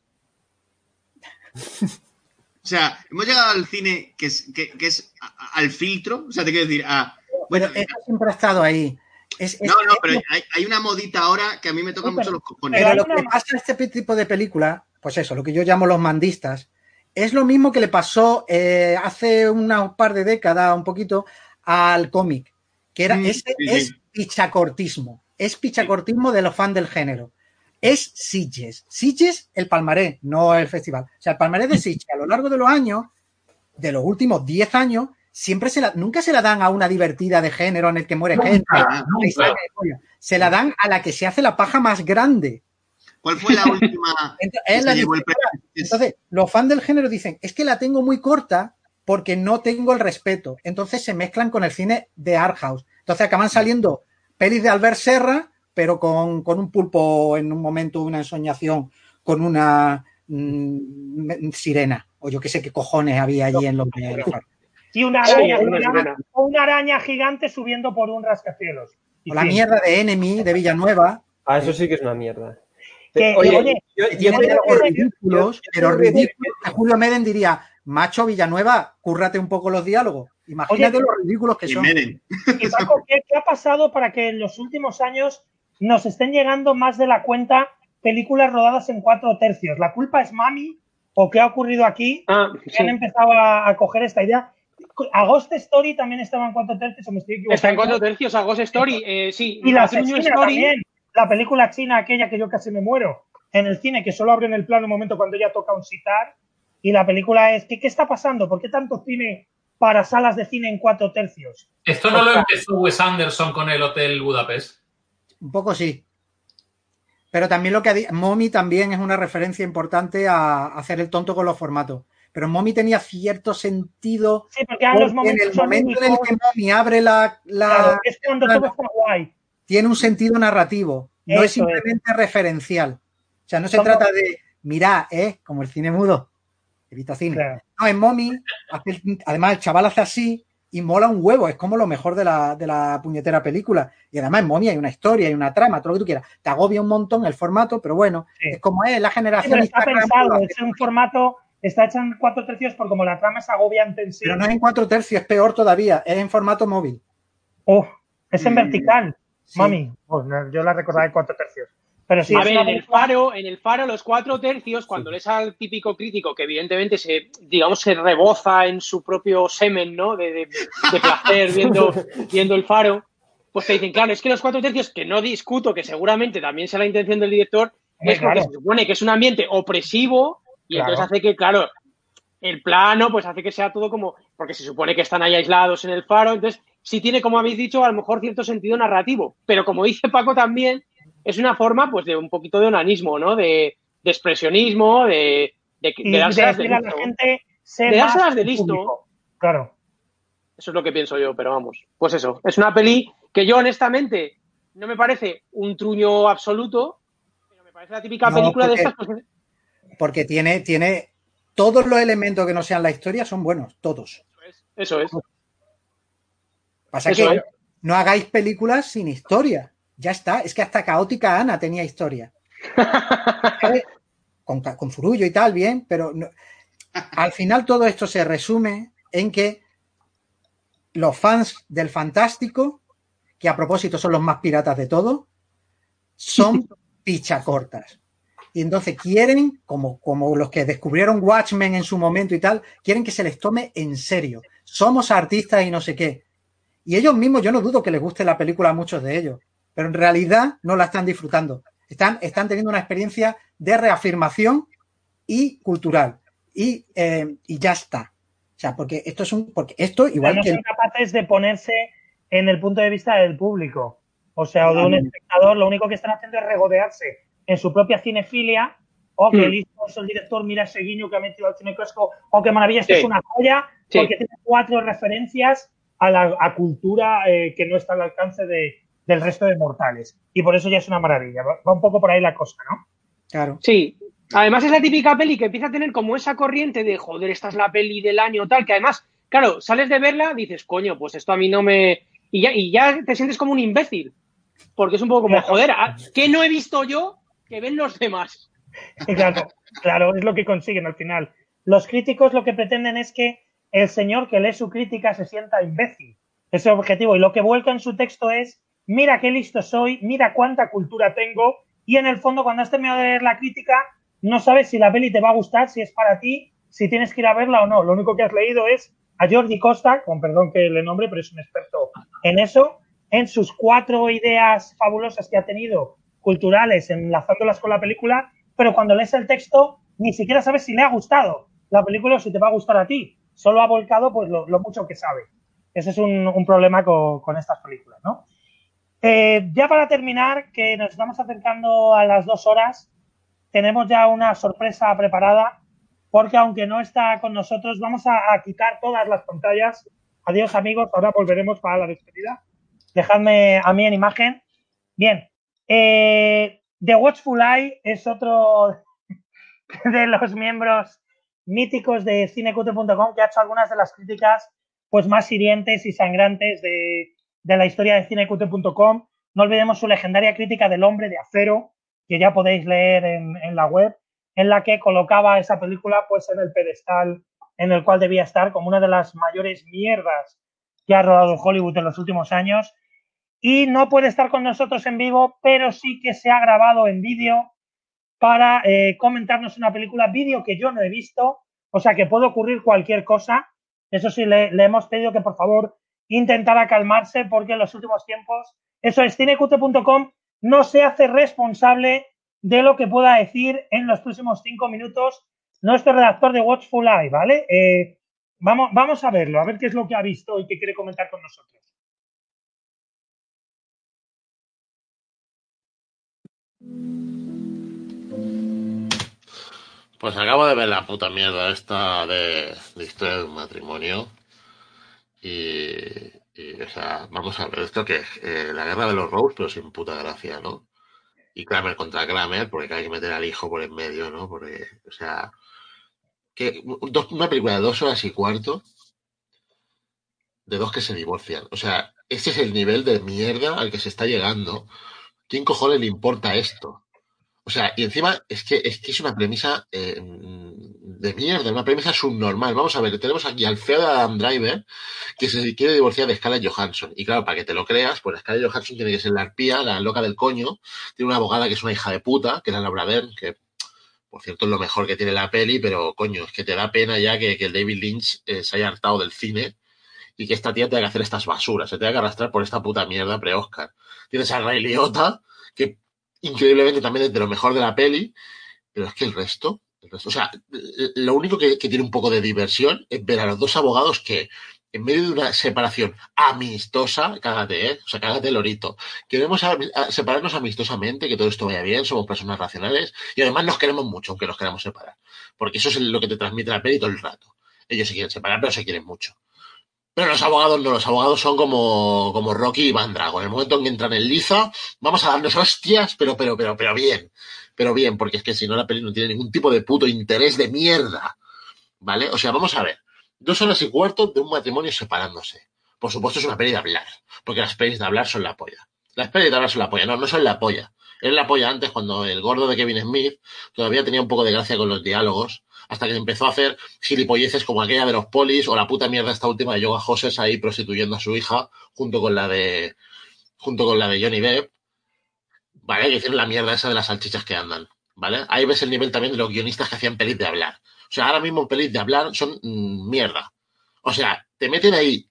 Speaker 8: O sea, hemos llegado al cine que es al filtro. O sea, te quiero decir,
Speaker 5: bueno, esto siempre ha estado ahí.
Speaker 8: No, pero hay una modita ahora que a mí me toca mucho los cojones.
Speaker 5: Pero lo que pasa a este tipo de película, pues eso, lo que yo llamo los mandistas, es lo mismo que le pasó hace un par de décadas, un poquito, al cómic, que era es pichacortismo. Es pichacortismo de los fans del género. Es Sitges. Sitges, el palmarés, no el festival. O sea, el palmarés de Sitges a lo largo de los años, de los últimos 10 años, nunca se la dan a una divertida de género en el que muere gente. Se la dan a la que se hace la paja más grande.
Speaker 8: ¿Cuál fue la última?
Speaker 5: Entonces, los fans del género dicen, es que la tengo muy corta porque no tengo el respeto. Entonces se mezclan con el cine de art house. Entonces acaban saliendo pelis de Albert Serra, pero con un pulpo en un momento, una ensoñación, con una sirena, o yo qué sé qué cojones había allí en los
Speaker 1: y una araña gigante subiendo por un rascacielos.
Speaker 5: O la mierda de Enemy, de Villanueva.
Speaker 7: Eso sí que es una mierda.
Speaker 5: Oye, ridículos, pero ridículos. Julio Meden diría, macho Villanueva, cúrrate un poco los diálogos. Imagínate los ridículos que son.
Speaker 1: Y Paco, ¿qué ha pasado para que en los últimos años nos estén llegando más de la cuenta películas rodadas en 4/3? ¿La culpa es Mami? ¿O qué ha ocurrido aquí? Que han empezado a coger esta idea. ¿A Ghost Story también estaba en 4/3 o me estoy equivocando?
Speaker 2: Está en 4/3 a Ghost Story, sí.
Speaker 1: Y la Asesina también, la película china aquella que yo casi me muero en el cine, que solo abre en el plano un momento cuando ya toca un sitar. Y la película es, ¿qué está pasando? ¿Por qué tanto cine para salas de cine en 4/3?
Speaker 4: ¿Esto no lo empezó Wes Anderson con el Hotel Budapest?
Speaker 5: Un poco sí. Pero también Mommy también es una referencia importante a hacer el tonto con los formatos. Pero Mommy tenía cierto sentido.
Speaker 1: Sí, porque en el momento
Speaker 5: en el que Mommy abre
Speaker 1: claro, es cuando todo está guay.
Speaker 5: Tiene un sentido narrativo. No es simplemente referencial. O sea, no se trata de, mirá, como el cine mudo. Evita cine. Claro. No, en Mommy, además el chaval hace así y mola un huevo. Es como lo mejor de la puñetera película. Y además en Mommy hay una historia, hay una trama, todo lo que tú quieras. Te agobia un montón el formato, pero bueno, es como es la generación.
Speaker 1: Sí, está pensado, es un formato. Está hecha en 4/3 por como la trama es agobiante en sí.
Speaker 5: Pero no es en 4/3, es peor todavía. Es en formato móvil.
Speaker 1: Es en vertical. Sí. Mami, yo la recordaba en 4/3. Pero sí,
Speaker 2: a ver, en el faro los 4/3, cuando lees al típico crítico que evidentemente se reboza en su propio semen, ¿no? De placer viendo el faro, pues te dicen, claro, es que los 4/3, que no discuto, que seguramente también sea la intención del director, es porque se supone que es un ambiente opresivo. Y entonces hace que, claro, el plano, pues hace que sea todo como... Porque se supone que están ahí aislados en el faro. Entonces, sí tiene, como habéis dicho, a lo mejor cierto sentido narrativo. Pero como dice Paco también, es una forma, pues, de un poquito de onanismo, ¿no? De expresionismo, de dárselas de listo.
Speaker 1: De
Speaker 2: dárselas de listo.
Speaker 1: Claro.
Speaker 2: Eso es lo que pienso yo, pero vamos. Pues eso, es una peli que yo, honestamente, no me parece un truño absoluto, pero me parece la típica película de estas... Pues,
Speaker 5: porque tiene todos los elementos que no sean la historia son buenos, todos.
Speaker 2: Eso es.
Speaker 5: Pasa que no hagáis películas sin historia. Ya está. Es que hasta Caótica Ana tenía historia. con Zurullo y tal, bien, pero no. Al final todo esto se resume en que los fans del fantástico, que a propósito son los más piratas de todo, son pichacortas. Y entonces quieren, como los que descubrieron Watchmen en su momento y tal, quieren que se les tome en serio. Somos artistas y no sé qué. Y ellos mismos, yo no dudo que les guste la película a muchos de ellos, pero en realidad no la están disfrutando. Están teniendo una experiencia de reafirmación y cultural. Y ya está. O sea, porque esto igual
Speaker 1: no
Speaker 5: que...
Speaker 1: son capaces de ponerse en el punto de vista del público. O sea, o de un espectador, lo único que están haciendo es regodearse en su propia cinefilia, que listo es el director, mira ese guiño que ha metido al cine clásico, qué maravilla, esto es una joya, porque tiene 4 referencias a cultura que no está al alcance del resto de mortales. Y por eso ya es una maravilla. Va un poco por ahí la cosa, ¿no?
Speaker 5: Claro.
Speaker 2: Sí. Además es la típica peli que empieza a tener como esa corriente de, joder, esta es la peli del año, tal, que además, claro, sales de verla, dices, coño, pues esto a mí no me... Y ya te sientes como un imbécil. Porque es un poco como, joder, ¿qué no he visto yo que ven los demás?
Speaker 1: Claro, es lo que consiguen al final. Los críticos lo que pretenden es que el señor que lee su crítica se sienta imbécil. Ese es el objetivo. Y lo que vuelca en su texto es, mira qué listo soy, mira cuánta cultura tengo. Y en el fondo, cuando has terminado de leer la crítica, no sabes si la peli te va a gustar, si es para ti, si tienes que ir a verla o no. Lo único que has leído es a Jordi Costa, con perdón que le nombre, pero es un experto en eso, en sus 4 ideas fabulosas que ha tenido, culturales, enlazándolas con la película, pero cuando lees el texto ni siquiera sabes si le ha gustado la película o si te va a gustar a ti. Solo ha volcado pues lo mucho que sabe. Ese es un problema con estas películas, ¿no? Ya para terminar, que nos estamos acercando a las 2 horas, tenemos ya una sorpresa preparada, porque aunque no está con nosotros, vamos a quitar todas las pantallas. Adiós, amigos, ahora volveremos para la despedida. Dejadme a mí en imagen. Bien, The Watchful Eye es otro de los miembros míticos de cinecute.com que ha hecho algunas de las críticas pues más hirientes y sangrantes de la historia de cinecute.com. No olvidemos su legendaria crítica del Hombre de Acero, que ya podéis leer en la web, en la que colocaba esa película pues en el pedestal en el cual debía estar como una de las mayores mierdas que ha rodado Hollywood en los últimos años. Y no puede estar con nosotros en vivo, pero sí que se ha grabado en vídeo para comentarnos una película, vídeo que yo no he visto, o sea que puede ocurrir cualquier cosa. Eso sí, le hemos pedido que por favor intentara calmarse, porque en los últimos tiempos, eso es, cinecute.com no se hace responsable de lo que pueda decir en los próximos 5 minutos nuestro redactor de Watchful Eye, ¿vale? Vamos a verlo, a ver qué es lo que ha visto y qué quiere comentar con nosotros.
Speaker 9: Pues acabo de ver la puta mierda esta de historia de un matrimonio y o sea, vamos a ver, esto que es la guerra de los Rose, pero sin puta gracia, ¿no? Y Kramer contra Kramer, porque hay que meter al hijo por en medio, ¿no? Porque, o sea, que una película de 2 horas y cuarto de dos que se divorcian. O sea, este es el nivel de mierda al que se está llegando. ¿Quién cojones le importa esto? O sea, y encima es que es una premisa de mierda, una premisa subnormal. Vamos a ver, tenemos aquí al feo de Adam Driver que se quiere divorciar de Scarlett Johansson. Y claro, para que te lo creas, pues Scarlett Johansson tiene que ser la arpía, la loca del coño. Tiene una abogada que es una hija de puta, que es la Laura Dern, que por cierto es lo mejor que tiene la peli, pero coño, es que te da pena ya que el David Lynch se haya hartado del cine y que esta tía tenga que hacer estas basuras, se tenga que arrastrar por esta puta mierda pre-Oscar. Tienes a Ray Liotta, que increíblemente también es de lo mejor de la peli, pero es que el resto, o sea, lo único que tiene un poco de diversión es ver a los dos abogados que, en medio de una separación amistosa, cágate, o sea, cágate lorito, queremos separarnos amistosamente, que todo esto vaya bien, somos personas racionales, y además nos queremos mucho, aunque nos queramos separar, porque eso es lo que te transmite la peli todo el rato. Ellos se quieren separar, pero se quieren mucho. Pero los abogados no, los abogados son como Rocky y Van Drago. En el momento en que entran en liza, vamos a darnos hostias, pero bien. Pero bien, porque es que si no la peli no tiene ningún tipo de puto interés de mierda. ¿Vale? O sea, vamos a ver. 2 horas y cuarto de un matrimonio separándose. Por supuesto es una peli de hablar, porque las pelis de hablar son la polla. Las pelis de hablar son la polla, no son la polla. Era la polla antes cuando el gordo de Kevin Smith todavía tenía un poco de gracia con los diálogos, hasta que empezó a hacer gilipolleces como aquella de los polis o la puta mierda esta última de Yoga Hoses ahí prostituyendo a su hija junto con la de Johnny Depp, ¿vale? Que hicieron la mierda esa de las salchichas que andan, ¿vale? Ahí ves el nivel también de los guionistas que hacían pelis de hablar. O sea, ahora mismo pelis de hablar son mierda. O sea, te meten ahí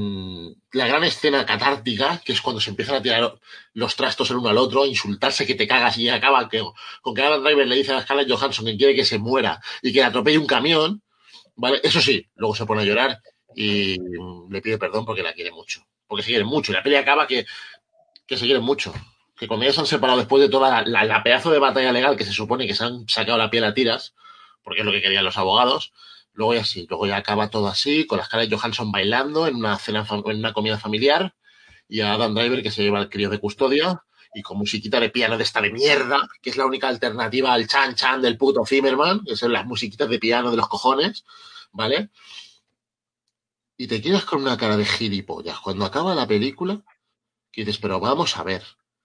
Speaker 9: la gran escena catártica, que es cuando se empiezan a tirar los trastos el uno al otro, a insultarse que te cagas y acaba con que Adam Driver le dice a Scarlett Johansson que quiere que se muera y que le atropelle un camión, ¿vale? Eso sí, luego se pone a llorar y le pide perdón porque la quiere mucho. Porque se quieren mucho. Y la peli acaba que se quieren mucho. Que cuando ellos se han separado después de toda la pedazo de batalla legal que se supone que se han sacado la piel a tiras, porque es lo que querían los abogados, Luego ya sí, luego ya acaba todo así, con las caras de Johansson bailando en una cena, en una comida familiar, y a Adam Driver que se lleva al crío de custodia, y con musiquita de piano de esta de mierda, que es la única alternativa al chan chan del puto Zimmerman, que son las musiquitas de piano de los cojones, ¿vale? Y te quedas con una cara de gilipollas cuando acaba la película, que dices, pero vamos a ver.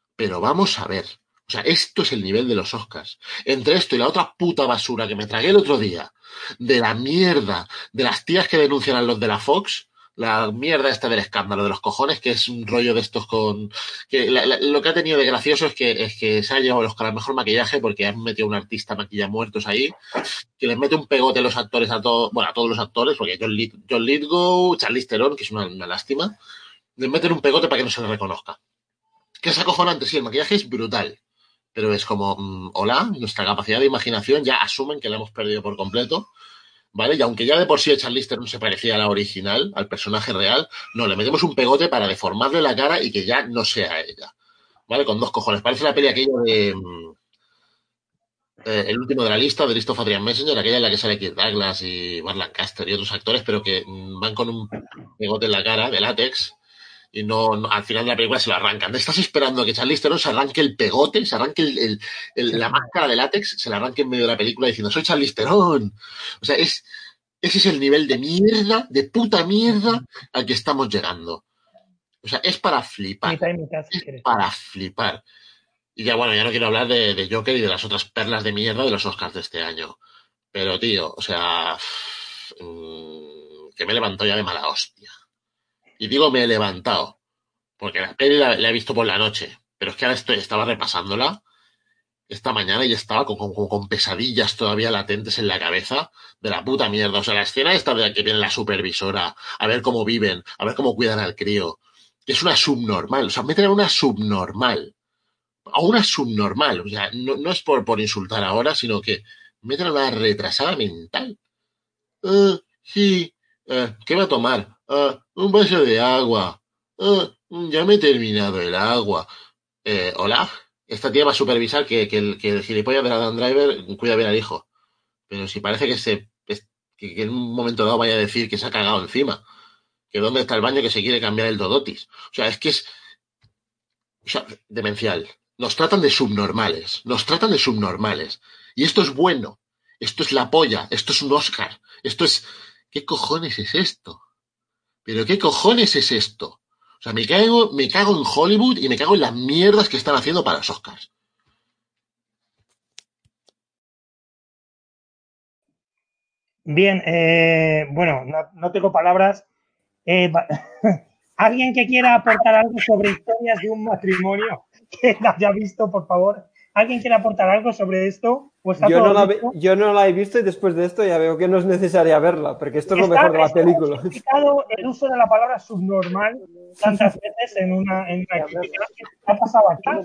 Speaker 9: O sea, esto es el nivel de los Oscars. Entre esto y la otra puta basura que me tragué el otro día, de la mierda, de las tías que denuncian a los de la Fox, la mierda esta del escándalo de los cojones, que es un rollo de estos con... que lo que ha tenido de gracioso es que se ha llevado los Oscar al mejor maquillaje porque han metido a un artista maquilla muertos ahí, que les mete un pegote a los actores, a todos los actores, porque John Lithgow, Charlize Theron, que es una lástima, les meten un pegote para que no se les reconozca. Que es acojonante, sí, el maquillaje es brutal. Pero es como, hola, nuestra capacidad de imaginación ya asumen que la hemos perdido por completo, ¿vale? Y aunque ya de por sí Charlize Theron se parecía a la original, al personaje real, no, le metemos un pegote para deformarle la cara y que ya no sea ella, ¿vale? Con dos cojones. Parece la peli aquella de... el último de la lista, de List of Adrian Messenger, aquella en la que sale Kirk Douglas y Burt Lancaster y otros actores, pero que van con un pegote en la cara de látex y no, al final de la película se lo arrancan. Estás esperando a que Charlize Theron se arranque el pegote, se arranque la máscara de látex, se la arranque en medio de la película diciendo soy Charlize Theron. O sea, ese es el nivel de mierda, de puta mierda al que estamos llegando. O sea, es para flipar. Es para flipar. Y ya bueno, ya no quiero hablar de Joker y de las otras perlas de mierda de los Oscars de este año. Pero tío, o sea, que me levantó ya de mala hostia. Y digo me he levantado, porque la peli la he visto por la noche, pero es que ahora estaba repasándola esta mañana y estaba con pesadillas todavía latentes en la cabeza de la puta mierda. O sea, la escena esta de la que viene la supervisora, a ver cómo viven, a ver cómo cuidan al crío, que es una subnormal, o sea, meten a una subnormal, o sea, no es por insultar ahora, sino que meten a una retrasada mental. Sí, ¿qué va a tomar? Un vaso de agua. Ya me he terminado el agua. ¿Hola? Esta tía va a supervisar que el gilipollas de Adam Driver cuida bien al hijo. Pero si parece que en un momento dado vaya a decir que se ha cagado encima. Que dónde está el baño que se quiere cambiar el Dodotis. O sea, es que es... O sea, demencial. Nos tratan de subnormales. Y esto es bueno. Esto es la polla. Esto es un Oscar. Esto es... ¿Qué cojones es esto? ¿Pero qué cojones es esto? O sea, me cago en Hollywood y me cago en las mierdas que están haciendo para los Oscars.
Speaker 1: Bien, bueno, no tengo palabras. ¿Alguien que quiera aportar algo sobre historias de un matrimonio que la haya visto, por favor? ¿Alguien quiere aportar algo sobre esto?
Speaker 7: Yo no la he visto y después de esto ya veo que no es necesaria verla, porque esto es lo mejor de la película.
Speaker 1: He explicado el uso de la palabra subnormal tantas veces en una crítica. ¿Qué ha pasado aquí?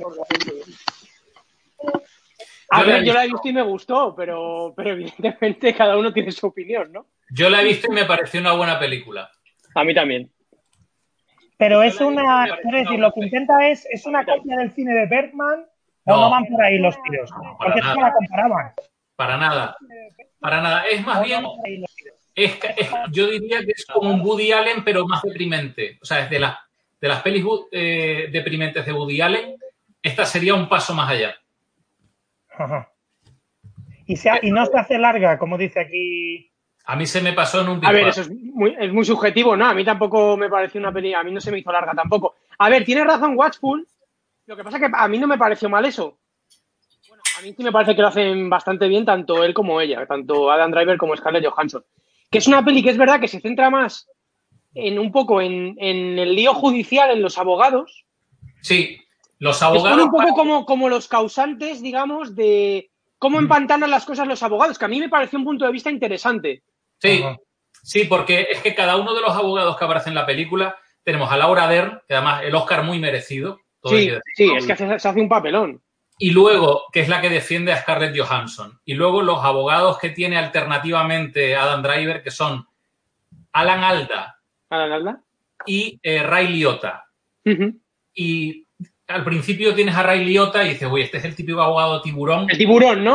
Speaker 2: Yo la he visto y me gustó, pero evidentemente cada uno tiene su opinión, ¿no?
Speaker 4: Yo la he visto y me pareció una buena película.
Speaker 2: A mí también.
Speaker 1: Pero es quiero decir, lo que intenta es una copia del cine de Bergman. ¿O no van por ahí los tiros? Porque es que la comparaban.
Speaker 4: Para nada. Es más bien, yo diría que es como un Woody Allen, pero más deprimente. O sea, es de las pelis deprimentes de Woody Allen, esta sería un paso más allá.
Speaker 1: Ajá. Y no se hace larga, como dice aquí.
Speaker 4: A mí se me pasó en un
Speaker 2: pico. A ver, eso es muy subjetivo, ¿no? A mí tampoco me pareció una peli, a mí no se me hizo larga tampoco. A ver, tiene razón Watchful. Lo que pasa es que a mí no me pareció mal eso. Bueno, a mí sí me parece que lo hacen bastante bien tanto él como ella, tanto Adam Driver como Scarlett Johansson. Que es una peli que es verdad que se centra más en un poco en el lío judicial, en los abogados.
Speaker 4: Sí, los abogados.
Speaker 2: Es un poco como los causantes, digamos, de cómo empantanan las cosas los abogados, que a mí me pareció un punto de vista interesante.
Speaker 4: Sí, porque es que cada uno de los abogados que aparecen en la película, tenemos a Laura Dern, que además el Oscar muy merecido.
Speaker 2: Sí, es que se hace un papelón.
Speaker 4: Y luego, que es la que defiende a Scarlett Johansson. Y luego los abogados que tiene alternativamente Adam Driver, que son Alan Alda y Ray Liotta.
Speaker 2: Uh-huh.
Speaker 4: Y al principio tienes a Ray Liotta y dices, uy, este es el típico abogado tiburón.
Speaker 2: El tiburón, ¿no?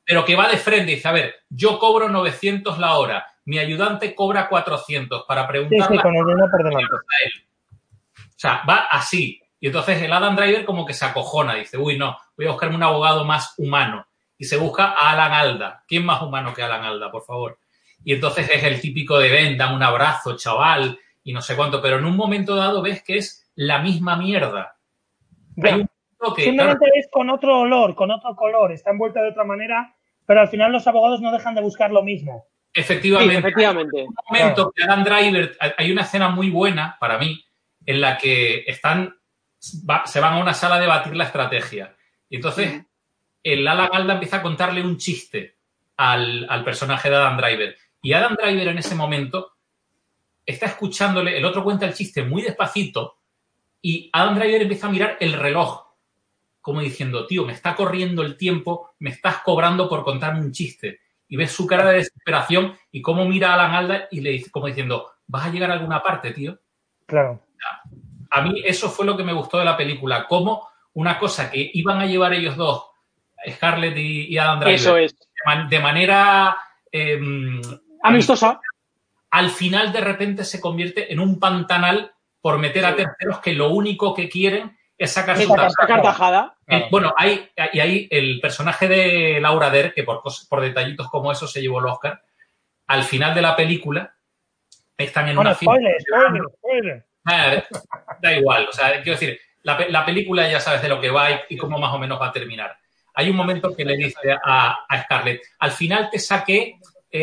Speaker 4: pero que va de frente y dice, a ver, yo cobro 900 la hora, mi ayudante cobra 400 para preguntarle
Speaker 1: con el dinero por delante.
Speaker 4: a él. O sea, va así. Y entonces el Adam Driver como que se acojona, dice, uy, no, voy a buscarme un abogado más humano. Y se busca a Alan Alda. ¿Quién más humano que Alan Alda, por favor? Y entonces es el típico de ven, dame un abrazo, chaval, y no sé cuánto. Pero en un momento dado ves que es la misma mierda. Hay un
Speaker 1: que, simplemente claro, es con otro olor, con otro color, está envuelta de otra manera, pero al final los abogados no dejan de buscar lo mismo.
Speaker 4: Efectivamente.
Speaker 2: Sí, efectivamente.
Speaker 4: Hay un momento que Adam Driver, hay una escena muy buena para mí, en la que se van a una sala a debatir la estrategia. Y entonces el Alan Alda empieza a contarle un chiste al personaje de Adam Driver. Y Adam Driver en ese momento está escuchándole, el otro cuenta el chiste muy despacito y Adam Driver empieza a mirar el reloj, como diciendo, tío, me está corriendo el tiempo, me estás cobrando por contarme un chiste. Y ves su cara de desesperación y cómo mira a Alan Alda y le dice, como diciendo, ¿vas a llegar a alguna parte, tío?
Speaker 1: Claro.
Speaker 4: A mí eso fue lo que me gustó de la película, cómo una cosa que iban a llevar ellos dos, Scarlett y Adam Driver,
Speaker 2: eso es,
Speaker 4: de manera
Speaker 2: amistosa,
Speaker 4: al final de repente se convierte en un pantanal por meter a terceros que lo único que quieren es sacar su
Speaker 2: tajada.
Speaker 4: Bueno, ahí el personaje de Laura Dern, que por detallitos como eso se llevó el Oscar, al final de la película están en una fiesta.
Speaker 1: Spoiler.
Speaker 4: Da igual, o sea, quiero decir, la película ya sabes de lo que va y cómo más o menos va a terminar. Hay un momento que le dice a Scarlett, al final te saqué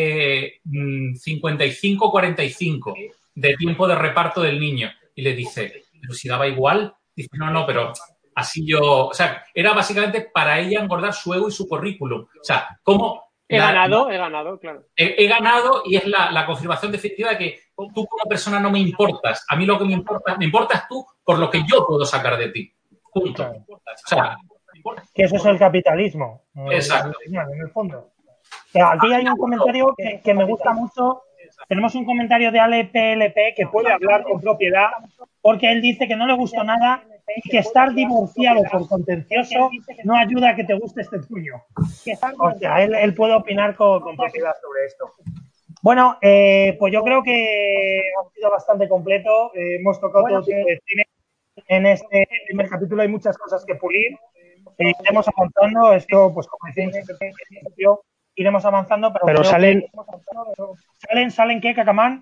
Speaker 4: 55-45 de tiempo de reparto del niño. Y le dice, pero si daba igual. Dice, no, pero así yo... O sea, era básicamente para ella engordar su ego y su currículum. O sea, ¿cómo...?
Speaker 2: He ganado, claro.
Speaker 4: He ganado y es la confirmación definitiva de que tú como persona no me importas. A mí lo que me importas tú por lo que yo puedo sacar de ti. Punto.
Speaker 1: Claro.
Speaker 4: O sea,
Speaker 1: que eso es el capitalismo.
Speaker 4: Exacto.
Speaker 1: En el fondo. Aquí hay un comentario que me gusta mucho. Tenemos un comentario de Ale PLP que puede hablar con propiedad porque él dice que no le gustó nada y que estar divorciado por contencioso no ayuda a que te guste este tuyo. O sea, él puede opinar con propiedad sobre esto. Bueno, pues yo creo que ha sido bastante completo. Hemos tocado todo tipo de cine. En este primer capítulo hay muchas cosas que pulir. Iremos avanzando. Esto, pues como decimos en el principio, iremos avanzando. Pero salen ¿qué, Cacamán?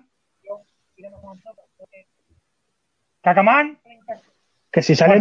Speaker 1: ¿Cacamán?
Speaker 3: Que si salen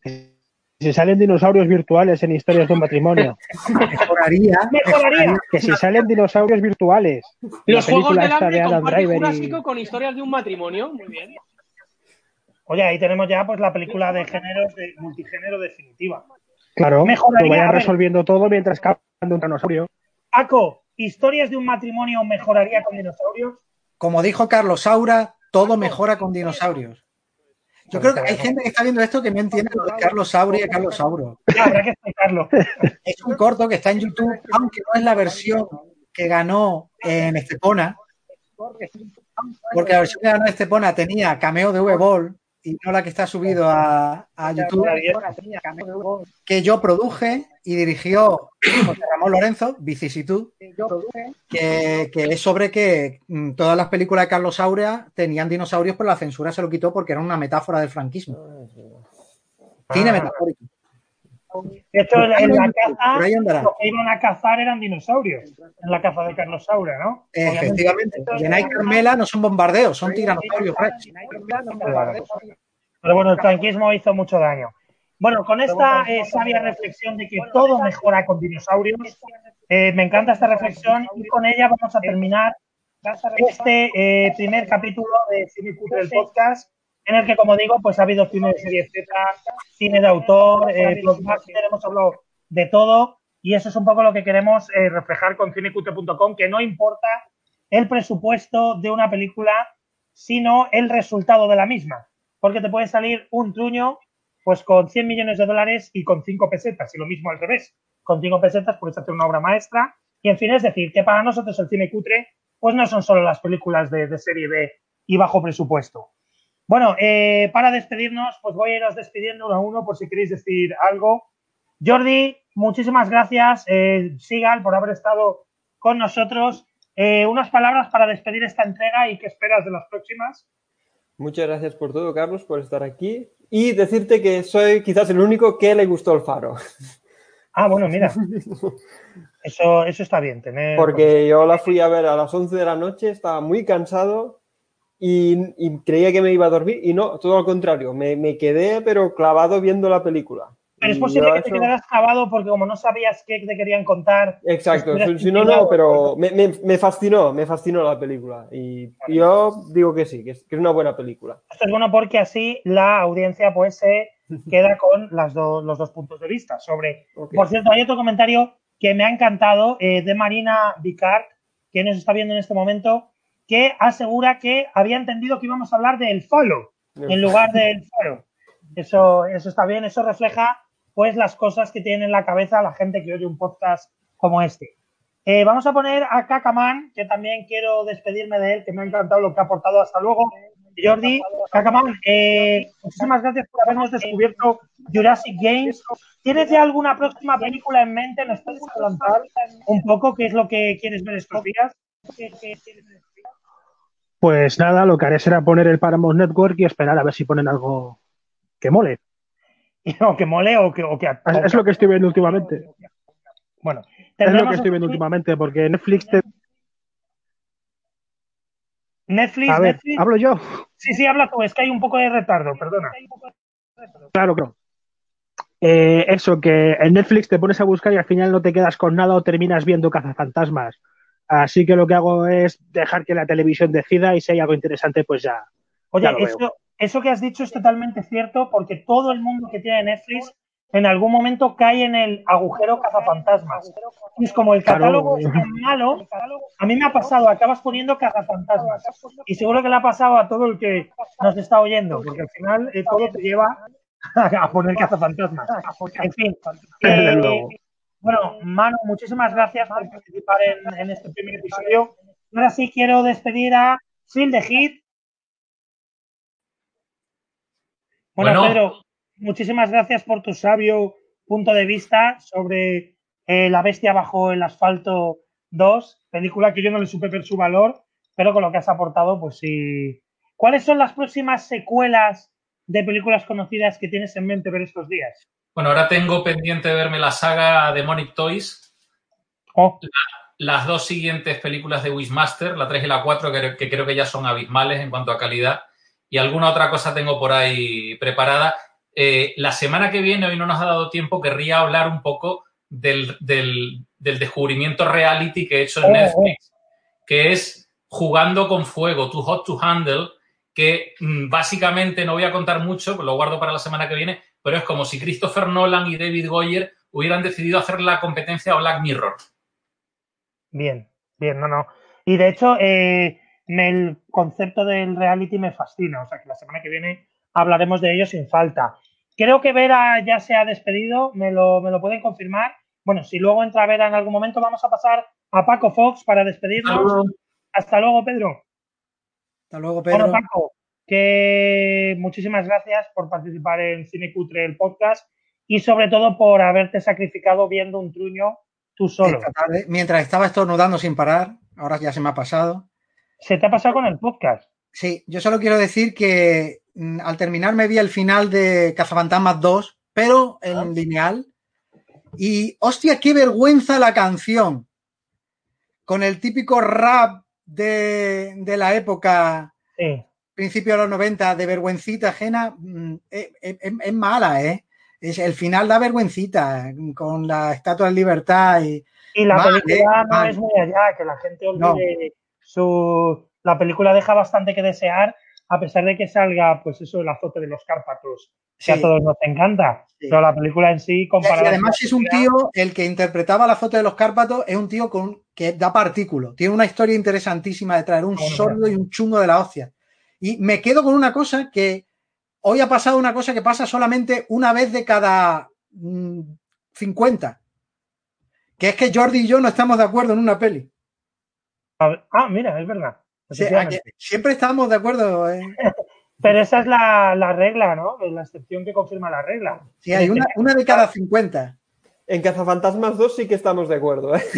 Speaker 3: dinosaurios virtuales en Historias de un matrimonio.
Speaker 5: Mejoraría.
Speaker 3: Que si salen dinosaurios virtuales.
Speaker 2: Los Juegos del Hambre con Parque Jurásico con Historias de un matrimonio. Muy bien.
Speaker 1: Oye, ahí tenemos ya pues la película de géneros, de multigénero definitiva.
Speaker 3: Claro, que vayan resolviendo todo mientras caen de un dinosaurio.
Speaker 1: Paco, ¿Historias de un matrimonio mejoraría con dinosaurios?
Speaker 5: Como dijo Carlos Saura, todo mejora con dinosaurios. Yo creo que hay gente que está viendo esto que no entiende lo de Carlos Saura y Carlos Sauro.
Speaker 1: Habrá que explicarlo.
Speaker 5: Es un corto que está en YouTube, aunque no es la versión que ganó en Estepona, porque la versión que ganó en Estepona tenía cameo de V-Ball y no la que está subido a YouTube, que yo produje y dirigió José Ramón Lorenzo, Vicisitud, que es sobre que todas las películas de Carlos Saura tenían dinosaurios, pero la censura se lo quitó porque era una metáfora del franquismo. Cine metafórico.
Speaker 1: De hecho, en la caza, lo que iban a cazar eran dinosaurios, en la caza de Carlos Saura, ¿no?
Speaker 5: Efectivamente. Yenay y Carmela no son bombardeos, son tiranosaurios rex.
Speaker 1: Pero bueno, el franquismo hizo mucho daño. Bueno, con esta sabia reflexión de que todo mejora con dinosaurios, me encanta esta reflexión y con ella vamos a terminar este primer capítulo de Cine Cutre, el podcast, en el que, como digo, pues ha habido cine de serie Z, cine de autor, blockbuster, hemos hablado de todo y eso es un poco lo que queremos reflejar con cinecutre.com, que no importa el presupuesto de una película, sino el resultado de la misma, porque te puede salir un truño pues con 100 millones de dólares y con 5 pesetas, y lo mismo al revés, con 5 pesetas puedes hacer una obra maestra, y en fin, es decir, que para nosotros el cine cutre pues no son solo las películas de serie B y bajo presupuesto. Bueno, para despedirnos, pues voy a iros despidiendo uno a uno por si queréis decir algo. Jordi, muchísimas gracias, Sigal, por haber estado con nosotros. Unas palabras para despedir esta entrega y qué esperas de las próximas.
Speaker 7: Muchas gracias por todo, Carlos, por estar aquí. Y decirte que soy quizás el único que le gustó el Faro.
Speaker 1: Ah, bueno, mira. Eso está bien.
Speaker 7: Porque yo la fui a ver a las 11 de la noche, estaba muy cansado y creía que me iba a dormir. Y no, todo al contrario. Me quedé, pero clavado viendo la película.
Speaker 1: Pero es posible que te quedaras clavado porque como no sabías qué te querían contar...
Speaker 7: Exacto, si no, pero me fascinó la película. Y yo digo que sí, que es una buena película.
Speaker 1: Esto es bueno porque así la audiencia pues se queda con los dos puntos de vista sobre... Okay. Por cierto, hay otro comentario que me ha encantado de Marina Vicard, que nos está viendo en este momento, que asegura que había entendido que íbamos a hablar del Follow en lugar del Faro. Eso está bien, eso refleja pues las cosas que tiene en la cabeza la gente que oye un podcast como este. Vamos a poner a Kakaman, que también quiero despedirme de él, que me ha encantado lo que ha aportado. Hasta luego, Jordi. Kakaman, muchísimas gracias por habernos descubierto Jurassic Games. ¿Tienes ya alguna próxima película en mente? ¿Nos puedes adelantar un poco qué es lo que quieres ver estos días?
Speaker 3: Pues nada, lo que haré será poner el Paramount Network y esperar a ver si ponen algo que mole.
Speaker 1: O que mole o que
Speaker 3: es lo que estoy viendo últimamente.
Speaker 1: Bueno,
Speaker 3: es lo que estoy viendo últimamente, porque Netflix te...
Speaker 1: Netflix,
Speaker 3: a ver,
Speaker 1: Netflix.
Speaker 3: ¿hablo yo?
Speaker 1: Sí, habla tú, es que hay un poco de retardo, perdona.
Speaker 3: Claro. Eso, que en Netflix te pones a buscar y al final no te quedas con nada o terminas viendo cazafantasmas. Así que lo que hago es dejar que la televisión decida y si hay algo interesante, pues ya.
Speaker 1: Oye,
Speaker 3: ya lo veo.
Speaker 1: Eso que has dicho es totalmente cierto porque todo el mundo que tiene Netflix en algún momento cae en el agujero cazafantasmas. Es como el catálogo es tan malo, a mí me ha pasado, acabas poniendo cazafantasmas. Y seguro que le ha pasado a todo el que nos está oyendo, porque al final todo te lleva a poner cazafantasmas. En fin. Bueno, Manu, muchísimas gracias por participar en este primer episodio. Ahora sí quiero despedir a Phil de Hit. Bueno, Pedro, muchísimas gracias por tu sabio punto de vista sobre La bestia bajo el asfalto 2, película que yo no le supe ver su valor, pero con lo que has aportado, pues sí. ¿Cuáles son las próximas secuelas de películas conocidas que tienes en mente ver estos días?
Speaker 4: Bueno, ahora tengo pendiente de verme la saga Demonic Toys. Las dos siguientes películas de Wishmaster, la 3 y la 4, que creo que ya son abismales en cuanto a calidad. Y alguna otra cosa tengo por ahí preparada. La semana que viene, hoy no nos ha dado tiempo, querría hablar un poco del descubrimiento reality que he hecho en Netflix, que es Jugando con Fuego, Too Hot to Handle, que básicamente no voy a contar mucho, lo guardo para la semana que viene, pero es como si Christopher Nolan y David Goyer hubieran decidido hacer la competencia a Black Mirror.
Speaker 1: Bien, no. Y de hecho, el concepto del reality me fascina, o sea que la semana que viene hablaremos de ello sin falta. Creo que Vera ya se ha despedido, me lo pueden confirmar. Bueno, si luego entra Vera en algún momento, vamos a pasar a Paco Fox para despedirnos. Hasta luego, Pedro.
Speaker 5: Hasta luego, Pedro.
Speaker 1: Bueno, Paco, que muchísimas gracias por participar en Cine Cutre, el podcast, y sobre todo por haberte sacrificado viendo un truño tú solo.
Speaker 5: Esta tarde, mientras estaba estornudando sin parar, ahora ya se me ha pasado.
Speaker 1: ¿Se te ha pasado con el podcast?
Speaker 5: Sí, yo solo quiero decir que al terminar me vi el final de Cazafantasmas 2, pero en lineal. Y, hostia, qué vergüenza la canción. Con el típico rap de la época, principio de los 90, de vergüencita ajena, es mala, ¿eh? El final da vergüencita, con la Estatua de Libertad. Y
Speaker 1: la película no es muy allá, que la gente olvide la película deja bastante que desear, a pesar de que salga, pues eso, el azote de los Cárpatos, que a todos nos encanta. Sí. Pero la película en sí, comparada...
Speaker 5: Y además es un tío, el que interpretaba el azote de los Cárpatos, es un tío que da partículo. Tiene una historia interesantísima de traer un sordo y un chungo de la hostia. Y me quedo con una cosa que... Hoy ha pasado una cosa que pasa solamente una vez de cada 50. Que es que Jordi y yo no estamos de acuerdo en una peli.
Speaker 1: Mira, es verdad.
Speaker 5: Sí, siempre estamos de acuerdo.
Speaker 1: Pero esa es la regla, ¿no? La excepción que confirma la regla.
Speaker 5: Sí, hay una de cada 50.
Speaker 7: En Cazafantasmas 2 sí que estamos de acuerdo, ¿eh?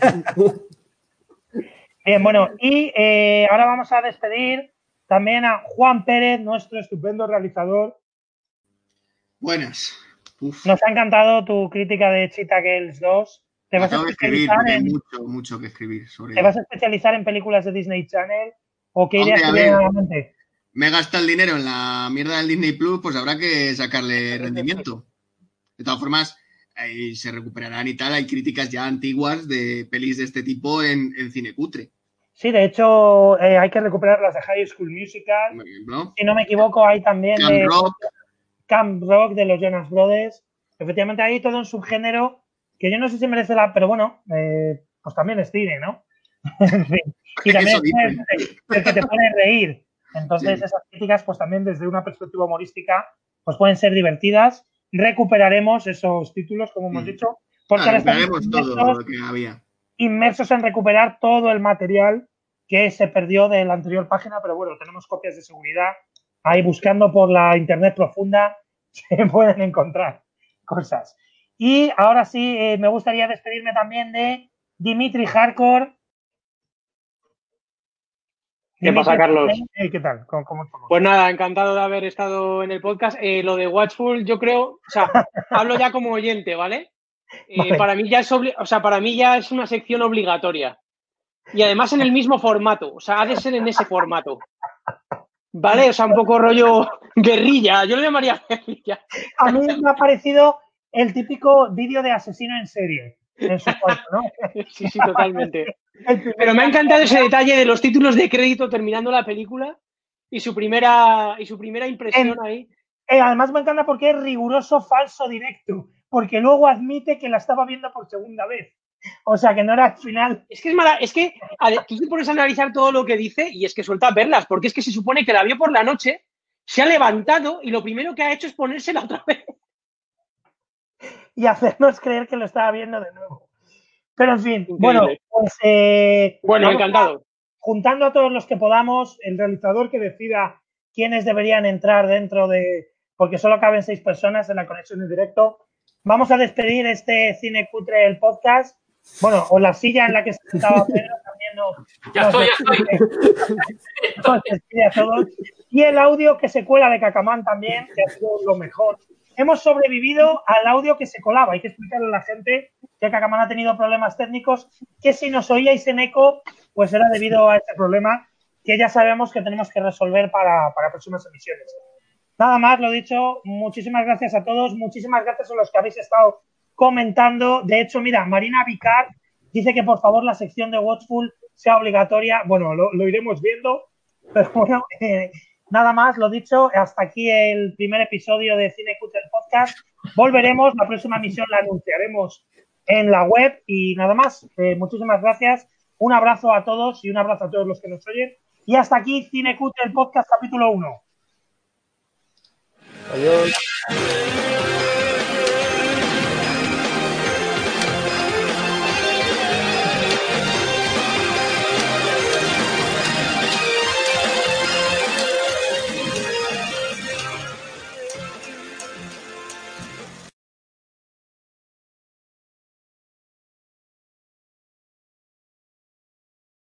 Speaker 1: Bien, bueno, y ahora vamos a despedir también a Juan Pérez, nuestro estupendo realizador.
Speaker 8: Buenas. Uf.
Speaker 1: Nos ha encantado tu crítica de Cheetah Girls 2. ¿Te vas a especializar
Speaker 8: porque hay mucho que escribir sobre
Speaker 1: ¿Te vas a especializar en películas de Disney Channel? ¿O qué ideas te vienen a la mente?
Speaker 8: Me he gastado el dinero en la mierda del Disney Plus, pues habrá que sacarle rendimiento. De todas formas, se recuperarán y tal. Hay críticas ya antiguas de pelis de este tipo en cine cutre.
Speaker 1: Sí, de hecho, hay que recuperar las de High School Musical.
Speaker 8: Por ejemplo,
Speaker 1: si no me equivoco, hay también
Speaker 8: Camp
Speaker 1: Rock de los Jonas Brothers. Efectivamente, hay todo un subgénero que yo no sé si merece la... Pero bueno, pues también es cine, ¿no? En fin. Y también es el que te pone reír. Entonces, esas críticas, pues también desde una perspectiva humorística, pues pueden ser divertidas. Recuperaremos esos títulos, como hemos dicho, porque ahora estamos
Speaker 8: todo lo que había.
Speaker 1: Inmersos en recuperar todo el material que se perdió de la anterior página, pero bueno, tenemos copias de seguridad. Ahí buscando por la internet profunda se pueden encontrar cosas. Y ahora sí, me gustaría despedirme también de Dimitri Hardcore.
Speaker 2: ¿Qué pasa, Carlos?
Speaker 1: ¿Qué tal? ¿Cómo estamos?
Speaker 2: Pues nada, encantado de haber estado en el podcast. Lo de Watchful, yo creo, o sea, hablo ya como oyente, ¿vale?
Speaker 1: Vale.
Speaker 2: Para mí ya es una sección obligatoria. Y además en el mismo formato, o sea, ha de ser en ese formato. ¿Vale? O sea, un poco rollo guerrilla, yo lo llamaría guerrilla.
Speaker 1: A mí me ha parecido el típico vídeo de asesino en serie. En su cuarto, ¿no?
Speaker 2: Sí, totalmente. Pero me ha encantado ese detalle de los títulos de crédito terminando la película y su primera impresión ahí.
Speaker 1: Además me encanta porque es riguroso, falso, directo. Porque luego admite que la estaba viendo por segunda vez. O sea, que no era al final.
Speaker 2: Es que es mala. Es que tú te pones a analizar todo lo que dice y es que suelta perlas. Porque es que se supone que la vio por la noche, se ha levantado y lo primero que ha hecho es ponérsela otra vez.
Speaker 1: Y hacernos creer que lo estaba viendo de nuevo. Pero en fin,
Speaker 2: increíble.
Speaker 1: Bueno, pues.
Speaker 2: Bueno, encantado.
Speaker 1: Juntando a todos los que podamos, el realizador que decida quiénes deberían entrar dentro de. Porque solo caben 6 personas en la conexión en directo. Vamos a despedir este Cine Cutre, el podcast. Bueno, o la silla en la que se estaba Pedro también
Speaker 4: Ya estoy.
Speaker 1: Nos despide a todos. Y el audio que se cuela de Cacamán también, que ha sido lo mejor. Hemos sobrevivido al audio que se colaba. Hay que explicarle a la gente que Cacamán ha tenido problemas técnicos, que si nos oíais en eco, pues era debido a este problema que ya sabemos que tenemos que resolver para próximas emisiones. Nada más, lo dicho, muchísimas gracias a todos, muchísimas gracias a los que habéis estado comentando. De hecho, mira, Marina Vicar dice que por favor la sección de Watchful sea obligatoria. Bueno, lo iremos viendo, pero bueno, nada más, lo dicho, hasta aquí el primer episodio de Cine Cutre Podcast. Volveremos, la próxima emisión la anunciaremos en la web y nada más, muchísimas gracias, un abrazo a todos y un abrazo a todos los que nos oyen y hasta aquí Cine Cutre Podcast capítulo 1.
Speaker 7: Adiós.